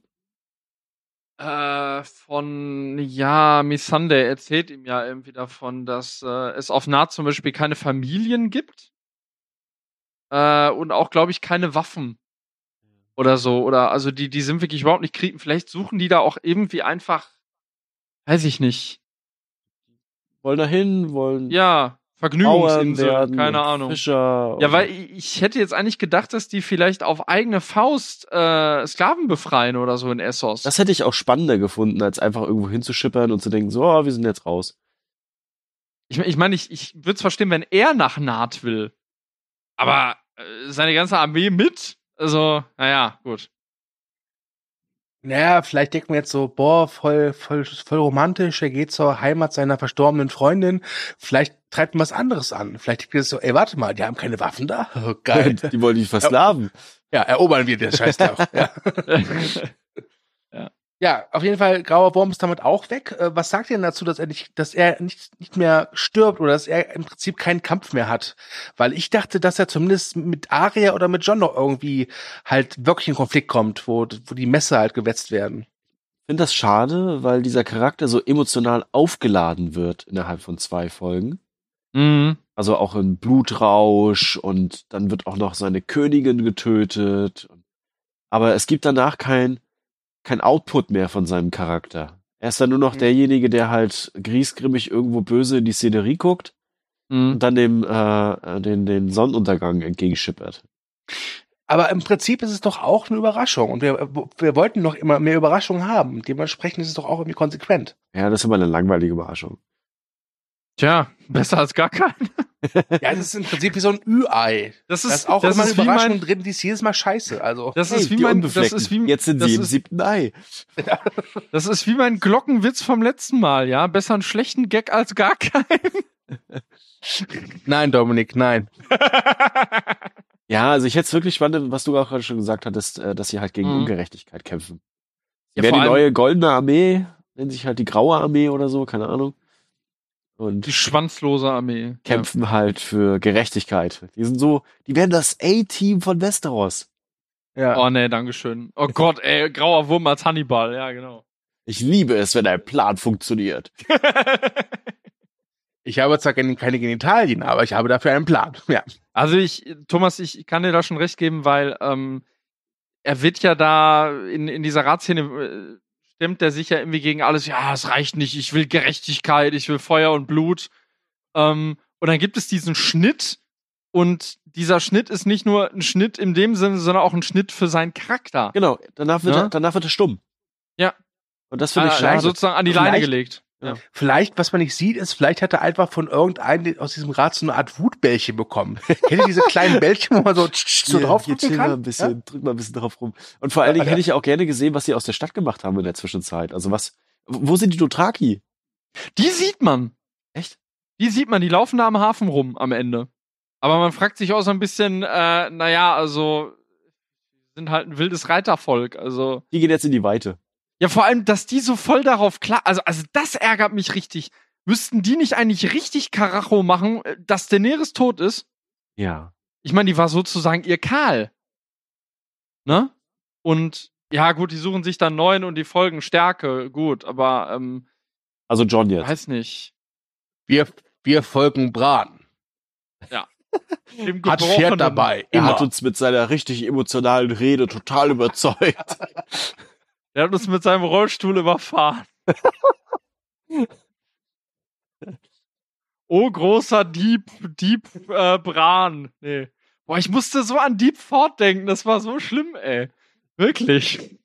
Missandei erzählt ihm ja irgendwie davon, dass es auf Naht zum Beispiel keine Familien gibt. Und auch, glaube ich, keine Waffen. Oder so. Oder, also die sind wirklich überhaupt nicht kriegen. Vielleicht suchen die da auch irgendwie einfach, weiß ich nicht. Wollen dahin, Ja, Vergnügungsinsel, keine Ahnung. Fischer. Ja, weil ich hätte jetzt eigentlich gedacht, dass die vielleicht auf eigene Faust Sklaven befreien oder so in Essos. Das hätte ich auch spannender gefunden, als einfach irgendwo hinzuschippern und zu denken, so, wir sind jetzt raus. Ich meine, ich würde es verstehen, wenn er nach Naht will. Aber seine ganze Armee mit? Also, naja, gut. Naja, vielleicht denkt man jetzt so, voll romantisch, er geht zur Heimat seiner verstorbenen Freundin. Vielleicht treibt man was anderes an. Vielleicht denkt man so, ey, warte mal, die haben keine Waffen da? Oh, geil. Die wollen dich versklaven. Ja, erobern wir den Scheißdorf. Ja. Ja, auf jeden Fall, Grauer Wurm ist damit auch weg. Was sagt ihr denn dazu, dass er nicht mehr stirbt oder dass er im Prinzip keinen Kampf mehr hat? Weil ich dachte, dass er zumindest mit Arya oder mit Jon noch irgendwie halt wirklich in Konflikt kommt, wo die Messer halt gewetzt werden. Ich finde das schade, weil dieser Charakter so emotional aufgeladen wird innerhalb von 2 Folgen. Mhm. Also auch in Blutrausch und dann wird auch noch seine Königin getötet. Aber es gibt danach kein Output mehr von seinem Charakter. Er ist dann nur noch derjenige, der halt griesgrimmig irgendwo böse in die Szenerie guckt und dann den Sonnenuntergang entgegenschippert. Aber im Prinzip ist es doch auch eine Überraschung. Und wir wollten noch immer mehr Überraschungen haben. Dementsprechend ist es doch auch irgendwie konsequent. Ja, das ist immer eine langweilige Überraschung. Tja, besser als gar keinen. Ja, das ist im Prinzip wie so ein Ü-Ei. Das Da ist ist auch das immer ist eine wie Überraschung mein, drin, die ist jedes Mal scheiße. Also, das Hey, ist wie die mein, Unbefleckten. das ist wie, Jetzt sind das sie im ist, 7. Ei. Das ist wie mein Glockenwitz vom letzten Mal, ja. Besser einen schlechten Gag als gar keinen. nein, Dominik, nein. Ja, also ich hätte es wirklich spannend, was du auch gerade schon gesagt hattest, dass sie halt gegen Ungerechtigkeit kämpfen. Ja, Wer vor die allem- neue goldene Armee, nennt sich halt die graue Armee oder so, keine Ahnung. Und Die schwanzlose Armee. kämpfen halt für Gerechtigkeit. Die werden das A-Team von Westeros. Ja. Oh nee, dankeschön. Oh Gott, ey, grauer Wurm als Hannibal, ja, genau. Ich liebe es, wenn ein Plan funktioniert. Ich habe zwar keine Genitalien, aber ich habe dafür einen Plan. Ja. Also Thomas, ich kann dir da schon recht geben, weil er wird ja da in dieser Ratsszene stemmt er sich ja irgendwie gegen alles. Ja, es reicht nicht. Ich will Gerechtigkeit, ich will Feuer und Blut. Und dann gibt es diesen Schnitt und dieser Schnitt ist nicht nur ein Schnitt in dem Sinne, sondern auch ein Schnitt für seinen Charakter. Genau, danach wird er stumm. Ja. Und das finde ich schade. Sozusagen an die Leine gelegt. Ja. Vielleicht, was man nicht sieht, ist, vielleicht hat er einfach von irgendeinem aus diesem Rad so eine Art Wutbällchen bekommen. Kennt ihr diese kleinen Bällchen, wo man so drauf hier drücken mal kann? ein bisschen, drück mal ein bisschen drauf rum. Und vor allen Dingen hätte ich auch gerne gesehen, was sie aus der Stadt gemacht haben in der Zwischenzeit. Also wo sind die Dothraki? Die sieht man. Echt? Die sieht man, die laufen da am Hafen rum am Ende. Aber man fragt sich auch so ein bisschen, also sind halt ein wildes Reitervolk, also. Die gehen jetzt in die Weite. Ja, vor allem, dass die so voll darauf klar, also das ärgert mich richtig. Müssten die nicht eigentlich richtig Karacho machen, dass Daenerys tot ist? Ja. Ich meine, die war sozusagen ihr Karl. Ne? Und Ja, gut, die suchen sich dann 9 und die folgen Stärke. Gut, aber Also John jetzt. weiß nicht. Wir folgen Bran. Ja. Dem Hat Pferd Gebrochenen. dabei. Er Immer. hat uns mit seiner richtig emotionalen Rede total überzeugt. Der hat uns mit seinem Rollstuhl überfahren. Oh, großer Dieb Bran. Nee. Boah, ich musste so an Deep Fort denken. Das war so schlimm, ey. Wirklich.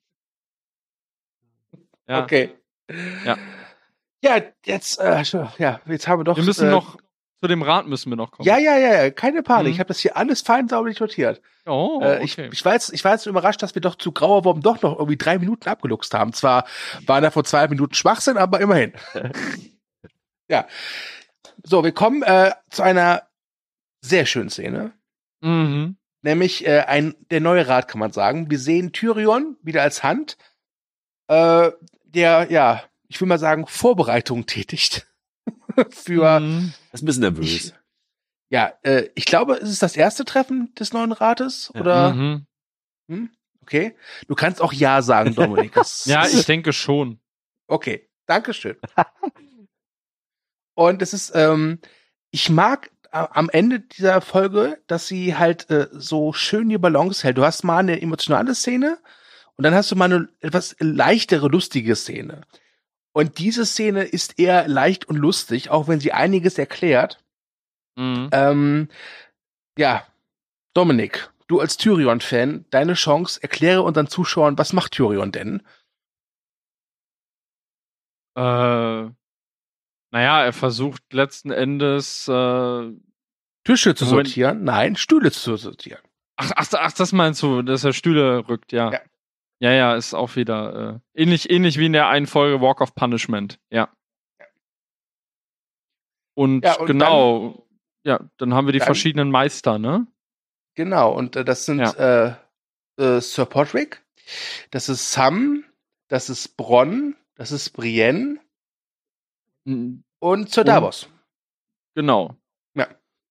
Ja. Okay. Ja. Ja, jetzt haben wir doch. Wir müssen noch, zu dem Rat müssen wir noch kommen. Ja, keine Panik. Mhm. Ich habe das hier alles fein sauberlich notiert. Oh, okay. Ich war jetzt überrascht, dass wir doch zu Grauer Wurm doch noch irgendwie 3 Minuten abgeluchst haben. Zwar waren da vor 2 Minuten Schwachsinn, aber immerhin. Ja. So, wir kommen zu einer sehr schönen Szene. Mhm. Nämlich der neue Rat, kann man sagen. Wir sehen Tyrion wieder als Hand, der, ja, ich will mal sagen, Vorbereitungen tätigt. Für, Mhm. Das ist ein bisschen nervös. ich glaube, es ist das erste Treffen des neuen Rates, Ja. oder? Mhm. Okay. Du kannst auch Ja sagen, Dominik. Ja, ich denke schon. Okay, Dankeschön. Und es ist, ich mag am Ende dieser Folge, dass sie halt so schön die Balance hält. Du hast mal eine emotionale Szene und dann hast du mal eine etwas leichtere, lustige Szene. Und diese Szene ist eher leicht und lustig, auch wenn sie einiges erklärt. Mhm. Ja, Dominik, du als Tyrion-Fan, deine Chance, erkläre unseren Zuschauern, was macht Tyrion denn? Naja, er versucht letzten Endes. Tische zu Moment. sortieren? Nein, Stühle zu sortieren. Ach, das meinst du, dass er Stühle rückt, ja. Ja. Ja, ist auch wieder ähnlich wie in der einen Folge Walk of Punishment, ja. Und, Ja, und genau, dann haben wir die dann- verschiedenen Meister, ne? Genau, und das sind Sir Podrick, das ist Sam, das ist Bronn, das ist Brienne Mhm. und Sir Und- Davos. Genau. Ja.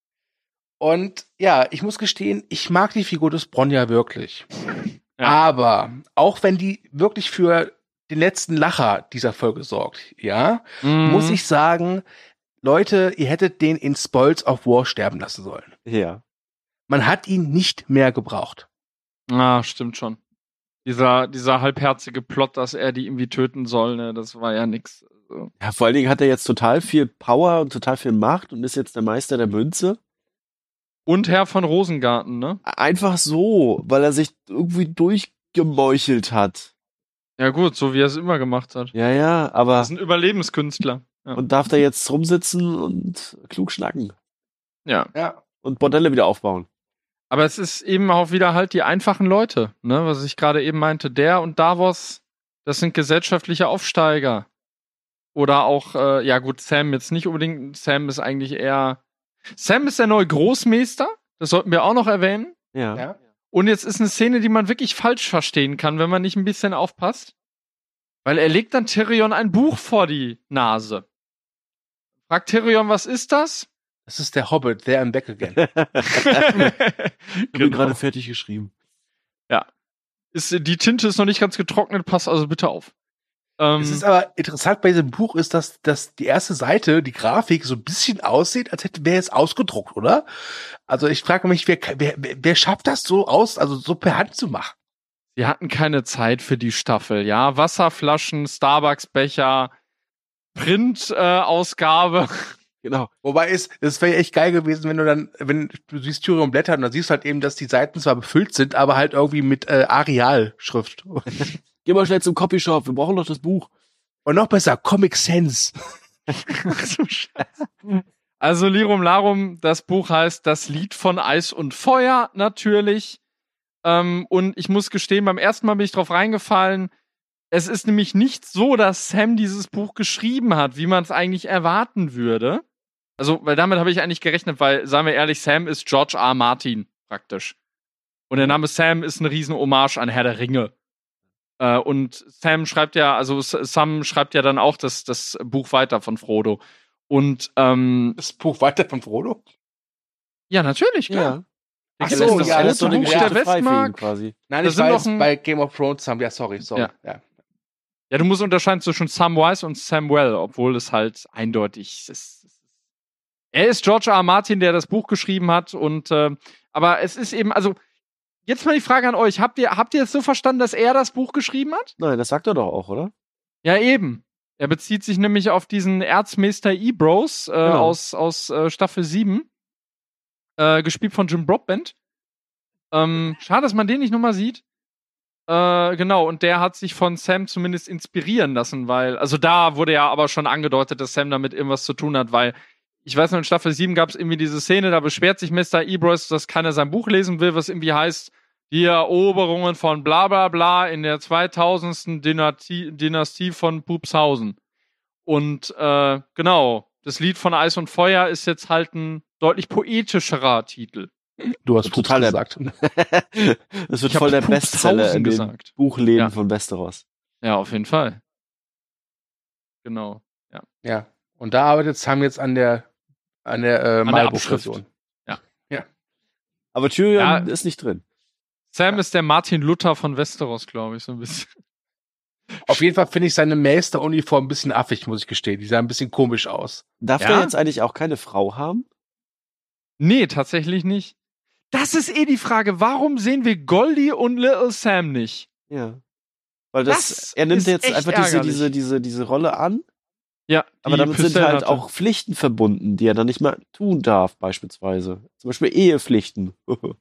Und ja, ich muss gestehen, ich mag die Figur des Bronn ja wirklich. Ja. Aber auch wenn die wirklich für den letzten Lacher dieser Folge sorgt, ja, muss ich sagen, Leute, ihr hättet den in Spoils of War sterben lassen sollen. Ja. Man hat ihn nicht mehr gebraucht. Ah, stimmt schon. Dieser halbherzige Plot, dass er die irgendwie töten soll, ne, das war ja nix. Also, Ja, vor allen Dingen hat er jetzt total viel Power und total viel Macht und ist jetzt der Meister der Münze. und Herr von Rosengarten, ne? Einfach so, weil er sich irgendwie durchgemeuchelt hat. Ja gut, so wie er es immer gemacht hat. Ja, aber Das ist ein Überlebenskünstler. Ja. und darf da jetzt rumsitzen und klug schnacken Ja. Ja. und Bordelle wieder aufbauen. Aber es ist eben auch wieder halt die einfachen Leute, ne? Was ich gerade eben meinte. Der und Davos, das sind gesellschaftliche Aufsteiger. Oder auch, ja gut, Sam jetzt nicht unbedingt. Sam ist eigentlich eher. Sam ist der neue Großmeister. Das sollten wir auch noch erwähnen. Ja. Ja. Und jetzt ist eine Szene, die man wirklich falsch verstehen kann, wenn man nicht ein bisschen aufpasst. Weil er legt dann Tyrion ein Buch vor die Nase. Fragt Tyrion, was ist das? Das ist der Hobbit, there and back again. Ich habe Genau. gerade fertig geschrieben. Die Tinte ist noch nicht ganz getrocknet, pass also bitte auf. Es ist aber interessant bei diesem Buch ist, dass die erste Seite, die Grafik so ein bisschen aussieht, als wäre es ausgedruckt, oder? Also ich frage mich, wer schafft das so so per Hand zu machen? Sie hatten keine Zeit für die Staffel, ja. Wasserflaschen, Starbucks-Becher, Print-Ausgabe. Genau. Wobei es wäre echt geil gewesen, wenn du siehst Tyrion blättern, und dann siehst du halt eben, dass die Seiten zwar befüllt sind, aber halt irgendwie mit Arial-Schrift. Geh mal schnell zum Copyshop, wir brauchen doch das Buch. Und noch besser, Comic Sans. Ach so, Scheiße. Also Lirum Larum, das Buch heißt Das Lied von Eis und Feuer, natürlich. Und ich muss gestehen, beim ersten Mal bin ich drauf reingefallen. Es ist nämlich nicht so, dass Sam dieses Buch geschrieben hat, wie man es eigentlich erwarten würde. Also, weil damit habe ich eigentlich gerechnet, weil, sagen wir ehrlich, Sam ist George R. Martin, praktisch. Und der Name Sam ist eine riesen Hommage an Herr der Ringe. Und Sam schreibt ja dann auch das Buch weiter von Frodo. Und Das Buch weiter von Frodo? ja, natürlich, klar. Da Ach gibt so, es das ja, das ist rote so eine Buch der Geschichte frei für ihn Westmark. quasi. Nein, Da ich sind weiß, noch bei Game of Thrones haben, ja, sorry. Ja. Ja. Ja, du musst unterscheiden zwischen Samwise und Samwell, obwohl es halt eindeutig ist. Er ist George R. R. Martin, der das Buch geschrieben hat und aber es ist eben, also jetzt mal die Frage an euch, habt ihr es so verstanden, dass er das Buch geschrieben hat? Nein, das sagt er doch auch, oder? Ja, eben. Er bezieht sich nämlich auf diesen Erzmeister Ebros Genau. aus Staffel 7, gespielt von Jim Broadbent. Schade, dass man den nicht nochmal sieht. Genau, und der hat sich von Sam zumindest inspirieren lassen, weil, also da wurde ja aber schon angedeutet, dass Sam damit irgendwas zu tun hat, weil ich weiß noch, in Staffel 7 gab es irgendwie diese Szene, da beschwert sich Mr. Ebros, dass keiner sein Buch lesen will, was irgendwie heißt, die Eroberungen von bla bla bla in der 2000. Dynastie von Pupshausen. Und genau, das Lied von Eis und Feuer ist jetzt halt ein deutlich poetischerer Titel. Du hast Total gesagt. Das wird Ich hab voll der Pupshausen Bestseller in dem gesagt. Buchleben Ja. von Westeros. Ja, auf jeden Fall. Genau. Ja. Und da arbeitet Sam jetzt an der Malbuch-Version. Aber Tyrion Ja. ist nicht drin. Sam ist der Martin Luther von Westeros, glaube ich, so ein bisschen. Auf jeden Fall finde ich seine Meisteruniform ein bisschen affig, muss ich gestehen. Die sah ein bisschen komisch aus. Darf Ja? der jetzt eigentlich auch keine Frau haben? Nee, tatsächlich nicht. Das ist die Frage. Warum sehen wir Goldie und Little Sam nicht? Ja. Weil Das er nimmt ist jetzt echt einfach ärgerlich. diese Rolle an, Ja, aber die damit sind Pycelle halt hatte. auch Pflichten verbunden, die er dann nicht mehr tun darf, beispielsweise. Zum Beispiel Ehepflichten.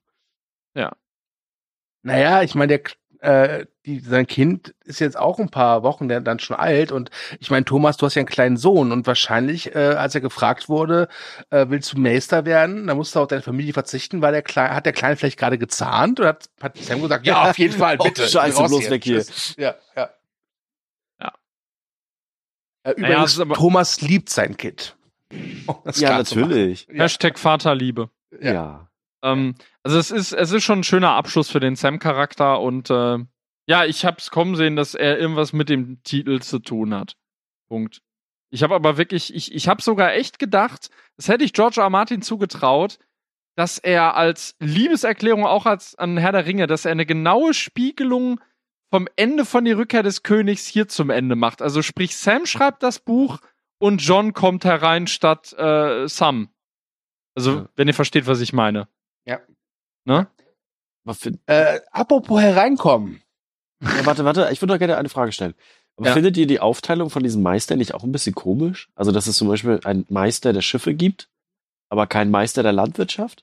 Naja, ich meine, sein Kind ist jetzt auch ein paar Wochen dann schon alt und ich meine, Thomas, du hast ja einen kleinen Sohn und wahrscheinlich, als er gefragt wurde, willst du Meister werden, dann musst du auf deine Familie verzichten, weil hat der Kleine vielleicht gerade gezahnt oder hat Sam gesagt, ja, auf jeden Fall, bitte. Oh, Scheiße, raus bloß hier. weg hier. Ja. Ja. Übrigens, ist aber- Thomas liebt sein Kind. Um das Ja, klar zu machen. natürlich. Ja. Hashtag Vaterliebe. Ja. Also es ist schon ein schöner Abschluss für den Sam-Charakter und ja, ich hab's kommen sehen, dass er irgendwas mit dem Titel zu tun hat. Punkt. Ich habe aber wirklich, ich habe sogar echt gedacht, das hätte ich George R. R. Martin zugetraut, dass er als Liebeserklärung auch an Herr der Ringe, dass er eine genaue Spiegelung vom Ende von Die Rückkehr des Königs hier zum Ende macht. Also sprich, Sam schreibt das Buch und John kommt herein statt Sam. Also, Ja. wenn ihr versteht, was ich meine. Ja. Ne? Apropos hereinkommen. Ja, warte, ich würde noch gerne eine Frage stellen. Aber Ja. findet ihr die Aufteilung von diesem Meister nicht auch ein bisschen komisch? Also, dass es zum Beispiel einen Meister der Schiffe gibt, aber keinen Meister der Landwirtschaft?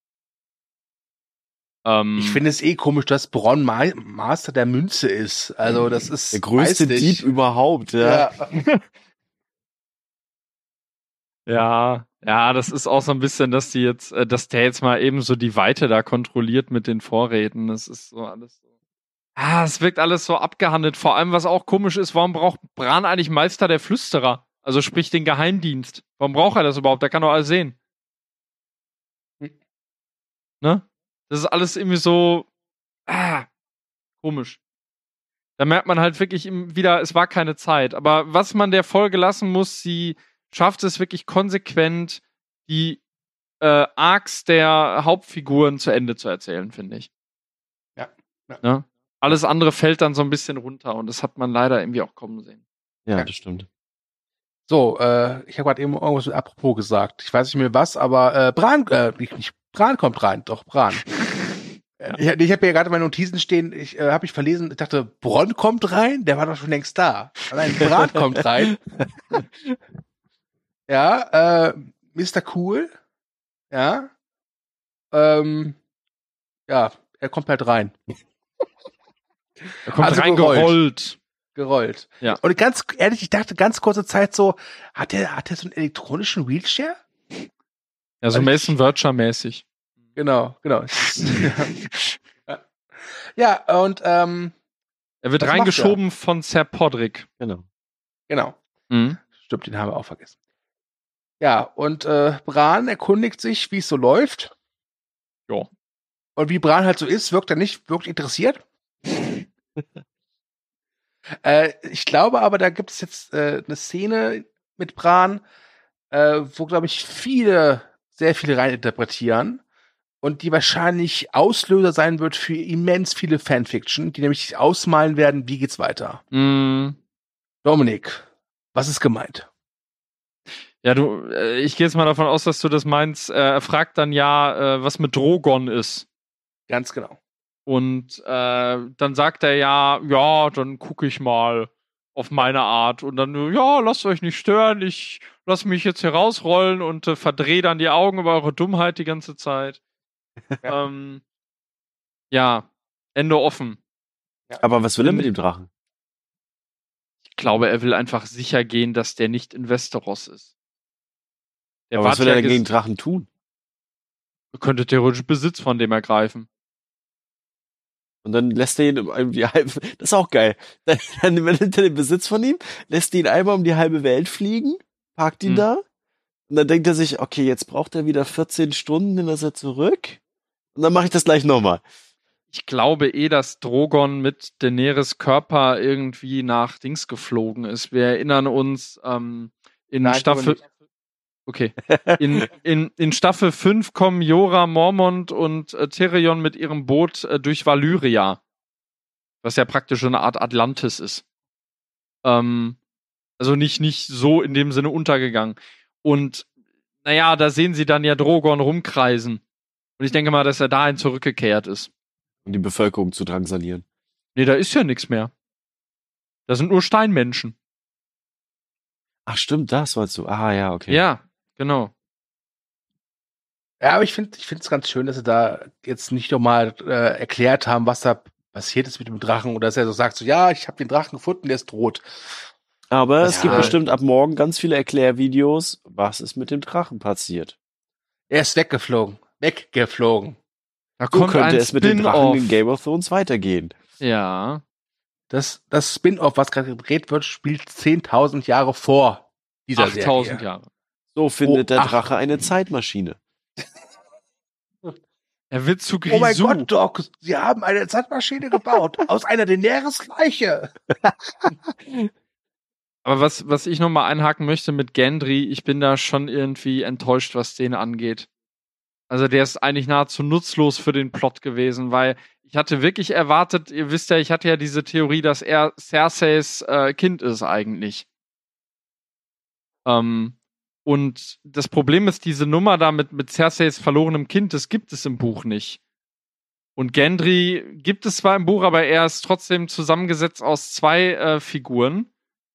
Ich finde es komisch, dass Bronn Master der Münze ist. Also das ist Der größte weiß nicht. Dieb überhaupt, ja. Ja, das ist auch so ein bisschen, dass der jetzt mal eben so die Weite da kontrolliert mit den Vorräten. Das ist so alles so. Es wirkt alles so abgehandelt. Vor allem, was auch komisch ist, warum braucht Bran eigentlich Meister der Flüsterer? Also sprich den Geheimdienst. Warum braucht er das überhaupt? Der kann doch alles sehen. Ne? Das ist alles irgendwie so komisch. Da merkt man halt wirklich wieder, es war keine Zeit. Aber was man der Folge lassen muss, sie schafft es wirklich konsequent, die Arcs der Hauptfiguren zu Ende zu erzählen, finde ich. Ja. Ne? Alles andere fällt dann so ein bisschen runter und das hat man leider irgendwie auch kommen sehen. Ja, das stimmt. So, ich habe gerade eben irgendwas mit apropos gesagt. Ich weiß nicht mehr was, aber Bran, nicht Bran kommt rein, doch Bran. Ich habe ja gerade meine Notizen stehen, habe ich verlesen, ich dachte, Bronn kommt rein, der war doch schon längst da. Nein, Bran kommt rein. Ja, Mr. Cool. Ja. Ja, er kommt halt rein. Er kommt Also reingerollt. Gerollt. Ja. Und ganz ehrlich, ich dachte ganz kurze Zeit so, hat er so einen elektronischen Wheelchair? Ja, so Mason Verger-mäßig. Genau. Ja, und Er wird Was macht reingeschoben von Ser Podrick. Genau. genau. Mhm. Stimmt, den haben wir auch vergessen. Ja, und Bran erkundigt sich, wie es so läuft. Ja. Und wie Bran halt so ist, wirkt er nicht wirklich interessiert. Ich glaube aber, da gibt es jetzt eine Szene mit Bran, wo, glaube ich, sehr viele reininterpretieren. und die wahrscheinlich Auslöser sein wird für immens viele Fanfiction, die nämlich sich ausmalen werden, wie geht's weiter. Dominik, was ist gemeint? Ja, ich gehe jetzt mal davon aus, dass du das meinst. Er fragt dann was mit Drogon ist. Ganz genau. Und dann sagt er ja, dann gucke ich mal auf meine Art. Und dann, ja, lasst euch nicht stören, ich lass mich jetzt hier rausrollen und verdrehe dann die Augen über eure Dummheit die ganze Zeit. Ja, Ende offen. Ja. Aber was will er mit dem Drachen? Ich glaube, er will einfach sicher gehen, dass der nicht in Westeros ist. Aber was will er denn gegen Drachen tun? Er könnte theoretisch Besitz von dem ergreifen. Und dann lässt er ihn um die halbe... Das ist auch geil. Dann nimmt er den Besitz von ihm, lässt ihn einmal um die halbe Welt fliegen, parkt ihn da. Und dann denkt er sich, okay, jetzt braucht er wieder 14 Stunden, dann ist er zurück. Und dann mache ich das gleich nochmal. Ich glaube dass Drogon mit Daenerys Körper irgendwie nach Dings geflogen ist. Wir erinnern uns in Staffel... Okay. In Staffel 5 kommen Jorah Mormont und Tyrion mit ihrem Boot durch Valyria. Was ja praktisch eine Art Atlantis ist. Also nicht so in dem Sinne untergegangen. Und naja, da sehen sie dann ja Drogon rumkreisen. Und ich denke mal, dass er dahin zurückgekehrt ist. Um die Bevölkerung zu drangsalieren. Nee, da ist ja nichts mehr. Da sind nur Steinmenschen. Ach stimmt, das meinst du. Ah ja, okay. Ja, genau. Ja, aber ich finde es ganz schön, dass sie da jetzt nicht nochmal erklärt haben, was da passiert ist mit dem Drachen. Oder dass er so sagt, so, ja, ich habe den Drachen gefunden, der ist tot. Aber es gibt bestimmt ab morgen ganz viele Erklärvideos, was ist mit dem Drachen passiert. Er ist weggeflogen. Da könnte es mit dem Drachen in Game of Thrones weitergehen. Ja. Das Spin-off, was gerade gedreht wird, spielt 10.000 Jahre vor dieser Serie. 8.000 Jahre. So findet der Drache eine Zeitmaschine. Er wird zu Grisou. Oh mein Gott, Doc, sie haben eine Zeitmaschine gebaut. Aus einer Daenerys-Leiche. Aber was ich nochmal einhaken möchte mit Gendry, ich bin da schon irgendwie enttäuscht, was den angeht. Also der ist eigentlich nahezu nutzlos für den Plot gewesen, weil ich hatte wirklich erwartet, ihr wisst ja, ich hatte ja diese Theorie, dass er Cerseis Kind ist eigentlich. Und das Problem ist, diese Nummer da mit Cerseis verlorenem Kind, das gibt es im Buch nicht. Und Gendry gibt es zwar im Buch, aber er ist trotzdem zusammengesetzt aus 2 Figuren.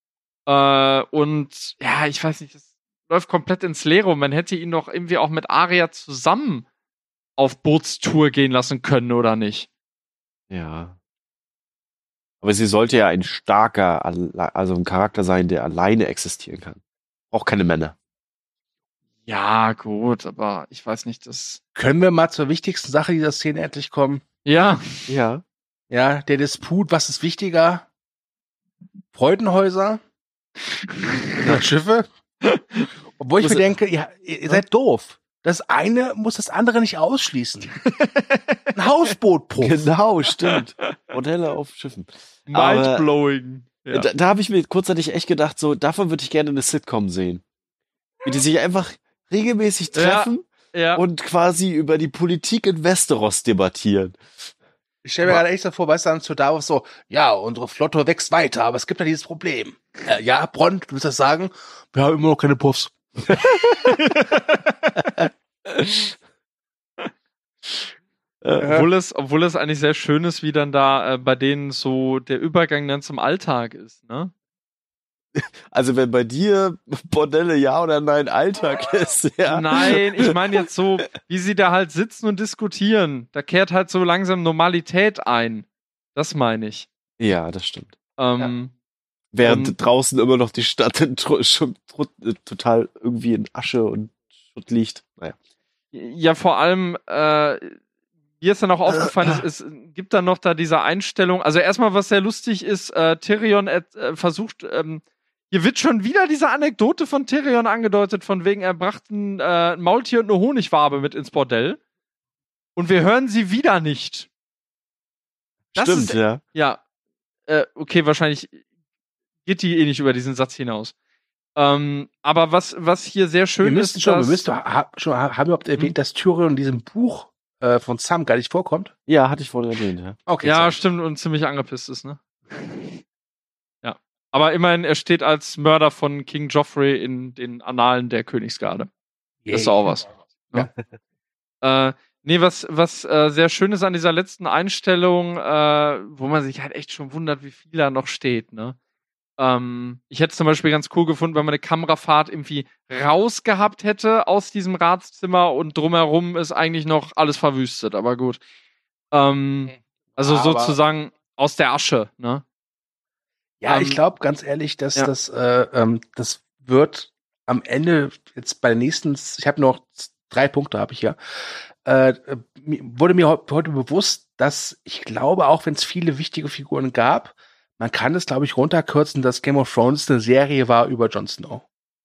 Und ja, ich weiß nicht, das läuft komplett ins Leere und man hätte ihn doch irgendwie auch mit Arya zusammen auf Bootstour gehen lassen können, oder nicht? Ja. Aber sie sollte ja ein starker, also ein Charakter sein, der alleine existieren kann. Auch keine Männer. Ja, gut, aber ich weiß nicht, das... Können wir mal zur wichtigsten Sache dieser Szene endlich kommen? Ja. Ja. Ja, der Disput, was ist wichtiger? Freudenhäuser? Oder Schiffe? Obwohl ich mir denke, ihr seid doof. Das eine muss das andere nicht ausschließen. Ein Hausbootpuff. Genau, stimmt. Modelle auf Schiffen. Mindblowing. Ja. Da habe ich mir kurzzeitig echt gedacht, so, davon würde ich gerne eine Sitcom sehen. Wie die sich einfach regelmäßig treffen und quasi über die Politik in Westeros debattieren. Ich stelle mir gerade echt so vor, weißt du, dann zu Davos so, ja, unsere Flotte wächst weiter, aber es gibt ja dieses Problem. Ja, Bronn, du willst das sagen? Wir haben immer noch keine Puffs. Obwohl es eigentlich sehr schön ist, wie dann da bei denen so der Übergang dann zum Alltag ist, ne? Also wenn bei dir Bordelle ja oder nein Alltag ist, ja. Nein, ich meine jetzt so, wie sie da halt sitzen und diskutieren. Da kehrt halt so langsam Normalität ein. Das meine ich. Ja, das stimmt. Während draußen immer noch die Stadt total irgendwie in Asche und Schutt liegt. Naja. Ja, vor allem, mir ist dann auch aufgefallen, es gibt dann noch da diese Einstellung. Also erstmal, was sehr lustig ist, Tyrion versucht, hier wird schon wieder diese Anekdote von Tyrion angedeutet, von wegen, er brachte ein Maultier und eine Honigwabe mit ins Bordell. Und wir hören sie wieder nicht. Das stimmt, ja. Ja. Okay, wahrscheinlich geht die eh nicht über diesen Satz hinaus. Aber was hier sehr schön ist, wir haben überhaupt erwähnt, dass Tyrion in diesem Buch von Sam gar nicht vorkommt? Ja, hatte ich vorhin erwähnt, ja. Okay. Ja, sorry. stimmt, und ziemlich angepisst ist, ne? Ja. Aber immerhin, er steht als Mörder von King Joffrey in den Annalen der Königsgarde. Das ist auch was. Ja. Nee, was sehr schön ist an dieser letzten Einstellung, wo man sich halt echt schon wundert, wie viel da noch steht, ne? Ich hätte es zum Beispiel ganz cool gefunden, wenn man eine Kamerafahrt irgendwie rausgehabt hätte aus diesem Ratszimmer und drumherum ist eigentlich noch alles verwüstet, aber gut. Also aber sozusagen aus der Asche, ne? Ja, ich glaube ganz ehrlich, dass ja. das wird am Ende jetzt bei der nächsten, ich habe noch 3 Punkte, habe ich ja, wurde mir heute bewusst, dass ich glaube, auch wenn es viele wichtige Figuren gab, man kann es, glaube ich, runterkürzen, dass Game of Thrones eine Serie war über Jon Snow.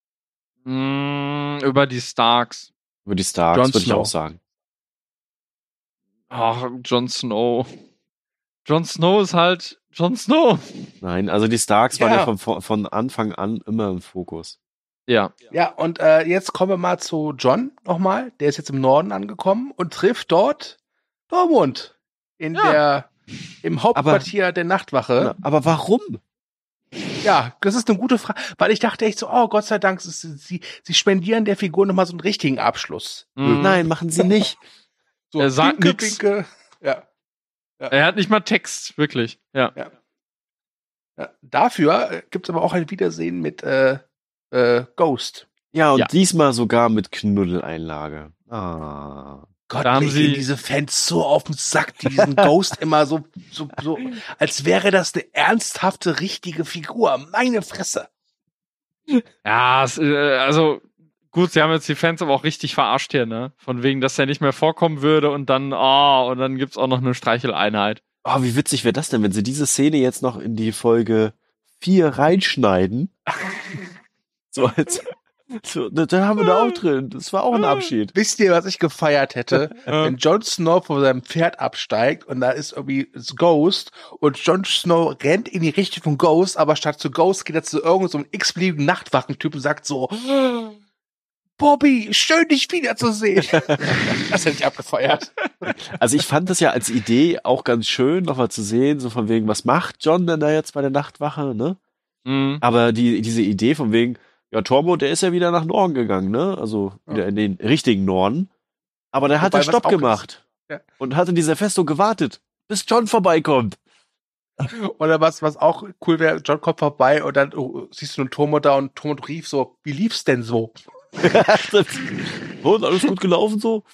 Über die Starks. Über die Starks, Jon würde ich Snow. auch sagen. Ach, Jon Snow. Jon Snow ist halt Jon Snow. Nein, also die Starks waren Ja. ja von Anfang an immer im Fokus. Ja. Ja, und jetzt kommen wir mal zu Jon nochmal. Der ist jetzt im Norden angekommen und trifft dort Tormund im Hauptquartier der Nachtwache. Aber warum? Ja, das ist eine gute Frage, weil ich dachte echt so, oh Gott sei Dank, sie spendieren der Figur nochmal so einen richtigen Abschluss. Nein, machen sie nicht. So, Er sagt winke, nix. winke. Ja. Er hat nicht mal Text, wirklich. Ja. Ja. Dafür gibt's aber auch ein Wiedersehen mit Ghost. Ja, und Ja. diesmal sogar mit Knuddeleinlage. Ah. Gott, Da haben mir sie- gehen diese Fans so auf den Sack, die diesen Ghost immer so, als wäre das eine ernsthafte, richtige Figur. Meine Fresse. Ja, also gut, sie haben jetzt die Fans aber auch richtig verarscht hier, ne? Von wegen, dass er nicht mehr vorkommen würde und dann gibt's auch noch eine Streicheleinheit. Oh, wie witzig wäre das denn, wenn sie diese Szene jetzt noch in die Folge 4 reinschneiden? So da haben wir da auch drin. Das war auch ein Abschied. Wisst ihr, was ich gefeiert hätte? Wenn Jon Snow von seinem Pferd absteigt und da ist irgendwie das Ghost und Jon Snow rennt in die Richtung von Ghost, aber statt zu Ghost geht er zu irgendeinem so einem x-beliebigen Nachtwachentyp und sagt so, Bobby, schön dich wiederzusehen. Das hätte ich abgefeiert. Also ich fand das ja als Idee auch ganz schön, nochmal zu sehen, so von wegen, was macht Jon denn da jetzt bei der Nachtwache, ne? Mhm. Aber diese Idee von wegen, ja, Tormund, der ist ja wieder nach Norden gegangen, ne? Also wieder in den richtigen Norden. Aber der hat Wobei, ja was Stopp auch gemacht. Ja. Und hat in dieser Festung gewartet, bis Jon vorbeikommt. Oder was auch cool wäre, Jon kommt vorbei und dann siehst du einen Tormund da und Tormund rief so, wie lief's denn so? Und alles gut gelaufen so?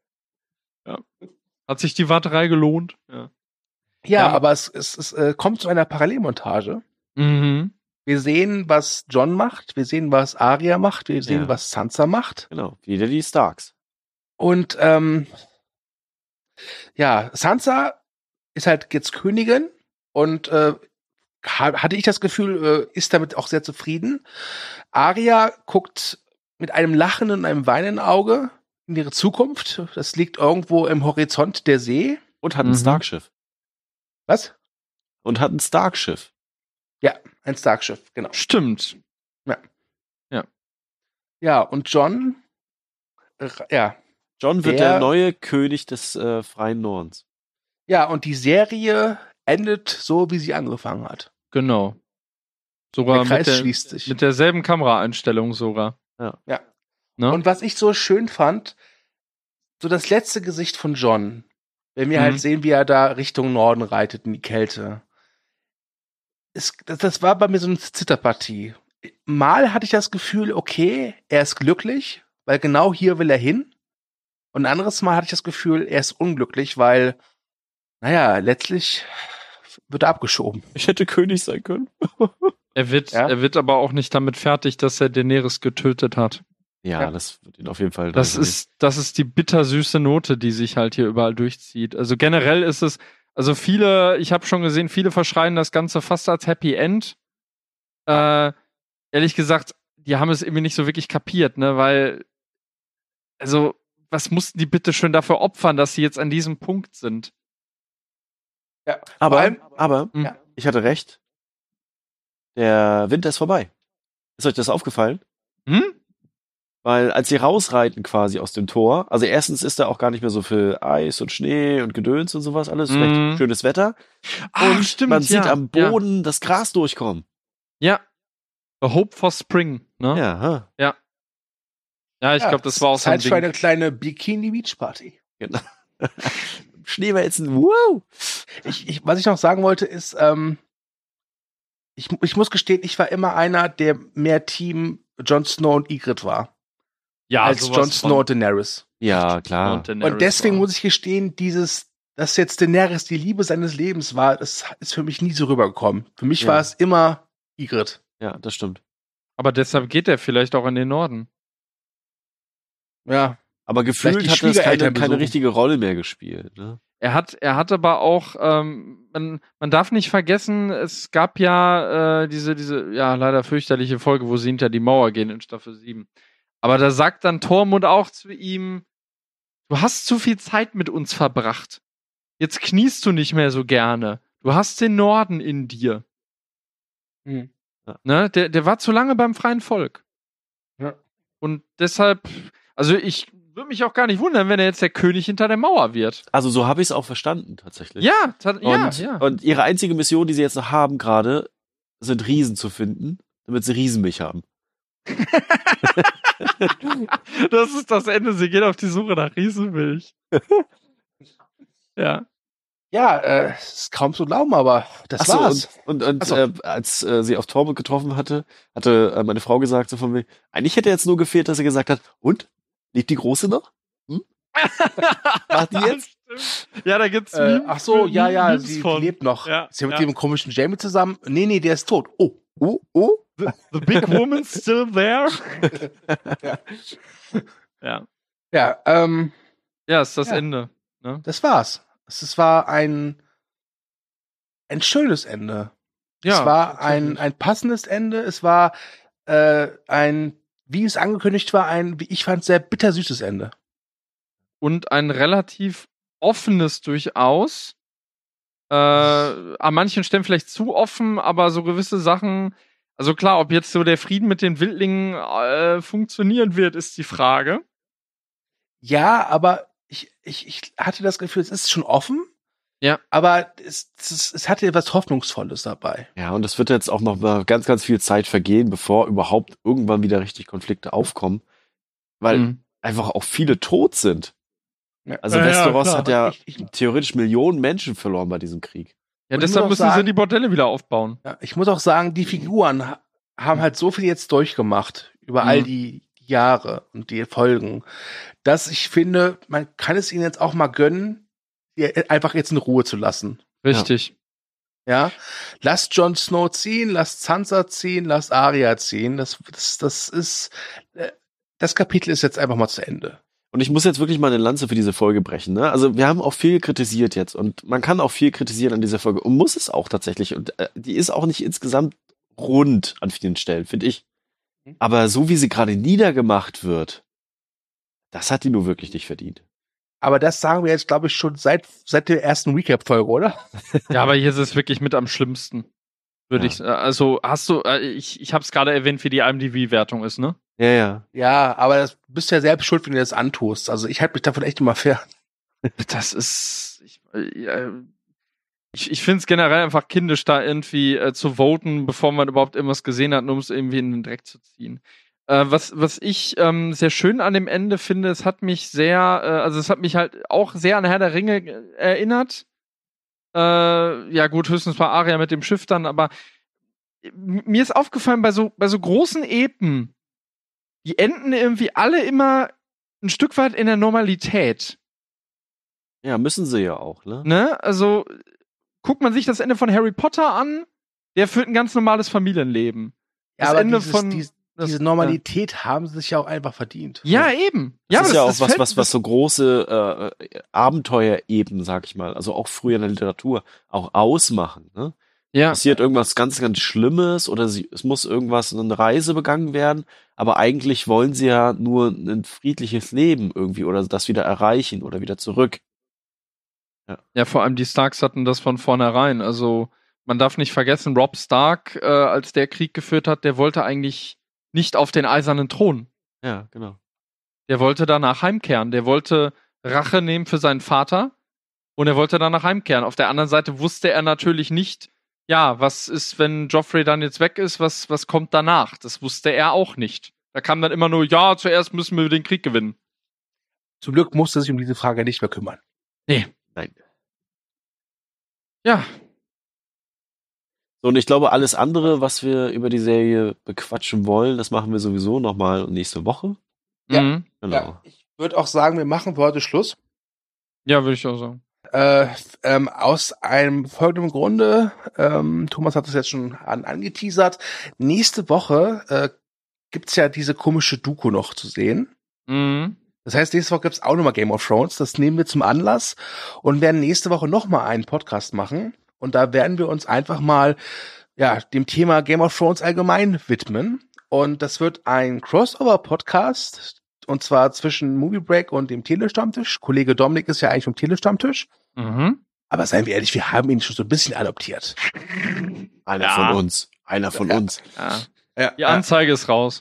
Hat sich die Warterei gelohnt? Ja. Ja, aber es kommt zu einer Parallelmontage. Mhm. Wir sehen, was Jon macht, wir sehen, was Arya macht, wir sehen, Ja. was Sansa macht. Genau, wieder die Starks. Und Sansa ist halt jetzt Königin und hatte ich das Gefühl, ist damit auch sehr zufrieden. Arya guckt mit einem lachenden und einem weinenden Auge in ihre Zukunft. Das liegt irgendwo im Horizont der See. Und hat ein Mhm. Starkschiff. Was? Und hat ein Starkschiff. Ja, ein Starkschiff, genau. Stimmt. Ja, und Jon, Jon wird Der- der neue König des freien Nordens. ja, und die Serie endet so, wie sie angefangen hat. Genau. Der Sogar Kreis mit, schließt sich. mit derselben Kameraeinstellung sogar. Ja. Ja. Ne? Und was ich so schön fand, so das letzte Gesicht von Jon, wenn wir Mhm. halt sehen, wie er da Richtung Norden reitet in die Kälte. Das war bei mir so eine Zitterpartie. Mal hatte ich das Gefühl, okay, er ist glücklich, weil genau hier will er hin. Und ein anderes Mal hatte ich das Gefühl, er ist unglücklich, weil, letztlich wird er abgeschoben. Ich hätte König sein können. Er wird aber auch nicht damit fertig, dass er Daenerys getötet hat. Ja, das wird ihn auf jeden Fall. Das ist die bittersüße Note, die sich halt hier überall durchzieht. Also generell ist es, also ich habe schon gesehen, viele verschreien das Ganze fast als Happy End. Ehrlich gesagt, die haben es irgendwie nicht so wirklich kapiert, ne, weil, also, was mussten die bitte schön dafür opfern, dass sie jetzt an diesem Punkt sind? Ja, Aber Ja. ich hatte recht. Der Winter ist vorbei. Ist euch das aufgefallen? Hm? Weil als sie rausreiten quasi aus dem Tor, also erstens ist da auch gar nicht mehr so viel Eis und Schnee und Gedöns und sowas, alles recht schönes Wetter. Und stimmt, man sieht am Boden das Gras durchkommen. Ja. A Hope for Spring, ne? Ja. Ja, ich glaube, das war auch so ein Zeit für Ding. eine kleine Bikini-Beach-Party. Genau. Schneewälzen, wow! Was ich noch sagen wollte, ist, ich muss gestehen, ich war immer einer, der mehr Team Jon Snow und Ygritte war. Ja, als Jon Snow und Daenerys. Ja, klar. Und deswegen muss ich gestehen, dass jetzt Daenerys die Liebe seines Lebens war, das ist für mich nie so rübergekommen. Für mich war es immer Ygritte. Ja, das stimmt. Aber deshalb geht er vielleicht auch in den Norden. Ja. Aber gefühlt hat das keine richtige Rolle mehr gespielt. Ne? Er hat aber auch, man darf nicht vergessen, es gab ja diese ja leider fürchterliche Folge, wo sie hinter die Mauer gehen in Staffel 7. Aber da sagt dann Tormund auch zu ihm, du hast zu viel Zeit mit uns verbracht. Jetzt kniest du nicht mehr so gerne. Du hast den Norden in dir. Mhm. Ja. Ne? Der war zu lange beim freien Volk. Ja. Und deshalb, also ich würde mich auch gar nicht wundern, wenn er jetzt der König hinter der Mauer wird. Also so habe ich es auch verstanden, tatsächlich. Ja, Und ihre einzige Mission, die sie jetzt noch haben gerade, sind Riesen zu finden, damit sie Riesenmilch haben. Das ist das Ende. Sie gehen auf die Suche nach Riesenmilch. Ja. Ja, ist kaum zu glauben, aber das war's. Und als sie auf Tormund getroffen hatte meine Frau gesagt, so von mir, eigentlich hätte jetzt nur gefehlt, dass sie gesagt hat, und? Lebt die Große noch? Hm? Macht die jetzt? Ja, da gibt's ach so, ja, Memes sie von. lebt noch. Ja, ist ja mit dem komischen Jamie zusammen. Nee, der ist tot. Oh. The big woman's still there. Ja. Ja, ist das Ende. Ne? Das war's. Es war ein schönes Ende. Ja, es war ein passendes Ende. Es war wie es angekündigt war, wie ich fand, sehr bittersüßes Ende. Und ein relativ offenes durchaus. An manchen Stellen vielleicht zu offen, aber so gewisse Sachen, also klar, ob jetzt so der Frieden mit den Wildlingen funktionieren wird, ist die Frage. Ja, aber ich hatte das Gefühl, es ist schon offen. Ja. Aber es hatte etwas Hoffnungsvolles dabei. Ja, und es wird jetzt auch noch mal ganz, ganz viel Zeit vergehen, bevor überhaupt irgendwann wieder richtig Konflikte aufkommen. Weil einfach auch viele tot sind. Ja. Also Westeros hat ja ich theoretisch Millionen Menschen verloren bei diesem Krieg. Ja, deshalb müssen sie die Bordelle wieder aufbauen. Ja, ich muss auch sagen, die Figuren haben halt so viel jetzt durchgemacht über all die Jahre und die Folgen, dass ich finde, man kann es ihnen jetzt auch mal gönnen, einfach jetzt in Ruhe zu lassen. Richtig. Ja, lasst Jon Snow ziehen, lasst Sansa ziehen, lasst Arya ziehen. Das Kapitel ist jetzt einfach mal zu Ende. Und ich muss jetzt wirklich mal eine Lanze für diese Folge brechen. Ne? Also wir haben auch viel kritisiert jetzt und man kann auch viel kritisieren an dieser Folge und muss es auch tatsächlich. Und die ist auch nicht insgesamt rund an vielen Stellen, finde ich. Aber so wie sie gerade niedergemacht wird, das hat die nur wirklich nicht verdient. Aber das sagen wir jetzt, glaube ich, schon seit der ersten Recap-Folge, oder? Ja, aber hier ist es wirklich mit am schlimmsten. Würde ich. Also hast du, ich habe es gerade erwähnt, wie die IMDb-Wertung ist, ne? Ja. Ja, aber du bist ja selbst schuld, wenn du das antust. Also ich halte mich davon echt immer fern. Das ist. Ich finde es generell einfach kindisch, da irgendwie zu voten, bevor man überhaupt irgendwas gesehen hat, nur um es irgendwie in den Dreck zu ziehen. Was ich sehr schön an dem Ende finde, es hat mich es hat mich halt auch sehr an Herr der Ringe erinnert. Ja gut, höchstens bei Arya mit dem Schiff dann, aber mir ist aufgefallen, bei so großen Epen, die enden irgendwie alle immer ein Stück weit in der Normalität. Ja, müssen sie ja auch, ne? Ne? Also guckt man sich das Ende von Harry Potter an, der führt ein ganz normales Familienleben. Ja, aber diese Normalität haben sie sich ja auch einfach verdient. Ja, eben. Das ist ja auch was so große Abenteuer eben, sag ich mal, also auch früher in der Literatur, auch ausmachen. Ne? Ja. Passiert irgendwas ganz, ganz Schlimmes oder es muss eine Reise begangen werden, aber eigentlich wollen sie ja nur ein friedliches Leben irgendwie oder das wieder erreichen oder wieder zurück. Ja, vor allem die Starks hatten das von vornherein. Also man darf nicht vergessen, Robb Stark, als der Krieg geführt hat, der wollte eigentlich nicht auf den eisernen Thron. Ja, genau. Der wollte danach heimkehren. Der wollte Rache nehmen für seinen Vater und er wollte danach heimkehren. Auf der anderen Seite wusste er natürlich nicht, ja, was ist, wenn Joffrey dann jetzt weg ist, was kommt danach? Das wusste er auch nicht. Da kam dann immer nur, ja, zuerst müssen wir den Krieg gewinnen. Zum Glück musste er sich um diese Frage nicht mehr kümmern. Nee. Nein. Ja. So, und ich glaube, alles andere, was wir über die Serie bequatschen wollen, das machen wir sowieso nochmal nächste Woche. Ja. Mhm. Genau. Ja, ich würde auch sagen, wir machen für heute Schluss. Ja, würde ich auch sagen. Aus einem folgenden Grunde, Thomas hat es jetzt schon angeteasert, nächste Woche gibt's ja diese komische Doku noch zu sehen. Mhm. Das heißt, nächste Woche gibt's auch nochmal Game of Thrones. Das nehmen wir zum Anlass und werden nächste Woche nochmal einen Podcast machen. Und da werden wir uns einfach mal dem Thema Game of Thrones allgemein widmen. Und das wird ein Crossover-Podcast, und zwar zwischen Movie Break und dem Telestammtisch. Kollege Dominik ist ja eigentlich vom Telestammtisch. Mhm. Aber seien wir ehrlich, wir haben ihn schon so ein bisschen adoptiert. Einer von uns. Ja. Die Anzeige ist raus.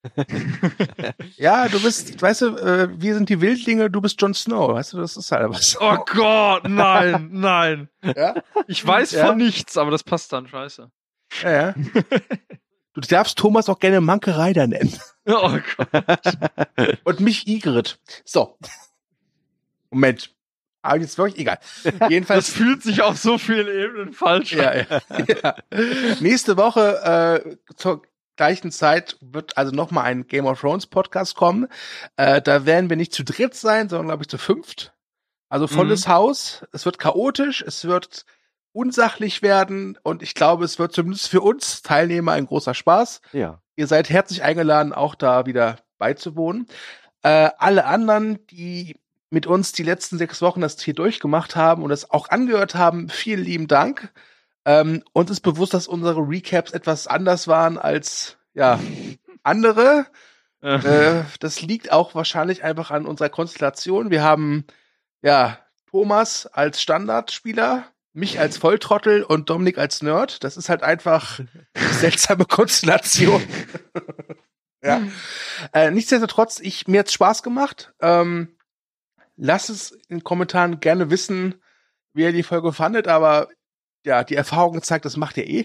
Ja, du bist, weißt du, wir sind die Wildlinge, du bist Jon Snow, weißt du, das ist halt was. Oh Gott, nein. Ja? Ich weiß von nichts, aber das passt dann, scheiße. Ja. Du darfst Thomas auch gerne Manke Reider nennen. Oh Gott. Und mich Igrit. So. Moment. Aber jetzt wirklich egal. Jedenfalls. Das fühlt sich auf so vielen Ebenen falsch an. Ja. Nächste Woche zur gleichen Zeit wird also nochmal ein Game of Thrones Podcast kommen. Da werden wir nicht zu dritt sein, sondern glaube ich zu fünft. Also volles Haus. Es wird chaotisch, es wird unsachlich werden und ich glaube, es wird zumindest für uns Teilnehmer ein großer Spaß. Ja. Ihr seid herzlich eingeladen, auch da wieder beizuwohnen. Alle anderen, die mit uns die letzten 6 Wochen das hier durchgemacht haben und es auch angehört haben, vielen lieben Dank. Uns ist bewusst, dass unsere Recaps etwas anders waren als andere. Das liegt auch wahrscheinlich einfach an unserer Konstellation. Wir haben Thomas als Standardspieler, mich als Volltrottel und Dominik als Nerd. Das ist halt einfach eine seltsame Konstellation. Ja. Nichtsdestotrotz, mir hat's Spaß gemacht. Lasst es in den Kommentaren gerne wissen, wie ihr die Folge fandet, aber die Erfahrung zeigt, das macht ihr eh.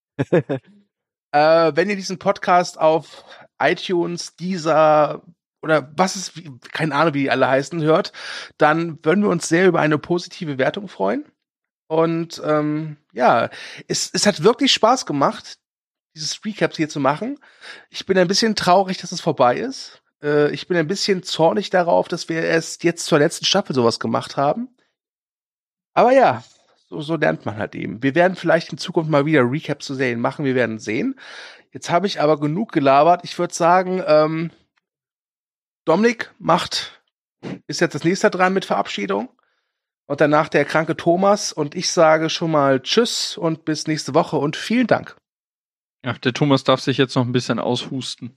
Wenn ihr diesen Podcast auf iTunes, Deezer oder keine Ahnung, wie die alle heißen, hört, dann würden wir uns sehr über eine positive Wertung freuen. Und es hat wirklich Spaß gemacht, dieses Recaps hier zu machen. Ich bin ein bisschen traurig, dass es vorbei ist. Ich bin ein bisschen zornig darauf, dass wir erst jetzt zur letzten Staffel sowas gemacht haben. Aber ja, so lernt man halt eben. Wir werden vielleicht in Zukunft mal wieder Recaps zu Serien machen. Wir werden sehen. Jetzt habe ich aber genug gelabert. Ich würde sagen, Dominik ist jetzt das nächste dran mit Verabschiedung. Und danach der kranke Thomas. Und ich sage schon mal Tschüss und bis nächste Woche und vielen Dank. Ja, der Thomas darf sich jetzt noch ein bisschen aushusten.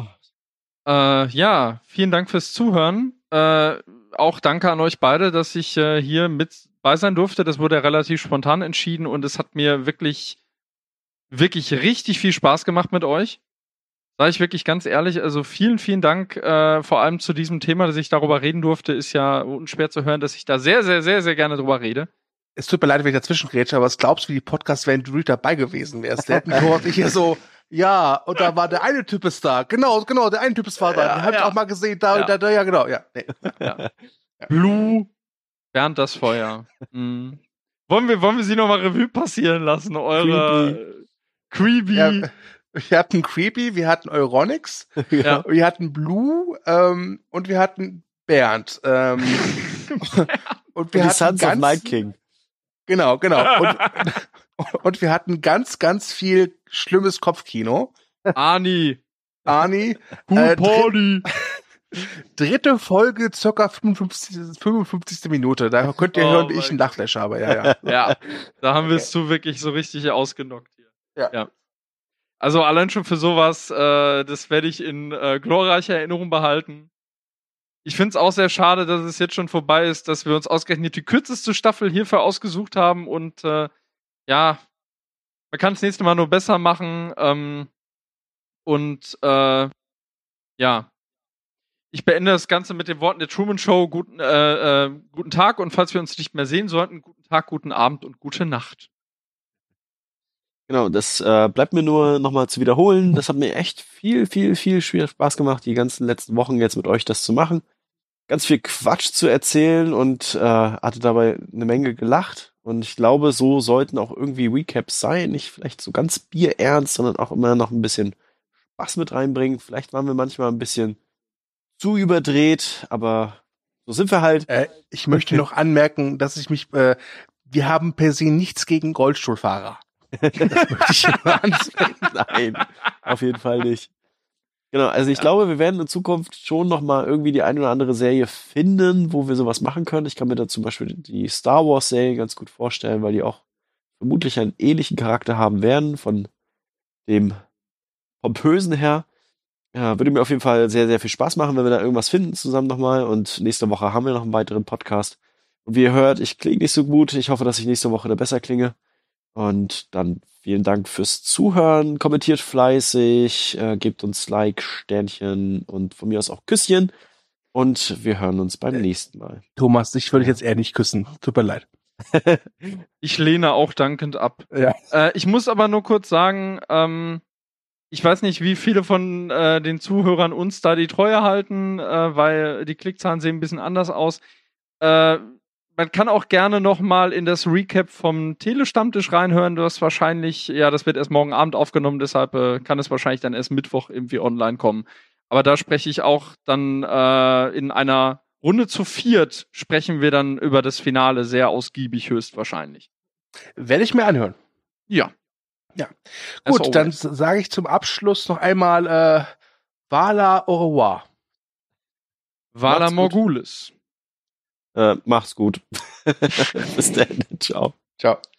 Vielen Dank fürs Zuhören. Auch danke an euch beide, dass ich hier mit bei sein durfte. Das wurde relativ spontan entschieden und es hat mir wirklich, wirklich richtig viel Spaß gemacht mit euch. Sage ich wirklich ganz ehrlich. Also vielen, vielen Dank, vor allem zu diesem Thema, dass ich darüber reden durfte. Ist ja unschwer zu hören, dass ich da sehr, sehr, sehr, sehr gerne drüber rede. Es tut mir leid, wenn ich dazwischen grätsche, aber was glaubst du, wie die Podcasts, wenn du dabei gewesen wärst? Der hätten Tor und ich hier so, und da war der eine Typ ist da. Genau, der eine Typ ist da. Den hab ich auch mal gesehen, da, genau, ja. Nee. Ja. Blue, Bernd das Feuer. Mhm. Wollen wir sie nochmal Revue passieren lassen? Eure Creepy. Ja, wir hatten Creepy, wir hatten Euronics, wir hatten Blue, und wir hatten Bernd. Und wir hatten Sons of Night King. Genau. Und wir hatten ganz, ganz viel schlimmes Kopfkino. Arnie. Cool Party. Dritte Folge, circa 55. Minute. Da könnt ihr hören, wie ich einen Lachflash habe. Ja, da haben wir es wirklich so richtig ausgenockt hier. Ja. Also allein schon für sowas, das werde ich in glorreicher Erinnerung behalten. Ich finde es auch sehr schade, dass es jetzt schon vorbei ist, dass wir uns ausgerechnet die kürzeste Staffel hierfür ausgesucht haben und man kann das nächste Mal nur besser machen. Ich beende das Ganze mit den Worten der Truman Show. Guten Tag und falls wir uns nicht mehr sehen sollten, guten Tag, guten Abend und gute Nacht. Genau, das bleibt mir nur nochmal zu wiederholen. Das hat mir echt viel Spaß gemacht, die ganzen letzten Wochen jetzt mit euch das zu machen. Ganz viel Quatsch zu erzählen und hatte dabei eine Menge gelacht. Und ich glaube, so sollten auch irgendwie Recaps sein. Nicht vielleicht so ganz bierernst, sondern auch immer noch ein bisschen Spaß mit reinbringen. Vielleicht waren wir manchmal ein bisschen zu überdreht, aber so sind wir halt. Ich möchte noch anmerken, dass wir haben per se nichts gegen Rollstuhlfahrer. Das möchte ich immer ansprechen. Nein, auf jeden Fall nicht. Genau, also ich glaube, wir werden in Zukunft schon nochmal irgendwie die eine oder andere Serie finden, wo wir sowas machen können. Ich kann mir da zum Beispiel die Star Wars Serie ganz gut vorstellen, weil die auch vermutlich einen ähnlichen Charakter haben werden, von dem Pompösen her. Ja, würde mir auf jeden Fall sehr viel Spaß machen, wenn wir da irgendwas finden zusammen nochmal. Und nächste Woche haben wir noch einen weiteren Podcast. Und wie ihr hört, ich klinge nicht so gut. Ich hoffe, dass ich nächste Woche da besser klinge. Und dann vielen Dank fürs Zuhören. Kommentiert fleißig, gebt uns Like, Sternchen und von mir aus auch Küsschen. Und wir hören uns beim nächsten Mal. Thomas, dich würde ich jetzt eher nicht küssen. Tut mir leid. Ich lehne auch dankend ab. Ja. Ich muss aber nur kurz sagen, ich weiß nicht, wie viele von den Zuhörern uns da die Treue halten, weil die Klickzahlen sehen ein bisschen anders aus. Man kann auch gerne noch mal in das Recap vom Telestammtisch reinhören. Das wird erst morgen Abend aufgenommen, deshalb kann es wahrscheinlich dann erst Mittwoch irgendwie online kommen. Aber da spreche ich auch dann in einer Runde zu 4 sprechen wir dann über das Finale sehr ausgiebig höchstwahrscheinlich. Werde ich mir anhören. Ja. Ja. Gut, dann sage ich zum Abschluss noch einmal Vala au revoir. Vala Morgulis. Macht's gut. Bis dann. Ciao. Ciao.